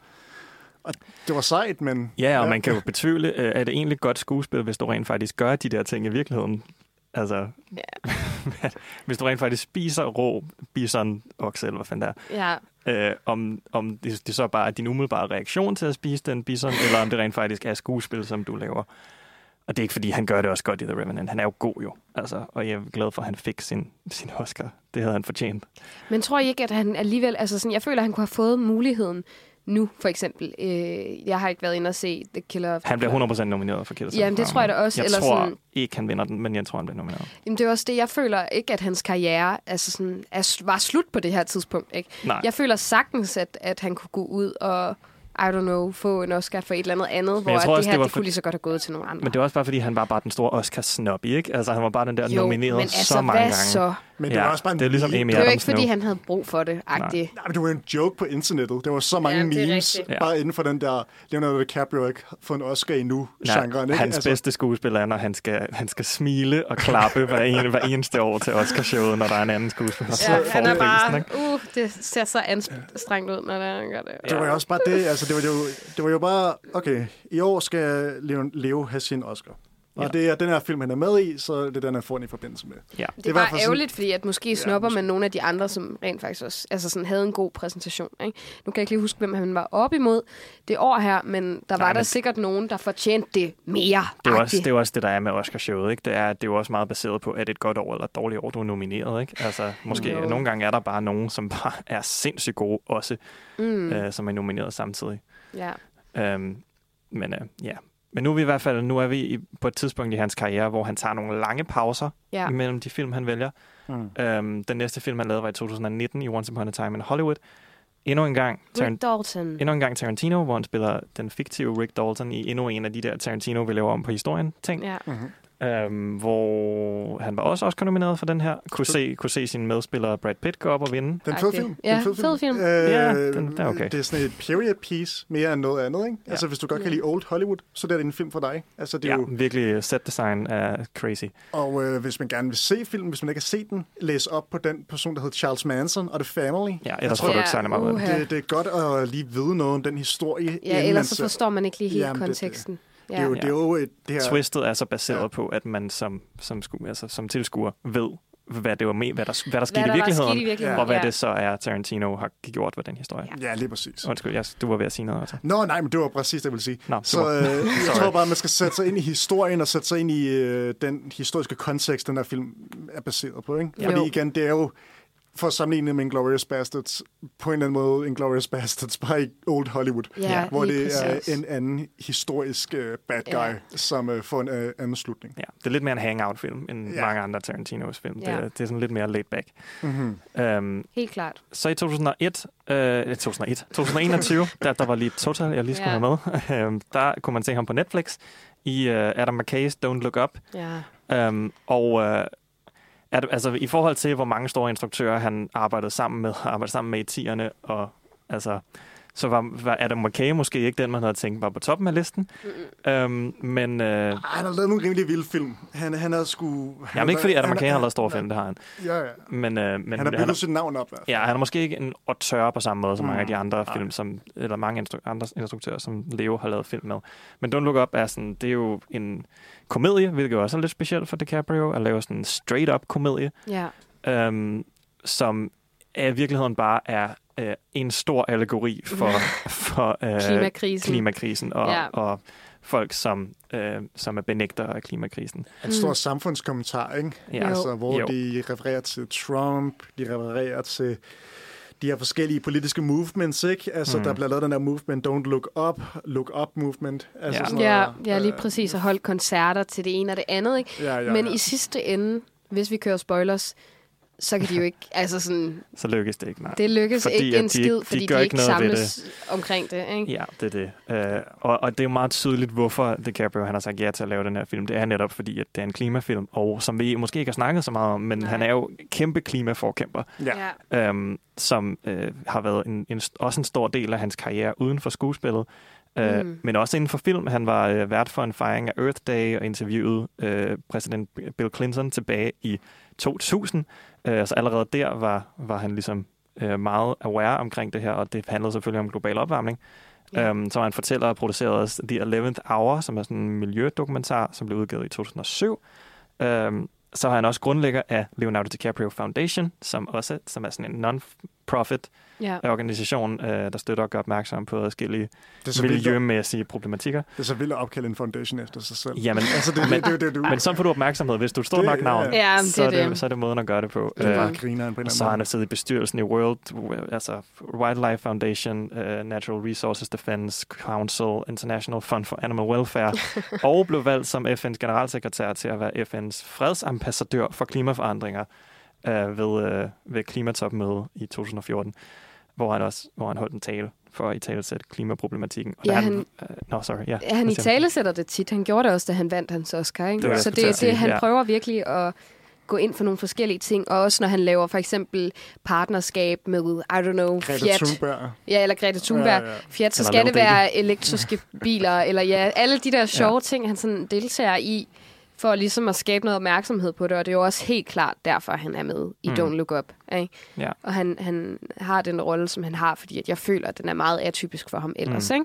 og det var sejt, men... Ja, og man kan jo betvivle, øh, er det egentlig godt skuespil, hvis du rent faktisk gør de der ting i virkeligheden? Altså, Ja. hvis du rent faktisk spiser rå bison, okse, eller hvad fanden det Ja. er, øh, om, om det, det så bare er din umiddelbare reaktion til at spise den bison, eller om det rent faktisk er skuespil, som du laver. Og det er ikke, fordi han gør det også godt i The Revenant. Han er jo god jo. Altså, og jeg er glad for, at han fik sin, sin Oscar. Det havde han fortjent. Men tror I ikke, at han alligevel... Altså sådan, jeg føler, at han kunne have fået muligheden nu, for eksempel. Øh, jeg har ikke været inde og se The Killer of the Han bliver Flower. hundrede procent nomineret for Killers. Jamen, det tror jeg da også. Jeg Eller tror sådan, ikke, han vinder den, men jeg tror, han bliver nomineret. jamen, det er også det, jeg føler ikke, at hans karriere altså sådan, er, var slut på det her tidspunkt. Ikke? Nej. Jeg føler sagtens, at, at han kunne gå ud og, I don't know, få en Oscar for et eller andet andet, hvor jeg at tror det også, her, det var det for- kunne lige så godt have gået til nogle andre. Men det var også bare, fordi han var bare den store Oscar-snobby, ikke? Altså, han var bare den der Jo, nomineret men altså, så mange hvad gange. så? Men det var også bare en det er ligesom meme. Amy det var Adams ikke, fordi nu. han havde brug for det, agtigt. Nej, men det var en joke på internettet. Der var så mange Ja, det er memes, rigtigt. bare inden for den der Leonardo DiCaprio ikke har fået en Oscar endnu Nej, genren, ikke? hans altså, bedste skuespiller er, når han skal, han skal smile og klappe hver, en, hver eneste år til Oscarshowet, når der er en anden skuespiller, Ja, som får han er prisen, bare, ikke? uh, det ser så anstrengt ud, når det er, han gør det. Det var jo også bare det, altså det var jo, det var jo bare, okay, i år skal Leo, Leo have sin Oscar. Og Ja. det er den her film, han er med i, så det er den, han får den i forbindelse med. Ja. Det, i er hvert bare fald sådan- ærgerligt, fordi at måske snupper man nogle af de andre, som rent faktisk også altså sådan, havde en god præsentation. Ikke? Nu kan jeg ikke lige huske, hvem han var op imod det år her, men der Nej, var der men- sikkert nogen, der fortjente det mere. Det er, også, det er også det, der er med Oscarshowet, ikke? Det er, det er jo også meget baseret på, at et godt år eller et dårligt år, du er nomineret, ikke? Altså, måske Jo. nogle gange er der bare nogen, som bare er sindssygt gode også, Mm. øh, som er nomineret samtidig. Ja. Øhm, men øh, ja. Men nu er vi i hvert fald nu er vi i, på et tidspunkt i hans karriere, hvor han tager nogle lange pauser Ja. imellem de film, han vælger. Mm. Øhm, den næste film, han lavede, var i to tusind nitten i Once Upon a Time in Hollywood. Endnu en gang, Rick Dalton. endnu en gang Tarantino, hvor han spiller den fiktive Rick Dalton i endnu en af de der Tarantino, vi laver om på historien ting. Ja. Mm-hmm. Øhm, hvor han var også Oscar-nomineret for den her. Kunne se, kunne se sine medspillere Brad Pitt gå op og vinde. Den fede Agtigt. film. Ja, den fed film. Øh, Ja, den- den er okay. Det er sådan et period piece mere end noget andet, ikke? Ja. Altså, hvis du godt kan lide Old Hollywood, så er det en film for dig. Altså, det er Ja, jo, virkelig set design er crazy. og øh, hvis man gerne vil se filmen, hvis man ikke har set den, læs op på den person, der hedder Charles Manson og The Family. Ja, ellers får du ikke særlig meget ud af det. uha. Det, det er godt at lige vide noget om den historie. Ja, inden ellers man så ser- forstår man ikke lige helt Jamen, det- konteksten. Det er jo, det er jo et, det her... Twistet er så baseret Ja. ja. på, at man som, som, sku, altså, som tilskuer ved, hvad, det var med, hvad, der, hvad der skete der i var virkeligheden, sket i virkeligheden, og hvad ja. det så er, Tarantino har gjort ved den historie. Ja. Ja, lige præcis. Undskyld, jeg, du var ved at sige noget. Altså. Nå, nej, men det var præcis det, jeg ville sige. Nå, så super. øh, jeg Sorry. tror bare, man skal sætte sig ind i historien og sætte sig ind i øh, den historiske kontekst, den her film er baseret på. Ikke? Jo. Fordi igen, det er jo for at sammenligne med Inglourious Bastards, på en eller anden måde Inglourious Bastards, bare i Old Hollywood, Ja, hvor lige det præcis. er en anden historisk uh, bad guy, Ja. som uh, får en uh, anden slutning. Ja, det er lidt mere en hangout-film, end Ja. ja. mange andre Tarantinos film. Ja. Det, det er sådan lidt mere laid back. Mm-hmm. Um, Helt klart. så i to tusind og et, øh, to tusind og et, to tusind og enogtyve, der, der var lige et total, jeg lige skulle Ja. have med, um, der kunne man se ham på Netflix i uh, Adam McKay's Don't Look Up. Ja. Um, og uh, at, altså, i forhold til, hvor mange store instruktører han arbejdede sammen med, arbejdede sammen med i tierne, og altså... så var, var Adam McKay måske ikke den, man havde tænkt var på toppen af listen. Mm-hmm. Øhm, men... Øh, han har lavet nogle rimelig vilde film. Han, han har sgu... Han jamen ikke fordi Adam han, McKay har lavet store film, det har han. Ja, ja. Men, øh, men, han har bygget sit navn op. Ja, han er måske ikke en auteur på samme måde som mm. mange af de andre Nej. film, som, eller mange instru- andre instruktører, som Leo har lavet film med. Men Don't Look Up er sådan, det er jo en komedie, hvilket også er lidt specielt for DiCaprio, at lave sådan en straight-up komedie, Ja. øhm, som i virkeligheden bare er øh, en stor allegori for, for øh, Klimakrisen. klimakrisen og, Ja. og folk, som, øh, som er benægter af klimakrisen. En stor mm. samfundskommentar, ikke? Ja. Altså, hvor Jo. de refererer til Trump, de refererer til de her forskellige politiske movements, ikke? Altså, mm. der bliver lavet den der movement, Don't Look Up, Look Up movement. Altså Ja. sådan Ja, noget, ja, lige øh, præcis, og holdt koncerter til det ene og det andet, ikke? Ja, ja, Men ja. i sidste ende, hvis vi kører spoilers, så kan de jo ikke, altså sådan... Så lykkes det ikke, nej. Det lykkes fordi, ikke at en skid, fordi de, gør de ikke noget ved samles det. omkring det, ikke? Ja, det er det. Uh, og, og det er jo meget tydeligt, hvorfor DiCaprio han har sagt ja til at lave den her film. Det er netop fordi, at det er en klimafilm, og som vi måske ikke har snakket så meget om, men Nej. han er jo kæmpe klimaforkæmper, ja. um, som uh, har været en, en, også en stor del af hans karriere uden for skuespillet. Uh, mm. Men også inden for film. Han var uh, vært for en fejring af Earth Day og interviewede uh, præsident Bill Clinton tilbage i to tusind. Uh, så allerede der var, var han ligesom uh, meget aware omkring det her, og det handlede selvfølgelig om global opvarmning. Yeah. Um, så han fortæller og producerede også The eleventh Hour, som er sådan en miljødokumentar, som blev udgivet i to tusind og syv. Um, så er han også grundlægger af Leonardo DiCaprio Foundation, som også som er sådan en non-profit Ja. organisation, øh, der støtter og gør opmærksom på forskellige så miljømæssige vildt. problematikker. Det er så vildt at opkalde en foundation efter sig selv. Jamen, altså, det, men, det, det, det, det, men så får du opmærksomhed, hvis du er et stort det, nok navn, ja, det så, er det, det. så er det måden at gøre det på. Det er bare Øh, grineren på en eller så har anden han siddet i bestyrelsen i World, altså Wildlife Foundation, uh, Natural Resources Defense Council, International Fund for Animal Welfare, og blev valgt som F N's generalsekretær til at være F N's fredsambassadør for klimaforandringer uh, ved, uh, ved klimatopmødet i to tusind og fjorten. Hvor han også hvor han holdt en tale for at italesætte klimaproblematikken. Og Ja, han, han, uh, no, sorry, yeah, han italesætter det tit. Han gjorde det også, da han vandt hans Oscar. Ikke? Det Så det er det, sige, han ja. prøver virkelig at gå ind for nogle forskellige ting. Og også når han laver for eksempel partnerskab med, I don't know, Greta Fiat. Thunberg. Ja, eller Greta Thunberg. Ja, ja, ja. Fiat, så Eller skal det Lil være elektriske biler, eller ja, alle de der sjove Ja. ting, han sådan deltager i, for ligesom at skabe noget opmærksomhed på det. Og det er jo også helt klart derfor, han er med i Mm. Don't Look Up. Ikke? Ja. Og han, han har den rolle, som han har, fordi at jeg føler, at den er meget atypisk for ham ellers. Mm. Ikke?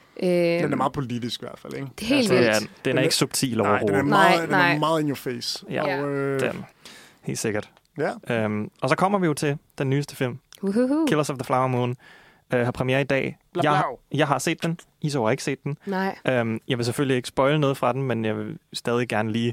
Øh, Den er meget politisk i hvert fald, ikke? Det er helt altså, vildt. ja, den er Den er- ikke subtil Nej, overhovedet. den er meget, Nej, den er nej. meget in your face. Ja, Og, øh, den. Helt sikkert. Ja. Um, og så kommer vi jo til den nyeste film, Uhuhu. Killers of the Flower Moon, uh, har premiere i dag. Bla, Jeg, bla. jeg har set den. I så har ikke set den. Nej. Um, jeg vil selvfølgelig ikke spoile noget fra den, men jeg vil stadig gerne lige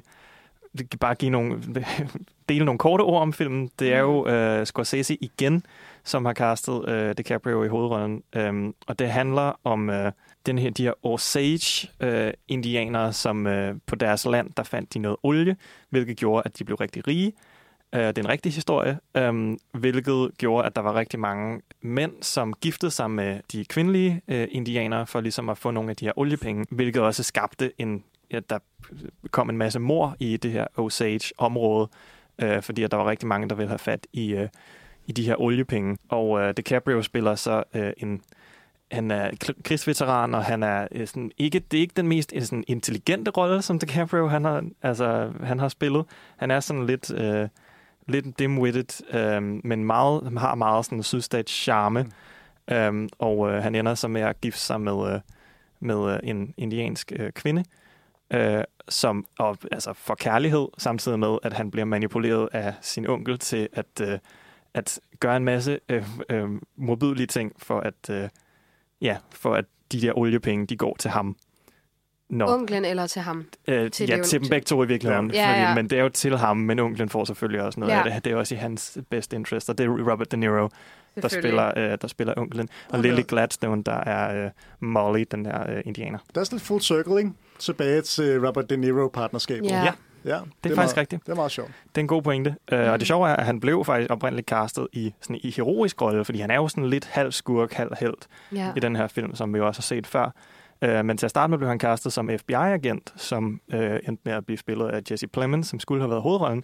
bare give nogle, dele nogle korte ord om filmen. Det er jo uh, Scorsese igen, som har castet uh, DiCaprio i hovedrollen. Um, og det handler om uh, den her, de her Osage-indianere, uh, som uh, på deres land, der fandt de noget olie, hvilket gjorde, at de blev rigtig rige. Uh, det er en rigtig historie, um, hvilket gjorde, at der var rigtig mange mænd, som giftede sig med de kvindelige uh, indianere for ligesom at få nogle af de her oliepenge, hvilket også skabte en, ja, der kom en masse mord i det her Osage-område, uh, fordi at der var rigtig mange, der ville have fat i, uh, i de her oliepenge. Og uh, DiCaprio spiller så uh, en han er krigsveteran, og han er uh, sådan, ikke, det er ikke den mest sådan, intelligente rolle, som DiCaprio han har, altså, han har spillet. Han er sådan lidt... Uh, lidt dim-witted, øhm, men meget, har meget sådan sydstats charme. Mm. Øhm, og øh, han ender så med at gifte sig med, øh, med øh, en indiansk øh, kvinde, øh, som og, altså, får kærlighed, samtidig med, at han bliver manipuleret af sin onkel til at, øh, at gøre en masse øh, øh, modbydelige ting, for at, øh, ja, for at de der oliepenge, de går til ham. Når, Onklen eller til ham? Øh, Til ja, Leon- til dem begge to i virkeligheden. Ja, Fordi, ja. men det er jo til ham, men onklen får selvfølgelig også noget Ja. af det. Det er også i hans best interest, og det er Robert De Niro, der spiller, øh, der spiller onklen. Og Okay. Lily Gladstone, der er øh, Molly, den der øh, indianer. Der er sådan lidt full circle, ikke? Tilbage til Robert De Niro-partnerskabet. Ja. Ja, ja det er, det er faktisk meget, rigtigt. Det er meget sjovt. Det er en god pointe. Mm. Uh, og det sjove er, at han blev faktisk oprindeligt castet i, sådan, i heroisk rolle, fordi han er jo sådan lidt halv skurk, halv helt Ja. i den her film, som vi jo også har set før. Uh, men til at starte med blev han castet som F B I-agent, som uh, endte med at blive spillet af Jesse Plemons, som skulle have været hovedrollen.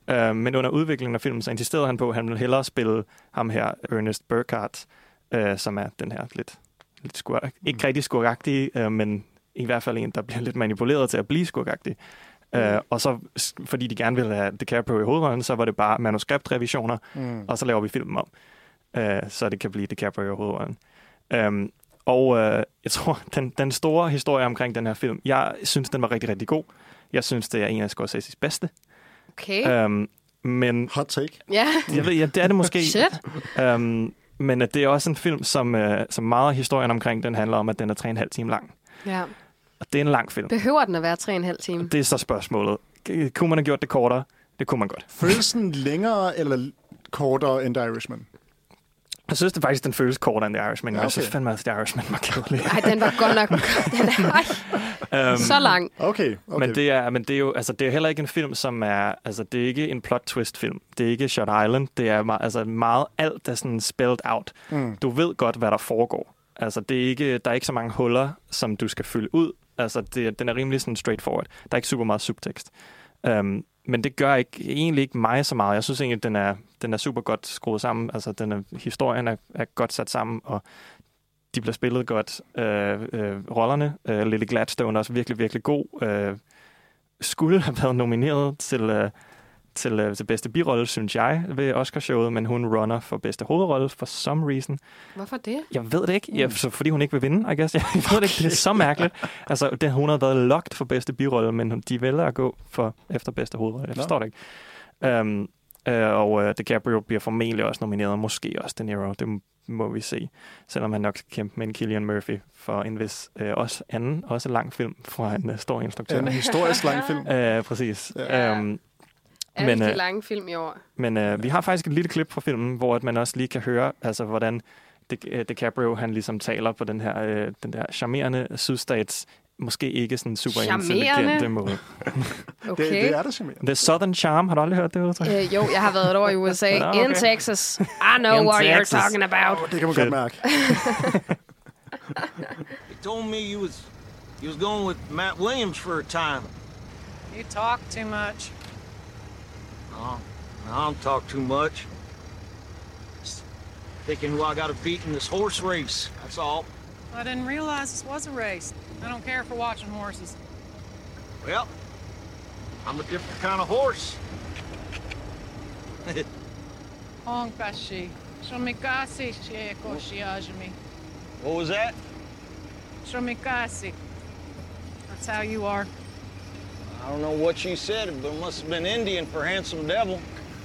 Uh, men under udviklingen af filmen, så insisterede han på, at han ville hellere spille ham her, Ernest Burkhardt, uh, som er den her lidt, lidt skurk, ikke rigtig skurkagtige, uh, men i hvert fald en, der bliver lidt manipuleret til at blive skurkagtig. Mm. Uh, og så, fordi de gerne ville have DiCaprio i hovedrollen, så var det bare manuskriptrevisioner, mm. og så laver vi filmen om, uh, så det kan blive DiCaprio i hovedrollen. Um, og uh, jeg tror, den, den store historie omkring den her film, jeg synes, den var rigtig, rigtig god. Jeg synes, det er en af Scorsese's bedste. Okay. Um, men hot take. Ja. Jeg ved, ja, det er det måske. Shit. Um, men det er også en film, som, uh, som meget af historien omkring den handler om, at den er tre og en halv time lang. Ja. Og det er en lang film. Behøver den at være tre og en halv time? Det er så spørgsmålet. Kunne man have gjort det kortere? Det kunne man godt. Føles den længere eller kortere end The Irishman? Jeg synes det faktisk, den føles kortere end The Irishman. Ja, okay. Jeg synes fandme, at The Irishman var kedelig. Nej, den var godt nok... Den er, um, så lang. Okay, okay. Men det er, men det er jo, altså det er heller ikke en film, som er, altså det er ikke en plot twist film. Det er ikke Shutter Island. Det er meget, altså meget alt er sådan spelled out. Mm. Du ved godt, hvad der foregår. Altså det er ikke, der er ikke så mange huller, som du skal fylde ud. Altså det, den er rimelig sådan straightforward. Der er ikke super meget subtekst. Um, men det gør ikke, egentlig ikke mig så meget. Jeg synes egentlig, at den er, den er super godt skruet sammen. Altså, den er, historien er, er godt sat sammen, og de bliver spillet godt. Øh, øh, rollerne, øh, Lily Gladstone er også virkelig, virkelig god. Øh, skulle have været nomineret til, øh, til, øh, til bedste birolle, synes jeg, ved Oscarshowet, men hun runner for bedste hovedrolle for some reason. Hvorfor det? Jeg ved det ikke. Ja, så fordi hun ikke vil vinde, I guess. Jeg ved det ikke. Det er så mærkeligt. Altså, det, hun har været locked for bedste birolle, men de vælger at gå for efter bedste hovedrolle. Jeg forstår det ikke. Um, uh, og uh, DiCaprio bliver formentlig også nomineret, måske også De Niro. Det må vi se. Selvom han nok skal kæmpe med en Cillian Murphy for en vis uh, også anden, også lang film fra en uh, stor instruktør. En historisk lang film. Uh, præcis. Ja. Um, Alle men, de lange film i år. Men uh, vi har faktisk et lille klip fra filmen, hvor at man også lige kan høre, altså hvordan DiCaprio, han ligesom taler på den her, øh, den der charmerende sydstats, måske ikke sådan super intelligente måde. Okay. Det, det er det charmerende. The Southern Charm, har du aldrig hørt det udtryk? Øh, jo, jeg har været et år i U S A. Nå, okay. In Texas. I know In what Texas. you're talking about. Oh, det kan man godt mærke. He told me you was, you was going with Matt Williams for a time. You talk too much. Oh, I don't talk too much. Thinking who I got to beat in this horse race, that's all. I didn't realize this was a race. I don't care for watching horses. Well, I'm a different kind of horse. Honkashi. Shomikasi shieko shiajimi. What was that? Shomikasi. That's how you are. I don't know what you said, but it must have been Indian for handsome devil.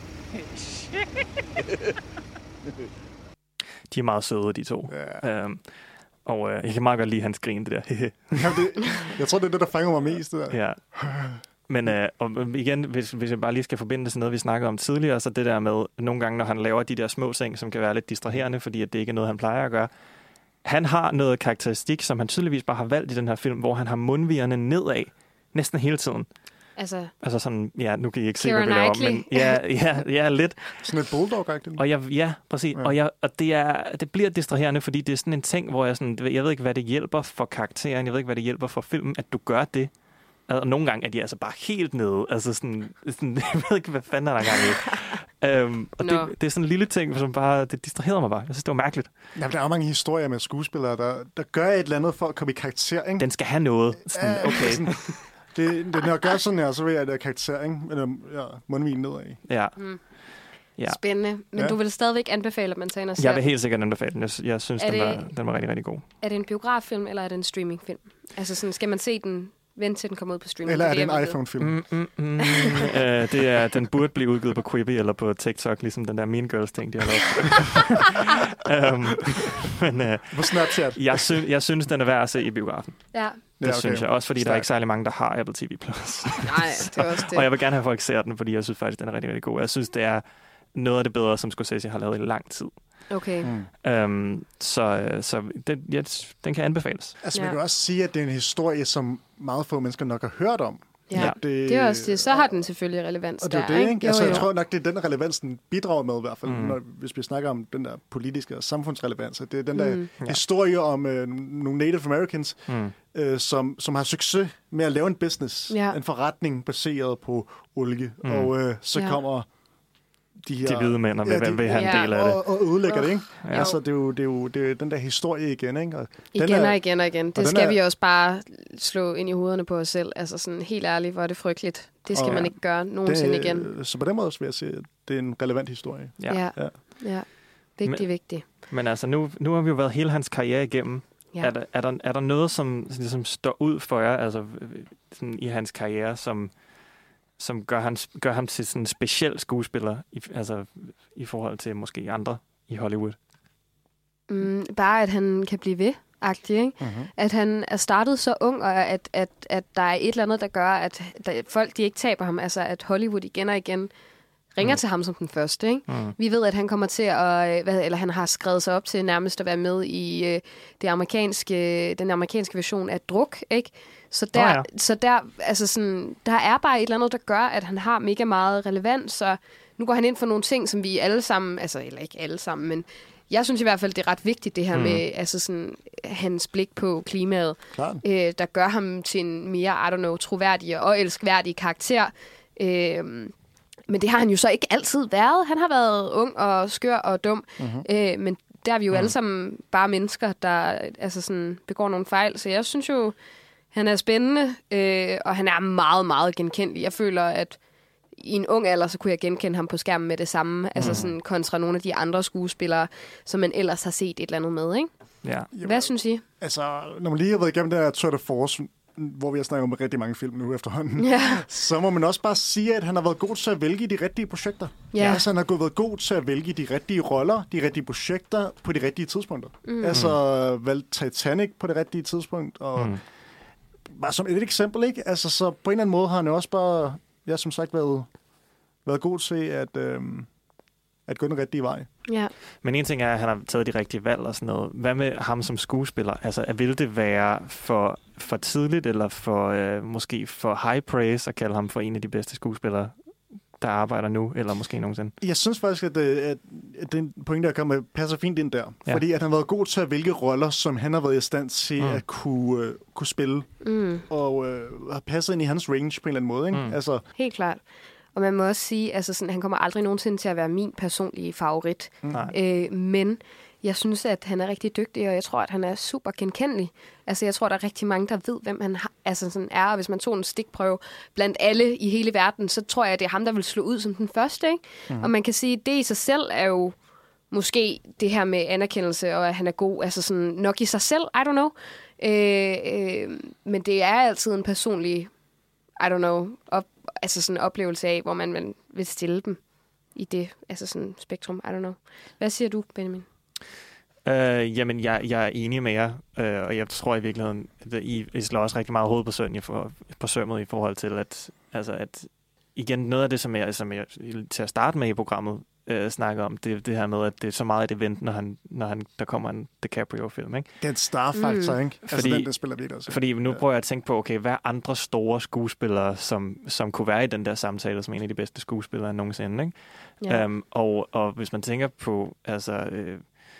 De er meget søde, de to. Yeah. Um, og øh, jeg kan meget godt lide hans grin, det der. Jamen, det, jeg tror, det er det, der fanger mig mest. Det der. Ja. Men øh, og igen, hvis, hvis jeg bare lige skal forbinde det til noget, vi snakkede om tidligere, så det der med nogle gange, når han laver de der små ting, som kan være lidt distraherende, fordi at det ikke er noget, han plejer at gøre. Han har noget karakteristik, som han tydeligvis bare har valgt i den her film, hvor han har mundvigerne nedad næsten hele tiden. Altså, altså sådan, ja, nu kan I ikke se, Keira hvad vi laver, men ja, ja, ja, lidt. Sådan et bulldog-agtigt. Og jeg, ja, præcis. Ja. Og, jeg, og det, er, det bliver distraherende, fordi det er sådan en ting, hvor jeg sådan, jeg ved ikke, hvad det hjælper for karakteren, jeg ved ikke, hvad det hjælper for filmen, at du gør det. Og nogle gange er de altså bare helt nede. Altså sådan, sådan jeg ved ikke, hvad fanden er der gang i. um, og no. det, det er sådan en lille ting, som bare, det distraherede mig bare. Jeg synes, det var mærkeligt. Jamen, der er jo mange historier med skuespillere, der, der gør et eller andet for at komme i karakter, ikke? Den skal have noget. Sådan, okay. Sådan, det, det, når jeg gør sådan her, så vil jeg have karakter, ikke? Eller ja, mundvin nedad. Ja. Mm. Ja. Spændende. Men ja. Du vil stadigvæk anbefale, at man tager ind og ser. Jeg vil helt sikkert anbefale den. Jeg, jeg synes, den, det, var, den var rigtig, rigtig god. Er det en biograffilm, eller er det en streamingfilm? Altså sådan, skal man se den, vente til den kommer ud på streaming? Eller er det, det en iPhone-film? Mm, mm, mm. uh, det er, den burde blive udgivet på Quibi eller på TikTok, ligesom den der Mean Girls-ting, de har lavet. um, men, uh, på Snapchat? Jeg, sy- jeg synes, den er værd at se i biografen. Ja. Det ja, okay. synes jeg. Også fordi Stærk. Der er ikke særlig mange, der har Apple T V plus. Nej, det er også det. Og jeg vil gerne have folk ser den, fordi jeg synes faktisk, den er rigtig, rigtig god. Jeg synes, det er noget af det bedre, som Scorsese har lavet i lang tid. Okay. Mm. Um, så så det, ja, den kan anbefales. Altså, man ja. kan også sige, at det er en historie, som meget få mennesker nok har hørt om. Ja, ja. Det, det er også det. Så har den selvfølgelig relevans og det er der, det, ikke? ikke? Jo, Altså, jo. jeg tror nok, det er den relevans, den bidrager med i hvert fald, Mm. når, hvis vi snakker om den der politiske og samfundsrelevans. Det er den der Mm. historie om øh, nogle Native Americans, Mm. øh, som, som har succes med at lave en business, Ja. en forretning baseret på olie. Mm. Og øh, så Ja. kommer de her... De hvide mænd, og Ja, hvem de- vil have en Ja. del af det? og, og ødelægger det, ikke? Ja. Altså, det er, jo, det, er jo, det er den der historie igen, ikke? Og den Igen er, og igen og igen. og Det den skal er- vi også bare slå ind i hovederne på os selv. Altså sådan helt ærligt, hvor er det frygteligt. Det skal Og- man ikke gøre nogensinde det, igen. Så på den måde vil jeg sige, at det er en relevant historie. Ja. Ja, Ja. ja. Vigtig, Men- vigtig. Men altså, nu, nu har vi jo været hele hans karriere igennem. Ja. Er, der, er, der, er der noget, som ligesom står ud for jer altså, øh, sådan i hans karriere, som, som gør, han, gør ham til sådan en speciel skuespiller, i, altså i forhold til måske andre i Hollywood? Mm, bare at han kan blive ved, agtig, ikke? Mm-hmm. At han er startet så ung, og at, at, at der er et eller andet, der gør, at der, folk de ikke taber ham. Altså at Hollywood igen og igen ringer Mm. til ham som den første, ikke? Mm. Vi ved, at han kommer til at, hvad, eller han har skrevet sig op til nærmest at være med i øh, det amerikanske, den amerikanske version af Druk, ikke? Så der, Nå ja. så der, altså sådan, der er bare et eller andet, der gør, at han har mega meget relevans, så nu går han ind for nogle ting, som vi alle sammen, altså eller ikke alle sammen, men jeg synes i hvert fald, det er ret vigtigt, det her Mm. med altså sådan, hans blik på klimaet, Klart. øh, der gør ham til en mere, I don't know, troværdig og elskværdig karakter. Øh, men det har han jo så ikke altid været. Han har været ung og skør og dum, Mm-hmm. øh, men der er vi jo Mhm. alle sammen bare mennesker, der altså sådan, begår nogle fejl. Så jeg synes jo, han er spændende, øh, og han er meget, meget genkendelig. Jeg føler, at i en ung alder, så kunne jeg genkende ham på skærmen med det samme, mm. altså sådan kontra nogle af de andre skuespillere, som man ellers har set et eller andet med, ikke? Ja. Hvad synes I? Altså, når man lige har været igennem den her Tour de Force, hvor vi har snakket om rigtig mange film nu efterhånden, Ja. så må man også bare sige, at han har været god til at vælge de rigtige projekter. Ja. Altså, han har været god til at vælge de rigtige roller, de rigtige projekter på de rigtige tidspunkter. Mm. Altså, valgt Titanic på det rigtige tidspunkt, og Mm. bare som et eksempel, ikke? Altså, så på en eller anden måde har han jo også bare, ja, som sagt, været, været god til at, øhm, at gå den rigtige vej. Ja. Men en ting er, at han har taget de rigtige valg og sådan noget. Hvad med ham som skuespiller? Altså, vil det være for, for tidligt, eller for øh, måske for high praise at kalde ham for en af de bedste skuespillere, der arbejder nu, eller måske nogensinde? Jeg synes faktisk, at, øh, at, at den pointe, der kommer, passer fint ind der. Ja. Fordi at han har været god til at vælge roller, som han har været i stand til Mm. at kunne, øh, kunne spille. Mm. Og øh, har passet ind i hans range på en eller anden måde. Ikke? Mm. Altså, Helt klart. Og man må også sige, altså sådan, han kommer aldrig nogensinde til at være min personlige favorit. Nej. Øh, men jeg synes, at han er rigtig dygtig, og jeg tror, at han er super genkendelig. Altså, jeg tror, der er rigtig mange, der ved, hvem han har, altså sådan er. Og hvis man tog en stikprøve blandt alle i hele verden, så tror jeg, at det er ham, der vil slå ud som den første. Ikke? Mhm. Og man kan sige, at det i sig selv er jo måske det her med anerkendelse, og at han er god, altså sådan nok i sig selv, I don't know. Øh, øh, men det er altid en personlig, I don't know, op, altså sådan en oplevelse af, hvor man, man vil stille dem i det, altså sådan spektrum, I don't know. Hvad siger du, Benjamin? Øh, jamen, jeg, jeg er enig med jer, øh, og jeg tror i virkeligheden, at I, I slår også rigtig meget hoved på, søm, for, på sømmet i forhold til, at, altså, at igen, noget af det, som jeg, som jeg til at starte med i programmet øh, snakker om, det det her med, at det er så meget et event, når, han, når han, der kommer en DiCaprio-film, ikke? det er en star-faktor, Mm. ikke? Altså, Fordi- den, den spiller virkelig også. Fordi nu Ja. prøver jeg at tænke på, okay, hvad er andre store skuespillere, som, som kunne være i den der samtale, som en af de bedste skuespillere nogensinde, ikke? Ja. Um, og, og hvis man tænker på, altså, øh,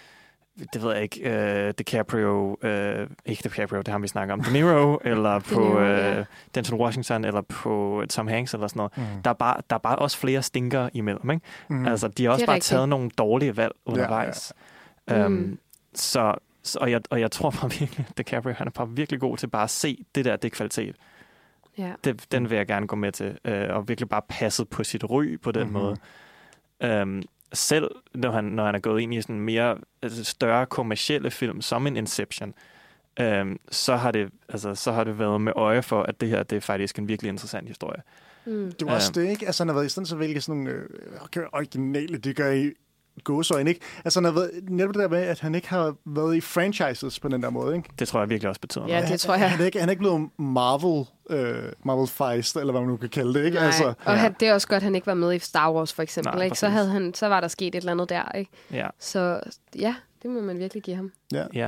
det ved jeg ikke, øh, DiCaprio, øh, ikke DiCaprio, det har vi snakket om, De Niro, eller på Niro, øh, ja. Denzel Washington, eller på Tom Hanks, eller sådan noget. Mm. Der, er bare, der er bare også flere stinker imellem, ikke? Mm. Altså, de har også Det er bare rigtigt. taget nogle dårlige valg undervejs. ja. Um, Mm. så, så, og, jeg, og jeg tror bare virkelig, DiCaprio, han er bare virkelig god til bare at se, det der, det er kvalitet. Ja. Det, den vil jeg gerne gå med til, øh, og virkelig bare passet på sit ry på den Mhm. mm-hmm. måde. Um, selv når han, når han er gået ind i sådan mere altså større kommercielle film, som en Inception, um, så, har det, altså, så har det været med øje for, at det her det er faktisk en virkelig interessant historie. Mm. Det var også Ja. det, ikke? Altså, han har været i stand til at vælge sådan nogle øh, okay, originale, det gør i gåseøjne, ikke? Altså, han har været netop det der med, at han ikke har været i franchises på den der måde, ikke? Det tror jeg virkelig også betyder Ja, noget. det tror jeg. Han er ikke, han er ikke blevet Marvel, øh, Marvel Feist, eller hvad man nu kan kalde det, ikke? Nej. Altså, Og ja. han, det er også godt, at han ikke var med i Star Wars, for eksempel. Nej, Ikke? Så, præcis. havde han, så var der sket et eller andet der. Ikke? Ja, Så ja, det må man virkelig give ham. ja. ja.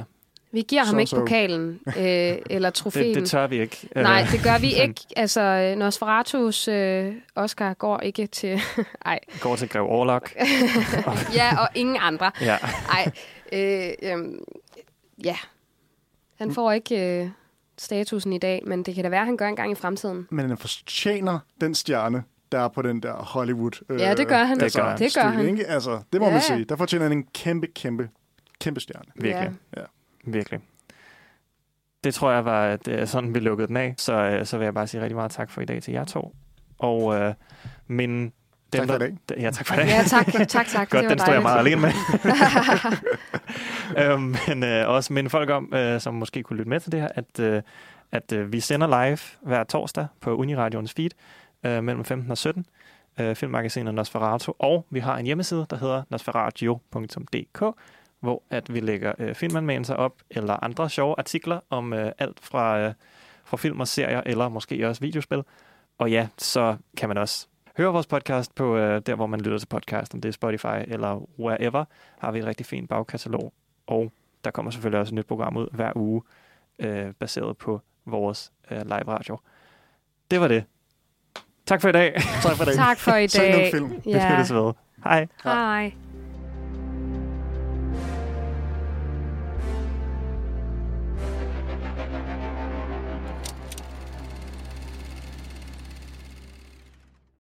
Vi giver ham Så, ikke så. pokalen øh, eller trofæen. Det, det tør vi ikke. Nej, det gør vi ikke. Altså, Nosferatus øh, Oscar går ikke til... Ej. Går til Grev Orlok. Ja, og ingen andre. Ja. Ej, øh, øh, ja. Han får ikke øh, statusen i dag, men det kan da være, at han gør en gang i fremtiden. Men han fortjener den stjerne, der er på den der Hollywood. Øh, Ja, det gør han. Altså, Det gør han. Det gør stil, han. Ikke? Altså, det må Ja, man ja. sige. Der fortjener han en kæmpe, kæmpe, kæmpe stjerne. Virkelig. Ja. Virkelig. Det tror jeg var at, øh, sådan, vi lukkede den af. Så, øh, så vil jeg bare sige rigtig meget tak for i dag til jer to. Og øh, min... Dem, Tak for i der- dag. Ja, tak for i dag. Ja, tak. Tak, tak. Godt, Det var den står jeg meget alene dejligt. med. øhm, men øh, også minde folk om, øh, som måske kunne lytte med til det her, at, øh, at øh, vi sender live hver torsdag på Uniradions feed øh, mellem femten og sytten. Øh, filmmagasinet Nosferatu. Og vi har en hjemmeside, der hedder nosferatio punktum d k, hvor at vi lægger øh, filmanmeldelser op, eller andre sjove artikler om øh, alt fra, øh, fra film og serier, eller måske også videospil. Og ja, så kan man også høre vores podcast på øh, der, hvor man lytter til podcast, om det er Spotify eller wherever, har vi et rigtig fint bagkatalog. Og der kommer selvfølgelig også et nyt program ud hver uge, øh, baseret på vores øh, live radio. Det var det. Tak for i dag. Tak for i dag. Tak for i Se nogle dag. film. Vi høres ved. Hej. Hej.